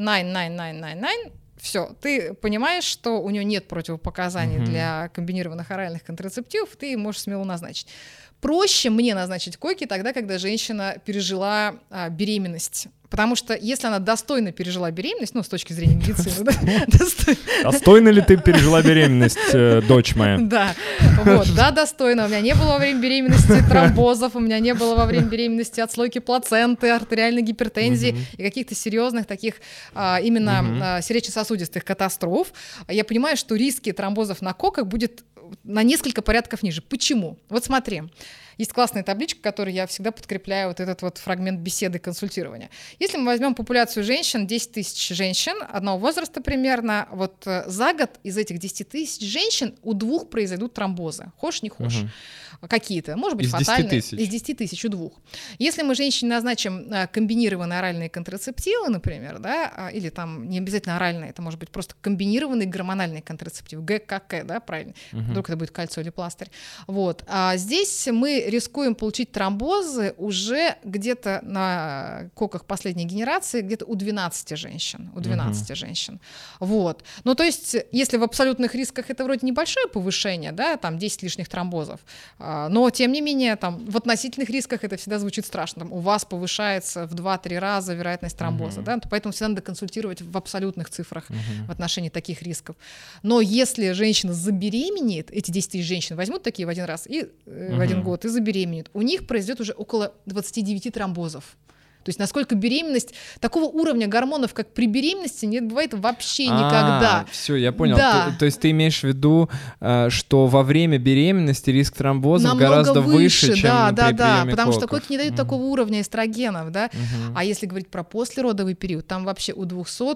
9, все, ты понимаешь, что у нее нет противопоказаний для комбинированных оральных контрацептивов, ты можешь смело назначить. Проще мне назначить КОКи тогда, когда женщина пережила беременность. Потому что если она достойно пережила беременность, ну, с точки зрения медицины, достойно ли ты пережила беременность, дочь моя? Да, вот, да, достойно. У меня не было во время беременности тромбозов, у меня не было во время беременности отслойки плаценты, артериальной гипертензии и каких-то серьезных таких именно сердечно-сосудистых катастроф. Я понимаю, что риски тромбозов на КОКах будет на несколько порядков ниже. Почему? Вот смотри. Есть классная табличка, которой я всегда подкрепляю вот этот вот фрагмент беседы консультирования. Если мы возьмем популяцию женщин, 10 тысяч женщин одного возраста примерно, вот за год из этих 10 тысяч женщин у 2 произойдут тромбозы. Хошь, не хошь. Какие-то, может быть, фатальные. Из 10 тысяч у 2. Если мы женщине назначим комбинированные оральные контрацептивы, например, да, или там не обязательно оральные, это может быть просто комбинированный гормональный контрацептив, ГКК, да, правильно, вдруг это будет кальций или пластырь. Вот. А здесь мы рискуем получить тромбозы уже где-то на КОКах последней генерации, где-то у 12 женщин. У 12 женщин. Вот. Ну, то есть, если в абсолютных рисках это вроде небольшое повышение, да, там 10 лишних тромбозов, но, тем не менее, там, в относительных рисках это всегда звучит страшно. Там, у вас повышается в 2-3 раза вероятность тромбоза. Да? Поэтому всегда надо консультировать в абсолютных цифрах в отношении таких рисков. Но если женщина забеременеет, эти 10 тысяч женщин возьмут такие в один раз и в один год и забеременеют, у них произойдет уже около 29 тромбозов. То есть насколько беременность, такого уровня гормонов, как при беременности, не бывает вообще никогда. Все, я понял. Да. То есть ты имеешь в виду, что во время беременности риск тромбозов гораздо выше, чем при приеме потому КОКов. что КОКи не дают такого уровня эстрогенов, да. А если говорить про послеродовый период, там вообще у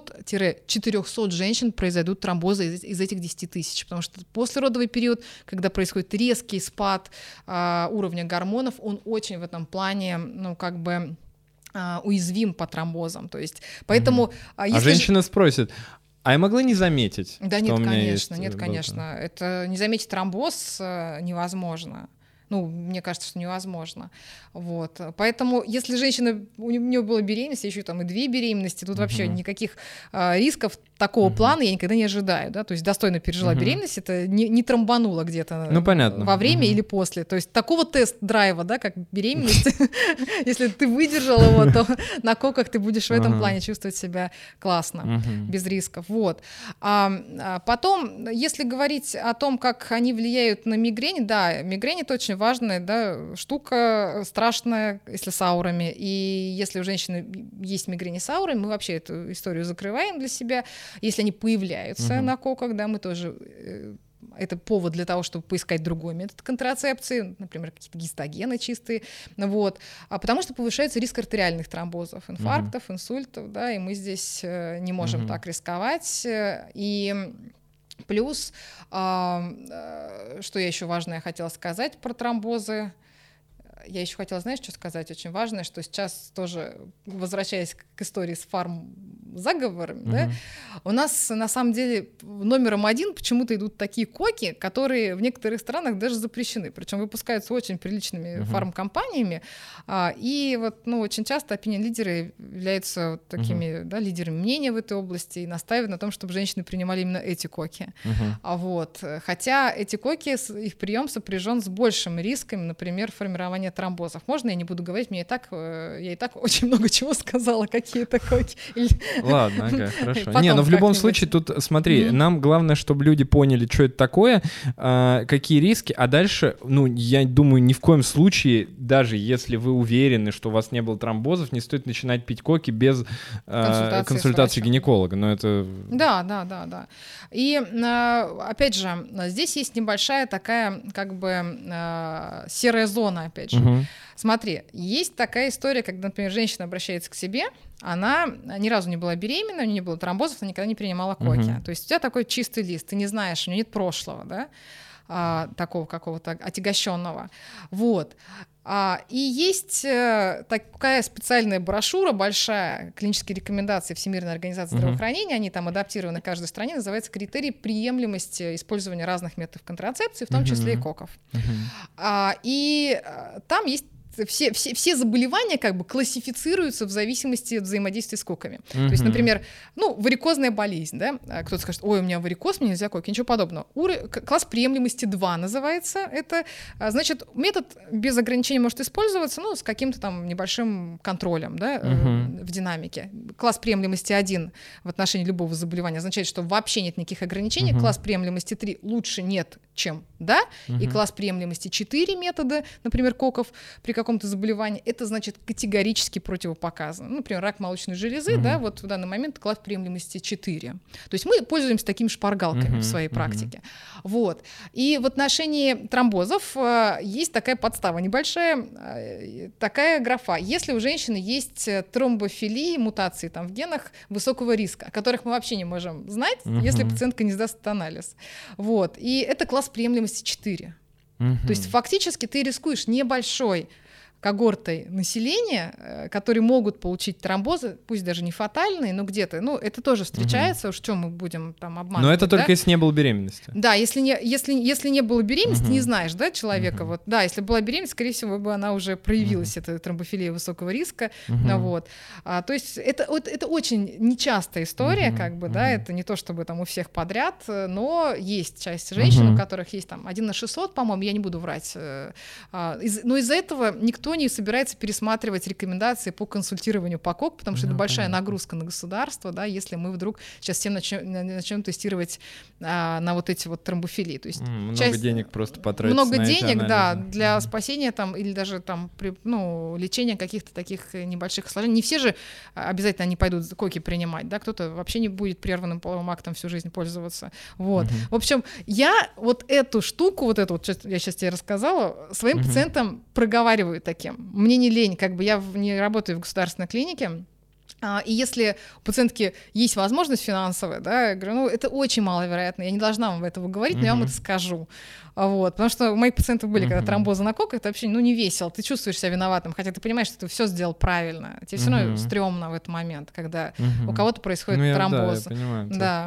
200-400 женщин произойдут тромбозы из этих 10 тысяч, потому что послеродовый период, когда происходит резкий спад уровня гормонов, он очень в этом плане, ну, как бы уязвим по тромбозам. То есть, поэтому... женщина спросит, а я могла не заметить? Да нет, конечно. Это не заметить тромбоз невозможно. Ну, мне кажется, что невозможно. Вот. Поэтому, если женщина, у нее была беременность, еще там и 2 беременности, тут вообще никаких рисков такого плана я никогда не ожидаю. Да? То есть достойно пережила беременность, это не тромбануло где-то во время или после. То есть такого тест-драйва, да, как беременность, если ты выдержала его, то на КОКах ты будешь в этом плане чувствовать себя классно, без рисков. Вот. Потом, если говорить о том, как они влияют на мигрень, да, мигрень — это очень важная, да, штука, страшная, если с аурами. И если у женщины есть мигрень с аурами, мы вообще эту историю закрываем для себя. Если они появляются на КОКах, да, мы тоже... Это повод для того, чтобы поискать другой метод контрацепции, например, какие-то гистогены чистые, вот, потому что повышается риск артериальных тромбозов, инфарктов, инсультов, да, и мы здесь не можем так рисковать. И плюс, что я еще важное хотела сказать про тромбозы, я еще хотела, знаешь, что сказать очень важное, что сейчас тоже, возвращаясь к истории с фармзаговорами, да, у нас на самом деле номером один почему-то идут такие коки, которые в некоторых странах даже запрещены, причем выпускаются очень приличными фармкомпаниями, и вот, ну, очень часто опинион-лидеры являются вот такими, да, лидерами мнения в этой области и настаивают на том, чтобы женщины принимали именно эти коки. Вот. Хотя эти коки, их прием сопряжен с большими рисками, например, формирования тромбозов. Можно я не буду говорить, я и так очень много чего сказала, какие это коки. Ладно, ага, хорошо. Не, но в любом случае тут, смотри, нам главное, чтобы люди поняли, что это такое, какие риски, а дальше, ну, я думаю, ни в коем случае, даже если вы уверены, что у вас не было тромбозов, не стоит начинать пить коки без консультации гинеколога. Но это... Да. И, опять же, здесь есть небольшая такая, как бы, серая зона, опять же. Смотри, есть такая история, когда, например, женщина обращается к себе, она ни разу не была беременна, у нее не было тромбозов, она никогда не принимала коки. То есть у тебя такой чистый лист, ты не знаешь, у нее нет прошлого, да, такого какого-то отягощенного. Вот. И есть такая специальная брошюра большая, клинические рекомендации Всемирной организации здравоохранения, они там адаптированы в каждой стране, называется «Критерии приемлемости использования разных методов контрацепции, в том числе и коков». И там есть все заболевания как бы классифицируются в зависимости от взаимодействия с коками. То есть, например, ну, варикозная болезнь, да, кто-то скажет, ой, у меня варикоз, мне нельзя коки, ничего подобного. Класс приемлемости 2 называется, это, значит, метод без ограничений может использоваться, ну, с каким-то там небольшим контролем, да, в динамике. Класс приемлемости 1 в отношении любого заболевания означает, что вообще нет никаких ограничений, класс приемлемости 3 лучше нет, чем да, и класс приемлемости 4 метода, например, коков при каком-то заболевании, это значит категорически противопоказано. Ну, например, рак молочной железы, да, вот в данный момент класс приемлемости 4. То есть мы пользуемся такими шпаргалками в своей практике. Вот. И в отношении тромбозов есть такая подстава небольшая, такая графа. Если у женщины есть тромбофилии, мутации там в генах высокого риска, о которых мы вообще не можем знать, если пациентка не сдаст этот анализ. Вот. И это класс приемлемости 4. То есть фактически ты рискуешь небольшой когортой населения, которые могут получить тромбозы, пусть даже не фатальные, но где-то, ну, это тоже встречается, уж что мы будем там обманывать. Но это только если не было беременности. Да, если не было беременности, не знаешь, да, человека, вот, да, если была беременность, скорее всего, бы она уже проявилась, эта тромбофилия высокого риска, вот. То есть это очень нечастая история, как бы, да, это не то, чтобы там у всех подряд, но есть часть женщин, у которых есть там 1 на 600, по-моему, я не буду врать, но из-за этого никто не собирается пересматривать рекомендации по консультированию по КОК, потому что это большая нагрузка на государство, да, если мы вдруг сейчас всем начнем тестировать на вот эти вот тромбофилии. То есть много денег просто потратить. Много денег, да, для спасения там или даже там лечения каких-то таких небольших осложнений. Не все же обязательно они пойдут коки принимать, да, кто-то вообще не будет прерванным половым актом всю жизнь пользоваться. Вот. В общем, я вот эту штуку, вот эту вот, я сейчас тебе рассказала, своим пациентам проговариваю таким. Мне не лень, как бы я не работаю в государственной клинике, и если у пациентки есть возможность финансовая, да, я говорю, ну, это очень маловероятно, я не должна вам этого говорить, но я вам это скажу. Вот, потому что у моих пациентов были, когда тромбозы на коках, это вообще, ну, не весело, ты чувствуешь себя виноватым, хотя ты понимаешь, что ты все сделал правильно, тебе все равно стрёмно в этот момент, когда у кого-то происходит тромбоз. Да, я понимаю. Да.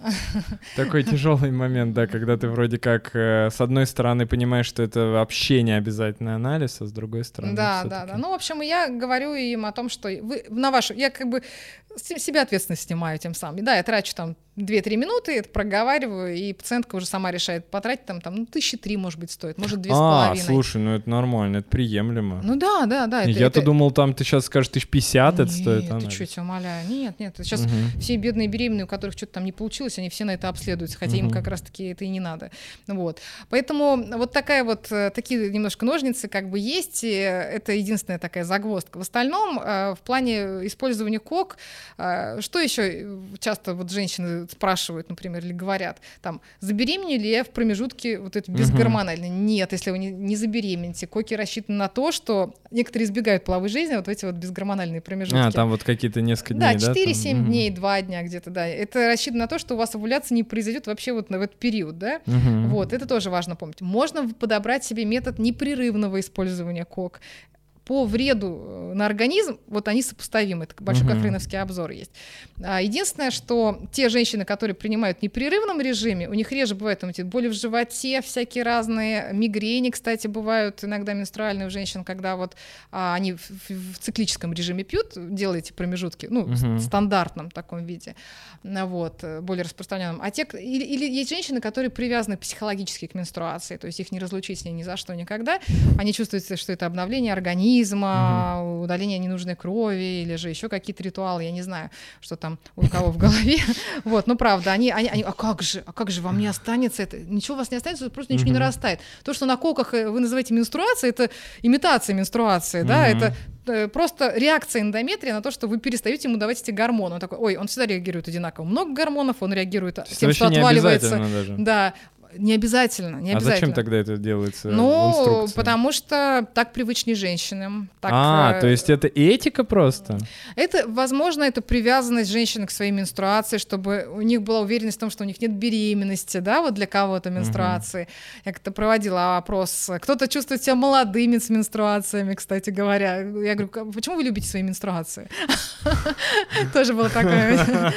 Такой тяжелый момент, да, когда ты вроде как с одной стороны понимаешь, что это вообще не обязательный анализ, а с другой стороны да. Ну, в общем, я говорю им о том, что вы я как бы себя ответственность снимаю тем самым. Да, я трачу там 2-3 минуты, это проговариваю, и пациентка уже сама решает потратить там 3,000, может быть, стоит, может, 2,5. Слушай, ну это нормально, это приемлемо. Ну да. Я-то думал, там ты сейчас скажешь 50 это стоит. Нет, ты что, тебя умоляю. Нет. Сейчас все бедные беременные, у которых что-то там не получилось, они все на это обследуются, хотя им как раз-таки это и не надо. Вот. Поэтому вот такие немножко ножницы как бы есть, и это единственная такая загвоздка. В остальном, в плане использования КОК, что еще часто вот женщины спрашивают, например, или говорят, там, забеременею ли я в промежутке вот быть безгормональной. Нет, если вы не забеременеете. Коки рассчитаны на то, что некоторые избегают половой жизни, вот эти вот безгормональные промежутки. Там вот какие-то несколько дней, да? 4-7 дней, 2 дня где-то, да. Это рассчитано на то, что у вас овуляция не произойдет вообще вот в этот период, да. Вот, это тоже важно помнить. Можно подобрать себе метод непрерывного использования кок. По вреду на организм, вот они сопоставимы. Это большой Кохрейновский обзор есть. Единственное, что те женщины, которые принимают в непрерывном режиме, у них реже бывают там, эти боли в животе, всякие разные мигрени, кстати, бывают иногда менструальные у женщин, когда вот они в циклическом режиме пьют, делаете промежутки, ну, в стандартном таком виде, вот, более распространенном. Или есть женщины, которые привязаны психологически к менструации, то есть их не разлучить с ней ни за что никогда. Они чувствуют, что это обновление организма, удаление ненужной крови или же еще какие-то ритуалы, я не знаю, что там у кого в голове. Вот, ну правда, они, а как же вам не останется это? Ничего у вас не останется, просто ничего не нарастает. То, что на коках вы называете менструацией, это имитация менструации, да, это просто реакция эндометрия на то, что вы перестаете ему давать эти гормоны. Он такой, он всегда реагирует одинаково. Много гормонов, он реагирует тем, что отваливается. Да. Не обязательно. А зачем тогда это делается в инструкции? Потому что так привычнее женщинам. Так, то есть это этика просто? Это, возможно, это привязанность женщины к своей менструации, чтобы у них была уверенность в том, что у них нет беременности, да, вот для кого-то менструации. Я как-то проводила опрос. Кто-то чувствует себя молодыми с менструациями, кстати говоря. Я говорю, почему вы любите свои менструации? Тоже было такое.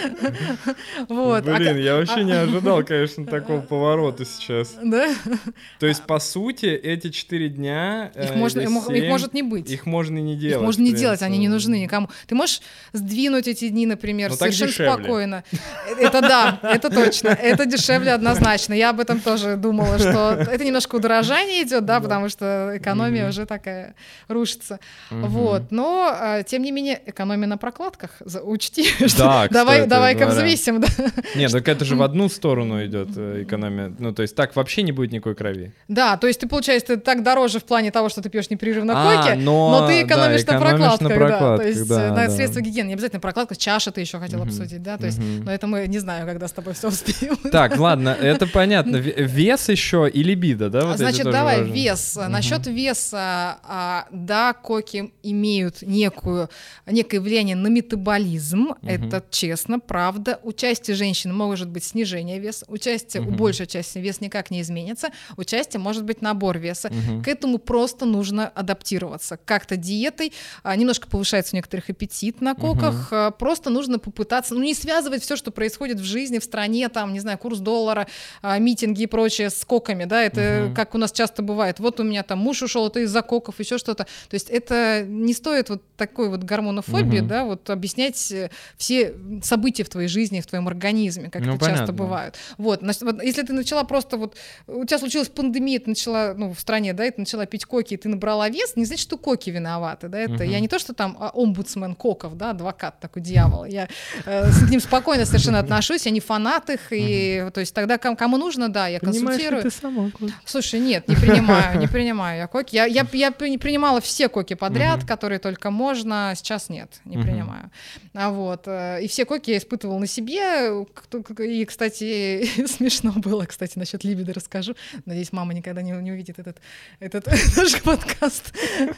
Блин, я вообще не ожидал, конечно, такого поворота сейчас. Да? То есть, по сути, эти 4 дня... Их может не быть. Их можно и не делать. Их можно не делать, они не нужны никому. Ты можешь сдвинуть эти дни, например, совершенно спокойно. Это да, это точно. Это дешевле однозначно. Я об этом тоже думала, что это немножко удорожание идет, да, потому что экономия уже такая рушится. Вот. Но, тем не менее, экономия на прокладках. Учти, что давай-ка взвесим. Нет, так это же в одну сторону идет экономия. Ну, то есть так вообще не будет никакой крови. Да, то есть ты, получается, ты так дороже в плане того, что ты пьешь непрерывно коки, но ты экономишь на прокладках, да. То есть на средства гигиены. Не обязательно прокладка, чаша ты еще хотел обсудить, да, то есть, но это мы не знаю, когда с тобой все успеем. Так, ладно, это понятно. Вес еще и либидо, да? Значит, давай, вес. Насчет веса, да, коки имеют некое влияние на метаболизм, это честно, правда. У части женщин может быть снижение веса, у большей части вес никак не изменится, у части может быть набор веса. К этому просто нужно адаптироваться. Как-то диетой, немножко повышается у некоторых аппетит на коках, просто нужно попытаться, не связывать все, что происходит в жизни, в стране, там, не знаю, курс доллара, митинги и прочее с коками, да, это как у нас часто бывает. Вот у меня там муж ушел, это из-за коков, еще что-то. То есть это не стоит вот такой вот гормонофобии, да, вот объяснять все события в твоей жизни, в твоем организме, как это часто бывает. Вот, если ты начала просто вот, у тебя случилась пандемия, ты начала, в стране, да, и ты начала пить коки, и ты набрала вес, не значит, что коки виноваты, да, это я не то, что там омбудсмен коков, да, адвокат такой дьявол, я к ним спокойно совершенно отношусь, я не фанат их, и, то есть тогда кому нужно, да, я консультирую. Понимаешь, ты сама коки? Слушай, нет, не принимаю я коки, я принимала все коки подряд, которые только можно, сейчас нет, не принимаю, вот, и все коки я испытывала на себе, и, кстати, смешно было, кстати, насчет либидо расскажу. Надеюсь, мама никогда не увидит этот наш подкаст.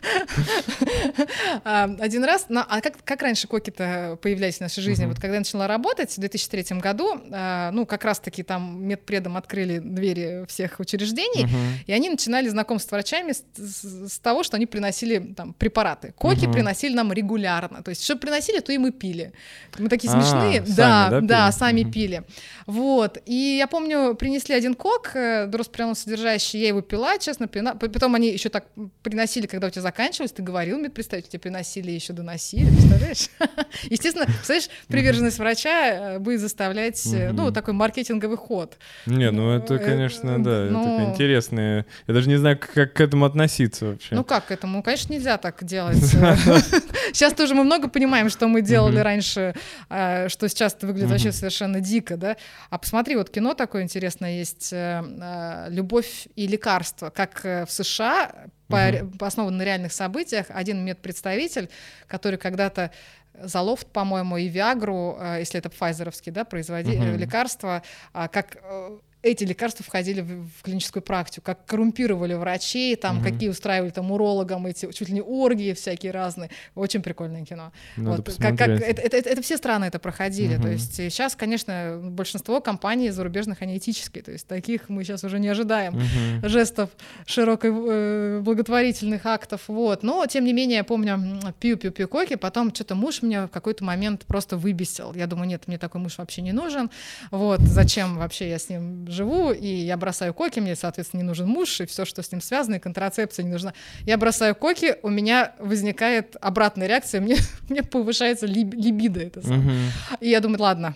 Один раз, как раньше коки-то появлялись в нашей жизни? Вот когда я начала работать в 2003 году, как раз-таки там медпредом открыли двери всех учреждений, и они начинали знакомство с врачами с того, что они приносили там препараты. Коки приносили нам регулярно. То есть, что приносили, то и мы пили. Мы такие смешные. Да, сами пили. Вот. И я помню, принесли один кок, дрозоперинол содержащий, я его пила, честно, потом они еще так приносили, когда у тебя заканчивалось, ты говорил медпредставитель, тебе приносили, еще доносили, представляешь? Естественно, представляешь, приверженность врача будет заставлять, такой маркетинговый ход. Не, это, конечно, да, это интересно. Я даже не знаю, как к этому относиться вообще. Как к этому? Конечно, нельзя так делать. Сейчас тоже мы много понимаем, что мы делали раньше, что сейчас это выглядит вообще совершенно дико, да? А посмотри, вот кино такое интересное есть, «Любовь и лекарства», как в США, основан на реальных событиях, один медпредставитель, который когда-то Zoloft, по-моему, и Viagra, если это пфайзеровские, да, лекарства, как эти лекарства входили в клиническую практику, как коррумпировали врачей, там, какие устраивали там урологам эти чуть ли не оргии всякие разные. Очень прикольное кино. Вот, это все страны это проходили. То есть сейчас, конечно, большинство компаний зарубежных, они этические. То есть таких мы сейчас уже не ожидаем жестов широкой благотворительных актов. Вот. Но, тем не менее, я помню, пью коки, потом что-то муж меня в какой-то момент просто выбесил. Я думаю, нет, мне такой муж вообще не нужен. Вот. Зачем вообще я с ним живу, и я бросаю коки, мне, соответственно, не нужен муж, и все, что с ним связано, и контрацепция не нужна. Я бросаю коки, у меня возникает обратная реакция, мне повышается либидо. Это и я думаю, ладно.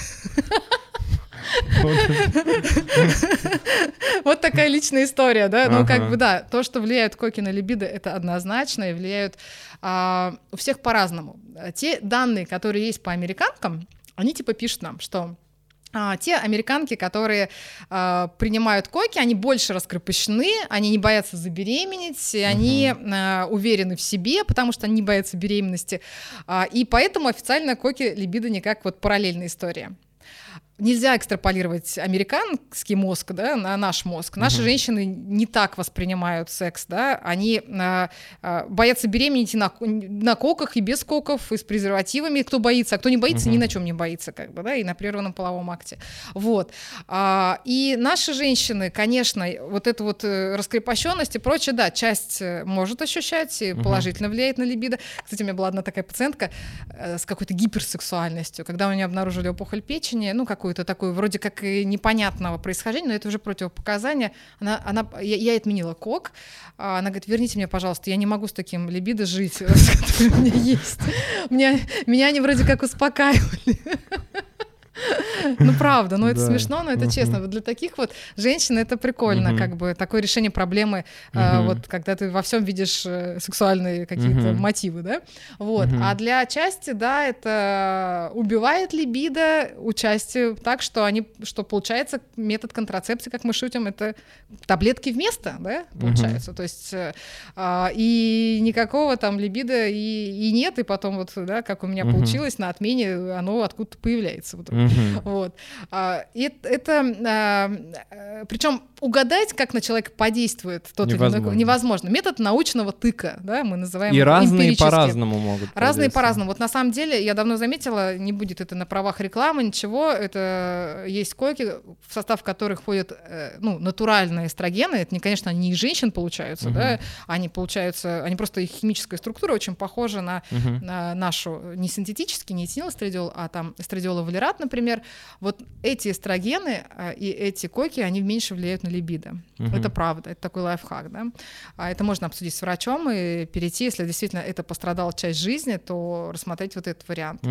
Вот такая личная история, да? Ну, как бы, да, то, что влияют коки на либидо, это однозначно, и влияют у всех по-разному. Те данные, которые есть по американкам, они типа пишут нам, что те американки, которые принимают коки, они больше раскрепощены, они не боятся забеременеть, они уверены в себе, потому что они не боятся беременности. И поэтому официально коки либидо не как вот параллельная история. Нельзя экстраполировать американский мозг, да, на наш мозг. Наши женщины не так воспринимают секс, да, они боятся беременеть на коках и без коков, и с презервативами, кто боится, а кто не боится, ни на чем не боится, как бы, да, и на прерванном половом акте. Вот. И наши женщины, конечно, вот эту вот раскрепощенность и прочее, да, часть может ощущать и положительно влияет на либидо. Кстати, у меня была одна такая пациентка с какой-то гиперсексуальностью, когда у нее обнаружили опухоль печени, ну, какую-то такую, вроде как и непонятного происхождения, но это уже противопоказание. Я отменила кок. Она говорит, верните мне, пожалуйста, я не могу с таким либидо жить, который у меня есть. Меня они вроде как успокаивали. Ну, правда, ну это смешно, но это честно. Вот для таких вот женщин это прикольно, как бы такое решение проблемы, вот когда ты во всем видишь сексуальные какие-то мотивы, да? Вот. А для части, да, это убивает либидо у части так, что получается метод контрацепции, как мы шутим, это таблетки вместо, да, получается. То есть и никакого там либидо и нет, и потом вот, да, как у меня получилось, на отмене оно откуда-то появляется вдруг. Вот. Причем угадать, как на человека подействует тот невозможно. Метод научного тыка, да, мы называем. И разные по-разному могут. Разные по-разному. Вот на самом деле, я давно заметила, не будет это на правах рекламы, ничего, это есть коки, в состав которых входят натуральные эстрогены. Это, конечно, они не из женщин получаются, да, они просто их химическая структура очень похожа на нашу, не синтетический, не этинилэстрадиол, а там эстрадиоловалерат, например. Вот эти эстрогены и эти коки, они меньше влияют на либидо. Это правда, это такой лайфхак, да. Это можно обсудить с врачом и перейти, если действительно это пострадала часть жизни, то рассмотреть вот этот вариант.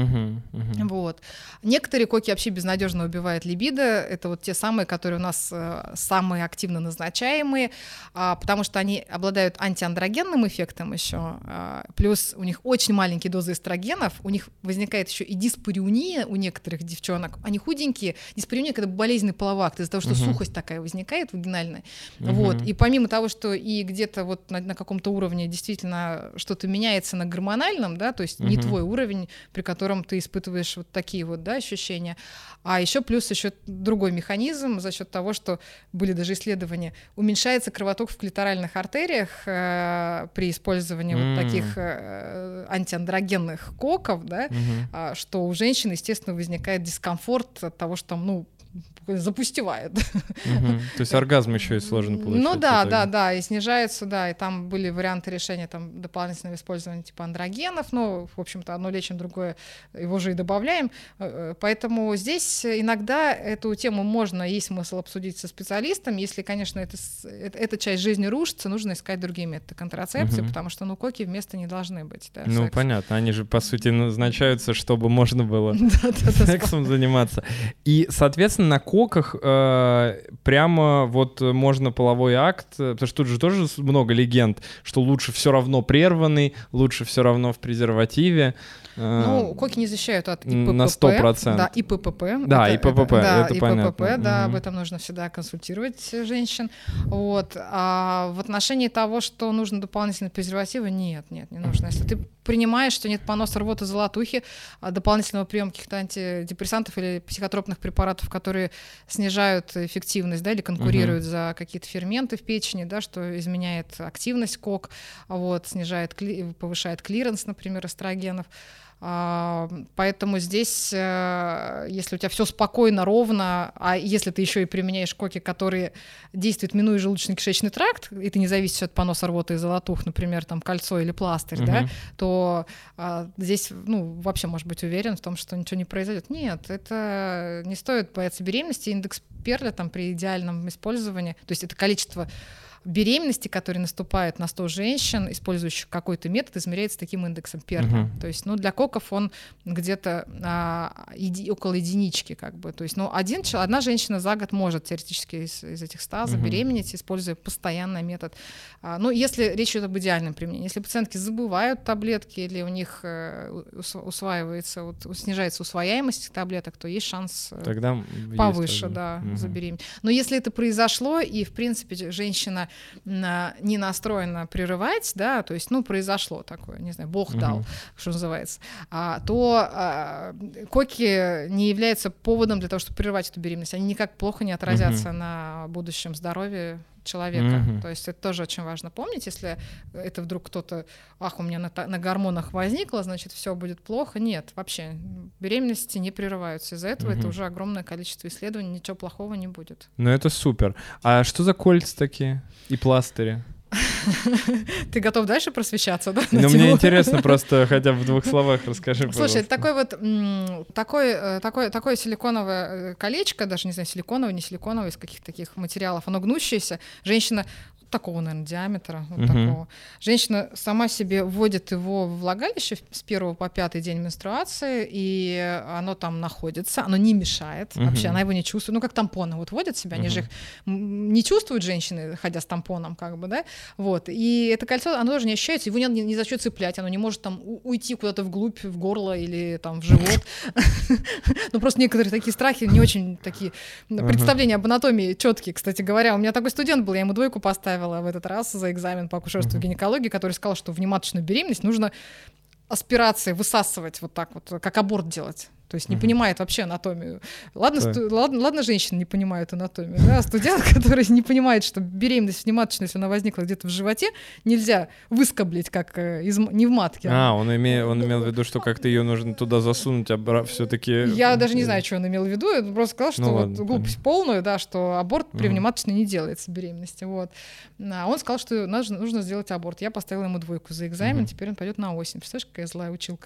Вот. Некоторые коки вообще безнадежно убивают либидо. Это вот те самые, которые у нас самые активно назначаемые, потому что они обладают антиандрогенным эффектом еще, плюс у них очень маленькие дозы эстрогенов, у них возникает еще и диспариуния у некоторых девчонок. Они худенькие. Диспариуния — это болезненный половой акт, из-за того, что сухость такая возникает вагинальная. Вот. И помимо того, что и где-то вот на каком-то уровне действительно что-то меняется на гормональном, да, то есть не твой уровень, при котором ты испытываешь вот такие вот, да, ощущения, а еще плюс еще другой механизм за счет того, что были даже исследования, уменьшается кровоток в клиторальных артериях при использовании вот таких антиандрогенных коков, да, что у женщин, естественно, возникает дискомфорт от того, что там, запустевает. То есть оргазм еще и сложно получить. Ну да, и снижается, да, и там были варианты решения там дополнительного использования типа андрогенов, но, в общем-то, одно лечим, другое его же и добавляем, поэтому здесь иногда эту тему можно, есть смысл обсудить со специалистом, если, конечно, эта часть жизни рушится, нужно искать другие методы контрацепции, потому что, коки вместо не должны быть. Да, понятно, они же, по сути, назначаются, чтобы можно было сексом заниматься. И, соответственно, интересно, на коках прямо вот можно половой акт, потому что тут же тоже много легенд, что лучше все равно прерванный, лучше все равно в презервативе. Ну, коки не защищают от ИППП. На 100%. Да, ИППП. Да, ИППП, да, это ИППП, понятно. Да, об этом нужно всегда консультировать женщин. Вот. А в отношении того, что нужно дополнительные презервативы, нет, не нужно. Если ты принимаешь, что нет поноса, рвоты, золотухи, дополнительного приема каких-то антидепрессантов или психотропных препаратов, которые снижают эффективность, да, или конкурируют за какие-то ферменты в печени, да, что изменяет активность кок, вот, снижает, повышает клиренс, например, эстрогенов. Поэтому здесь, если у тебя все спокойно, ровно, а если ты еще и применяешь коки, которые действуют минуя желудочно-кишечный тракт, и ты не зависишь от поноса, рвоты и золотух, например, там кольцо или пластырь, да, то здесь, ну, вообще можешь быть уверен в том, что ничего не произойдет. Нет, это не стоит бояться беременности. Индекс Перля там при идеальном использовании, то есть это количество беременности, которые наступают на 100 женщин, использующих какой-то метод, измеряется таким индексом Перля. То есть, ну, для коков он где-то около единички, как бы. То есть, ну, одна женщина за год может теоретически из этих 100 забеременеть, используя постоянный метод. Ну, если речь идет об идеальном применении. Если пациентки забывают таблетки или у них усваивается, вот, снижается усвояемость таблеток, то есть шанс тогда повыше, забеременеть. Но если это произошло, и, в принципе, женщина не настроена прерывать, да, то есть, ну, произошло такое, не знаю, Бог дал, что называется, то коки не являются поводом для того, чтобы прерывать эту беременность. Они никак плохо не отразятся на будущем здоровье человека. То есть это тоже очень важно помнить, если это вдруг кто-то, у меня на гормонах возникло, значит, все будет плохо. Нет, вообще, беременности не прерываются. Из-за этого это уже огромное количество исследований, ничего плохого не будет. Ну это супер. А что за кольца такие и пластыри? Ты готов дальше просвещаться, да? Ну, мне интересно просто хотя бы в 2 словах расскажи, Слушай, такое силиконовое колечко, даже не знаю, силиконовое, не силиконовое, из каких-то таких материалов, оно гнущееся. Женщина такого, наверное, диаметра, вот такого. Женщина сама себе вводит его в влагалище с 1 по 5 день менструации, и оно там находится, оно не мешает вообще, она его не чувствует. Ну, как тампоны вот вводят себя, они же их не чувствуют, женщины, ходя с тампоном, как бы, да, вот. И это кольцо, оно тоже не ощущается, его не надо ни за что цеплять, оно не может там уйти куда-то вглубь, в горло или там в живот. Ну, просто некоторые такие страхи, не очень такие представления об анатомии четкие, кстати говоря. У меня такой студент был, я ему 2 поставила в этот раз за экзамен по акушерству и гинекологии, который сказал, что внематочную беременность нужно аспирацией высасывать вот так вот, как аборт делать. То есть не понимает вообще анатомию. Ладно, женщины не понимают анатомию, да, а студент, который не понимает, что беременность внематочная, если она возникла где-то в животе, нельзя выскоблить, как не в матке. Он имел в виду, что как-то ее нужно туда засунуть, а все-таки... Я даже не знаю, что он имел в виду, я просто сказал, что вот глупость полную, да, что аборт при внематочной не делается беременности. Вот. А он сказал, что нужно сделать аборт. Я поставила ему 2 за экзамен, теперь он пойдет на 8. Представляешь, какая злая училка.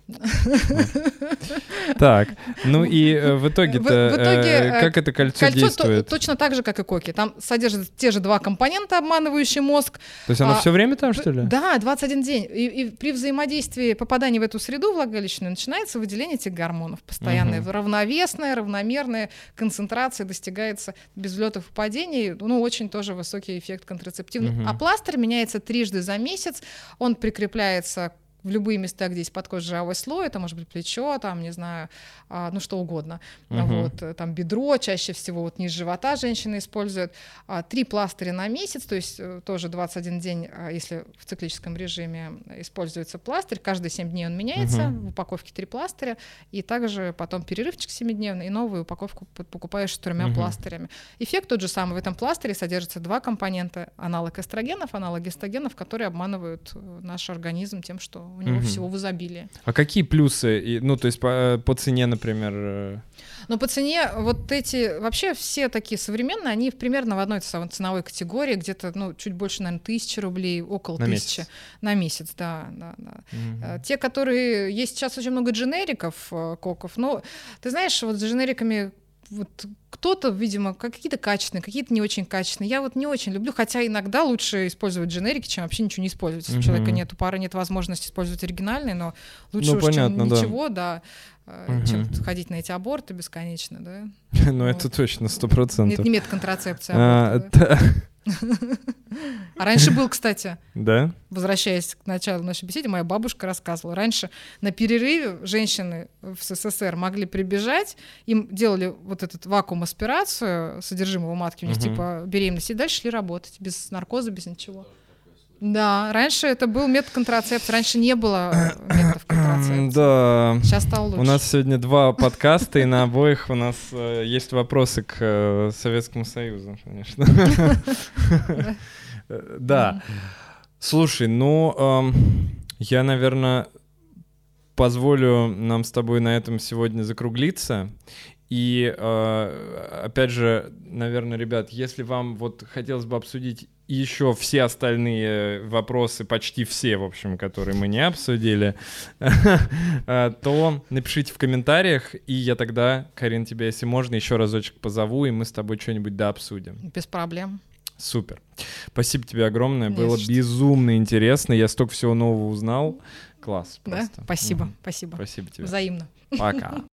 Так, ну и в итоге как это кольцо действует? Точно так же, как и коки. Там содержат те же 2 компонента, обманывающие мозг. То есть оно все время там, что ли? Да, 21 день. И при взаимодействии, попадании в эту среду влагалищную начинается выделение этих гормонов постоянное, равновесная, равномерная концентрация достигается без взлетов и падений. Ну, очень тоже высокий эффект контрацептивный. А пластырь меняется 3 за месяц. Он прикрепляется в любые места, где есть подкожно-жировой слой, это может быть плечо, там, не знаю, ну что угодно, вот, там бедро, чаще всего вот низ живота женщины используют, 3 пластыря на месяц, то есть тоже 21 день, если в циклическом режиме используется пластырь, каждые 7 дней он меняется, в упаковке 3 пластыря, и также потом перерывчик 7-дневный, и новую упаковку покупаешь с 3 пластырями. Эффект тот же самый, в этом пластыре содержатся 2 компонента, аналог эстрогенов, аналог гестогенов, которые обманывают наш организм тем, что у него всего в изобилии. А какие плюсы? Ну, то есть по цене, например? Ну, по цене вот эти, вообще все такие современные, они примерно в одной ценовой категории, где-то, ну, чуть больше, наверное, 1000 рублей, около 1000 на месяц, да. Те, которые... Есть сейчас очень много дженериков коков, но ты знаешь, вот с дженериками вот кто-то, видимо, какие-то качественные, какие-то не очень качественные. Я вот не очень люблю, хотя иногда лучше использовать дженерики, чем вообще ничего не использовать. Если у человека нет, у пары нет возможности использовать оригинальные, но лучше уж, понятно, чем да. ничего, да, чем ходить на эти аборты бесконечно, да. Ну, это точно, 100%. Нет, не медконтрацепции, аборты, да. А раньше был, кстати, да? Возвращаясь к началу нашей беседы, моя бабушка рассказывала. Раньше на перерыве женщины в СССР могли прибежать, им делали вот эту вакуум-аспирацию содержимого матки, у них типа беременности, и дальше шли работать без наркоза, без ничего. Да, раньше это был метод контрацепции, раньше не было методов контрацепции. Да. Сейчас стало лучше. У нас сегодня 2 подкаста, и на обоих у нас есть вопросы к Советскому Союзу, конечно. Да. Слушай, ну, я, наверное, позволю нам с тобой на этом сегодня закруглиться. И, опять же, наверное, ребят, если вам вот хотелось бы обсудить еще все остальные вопросы, почти все, в общем, которые мы не обсудили, то напишите в комментариях, и я тогда, Карин, тебя, если можно, еще разочек позову, и мы с тобой что-нибудь дообсудим. Без проблем. Супер. Спасибо тебе огромное. Было безумно интересно. Я столько всего нового узнал. Класс. Да? Спасибо. Спасибо. Спасибо тебе. Взаимно. Пока.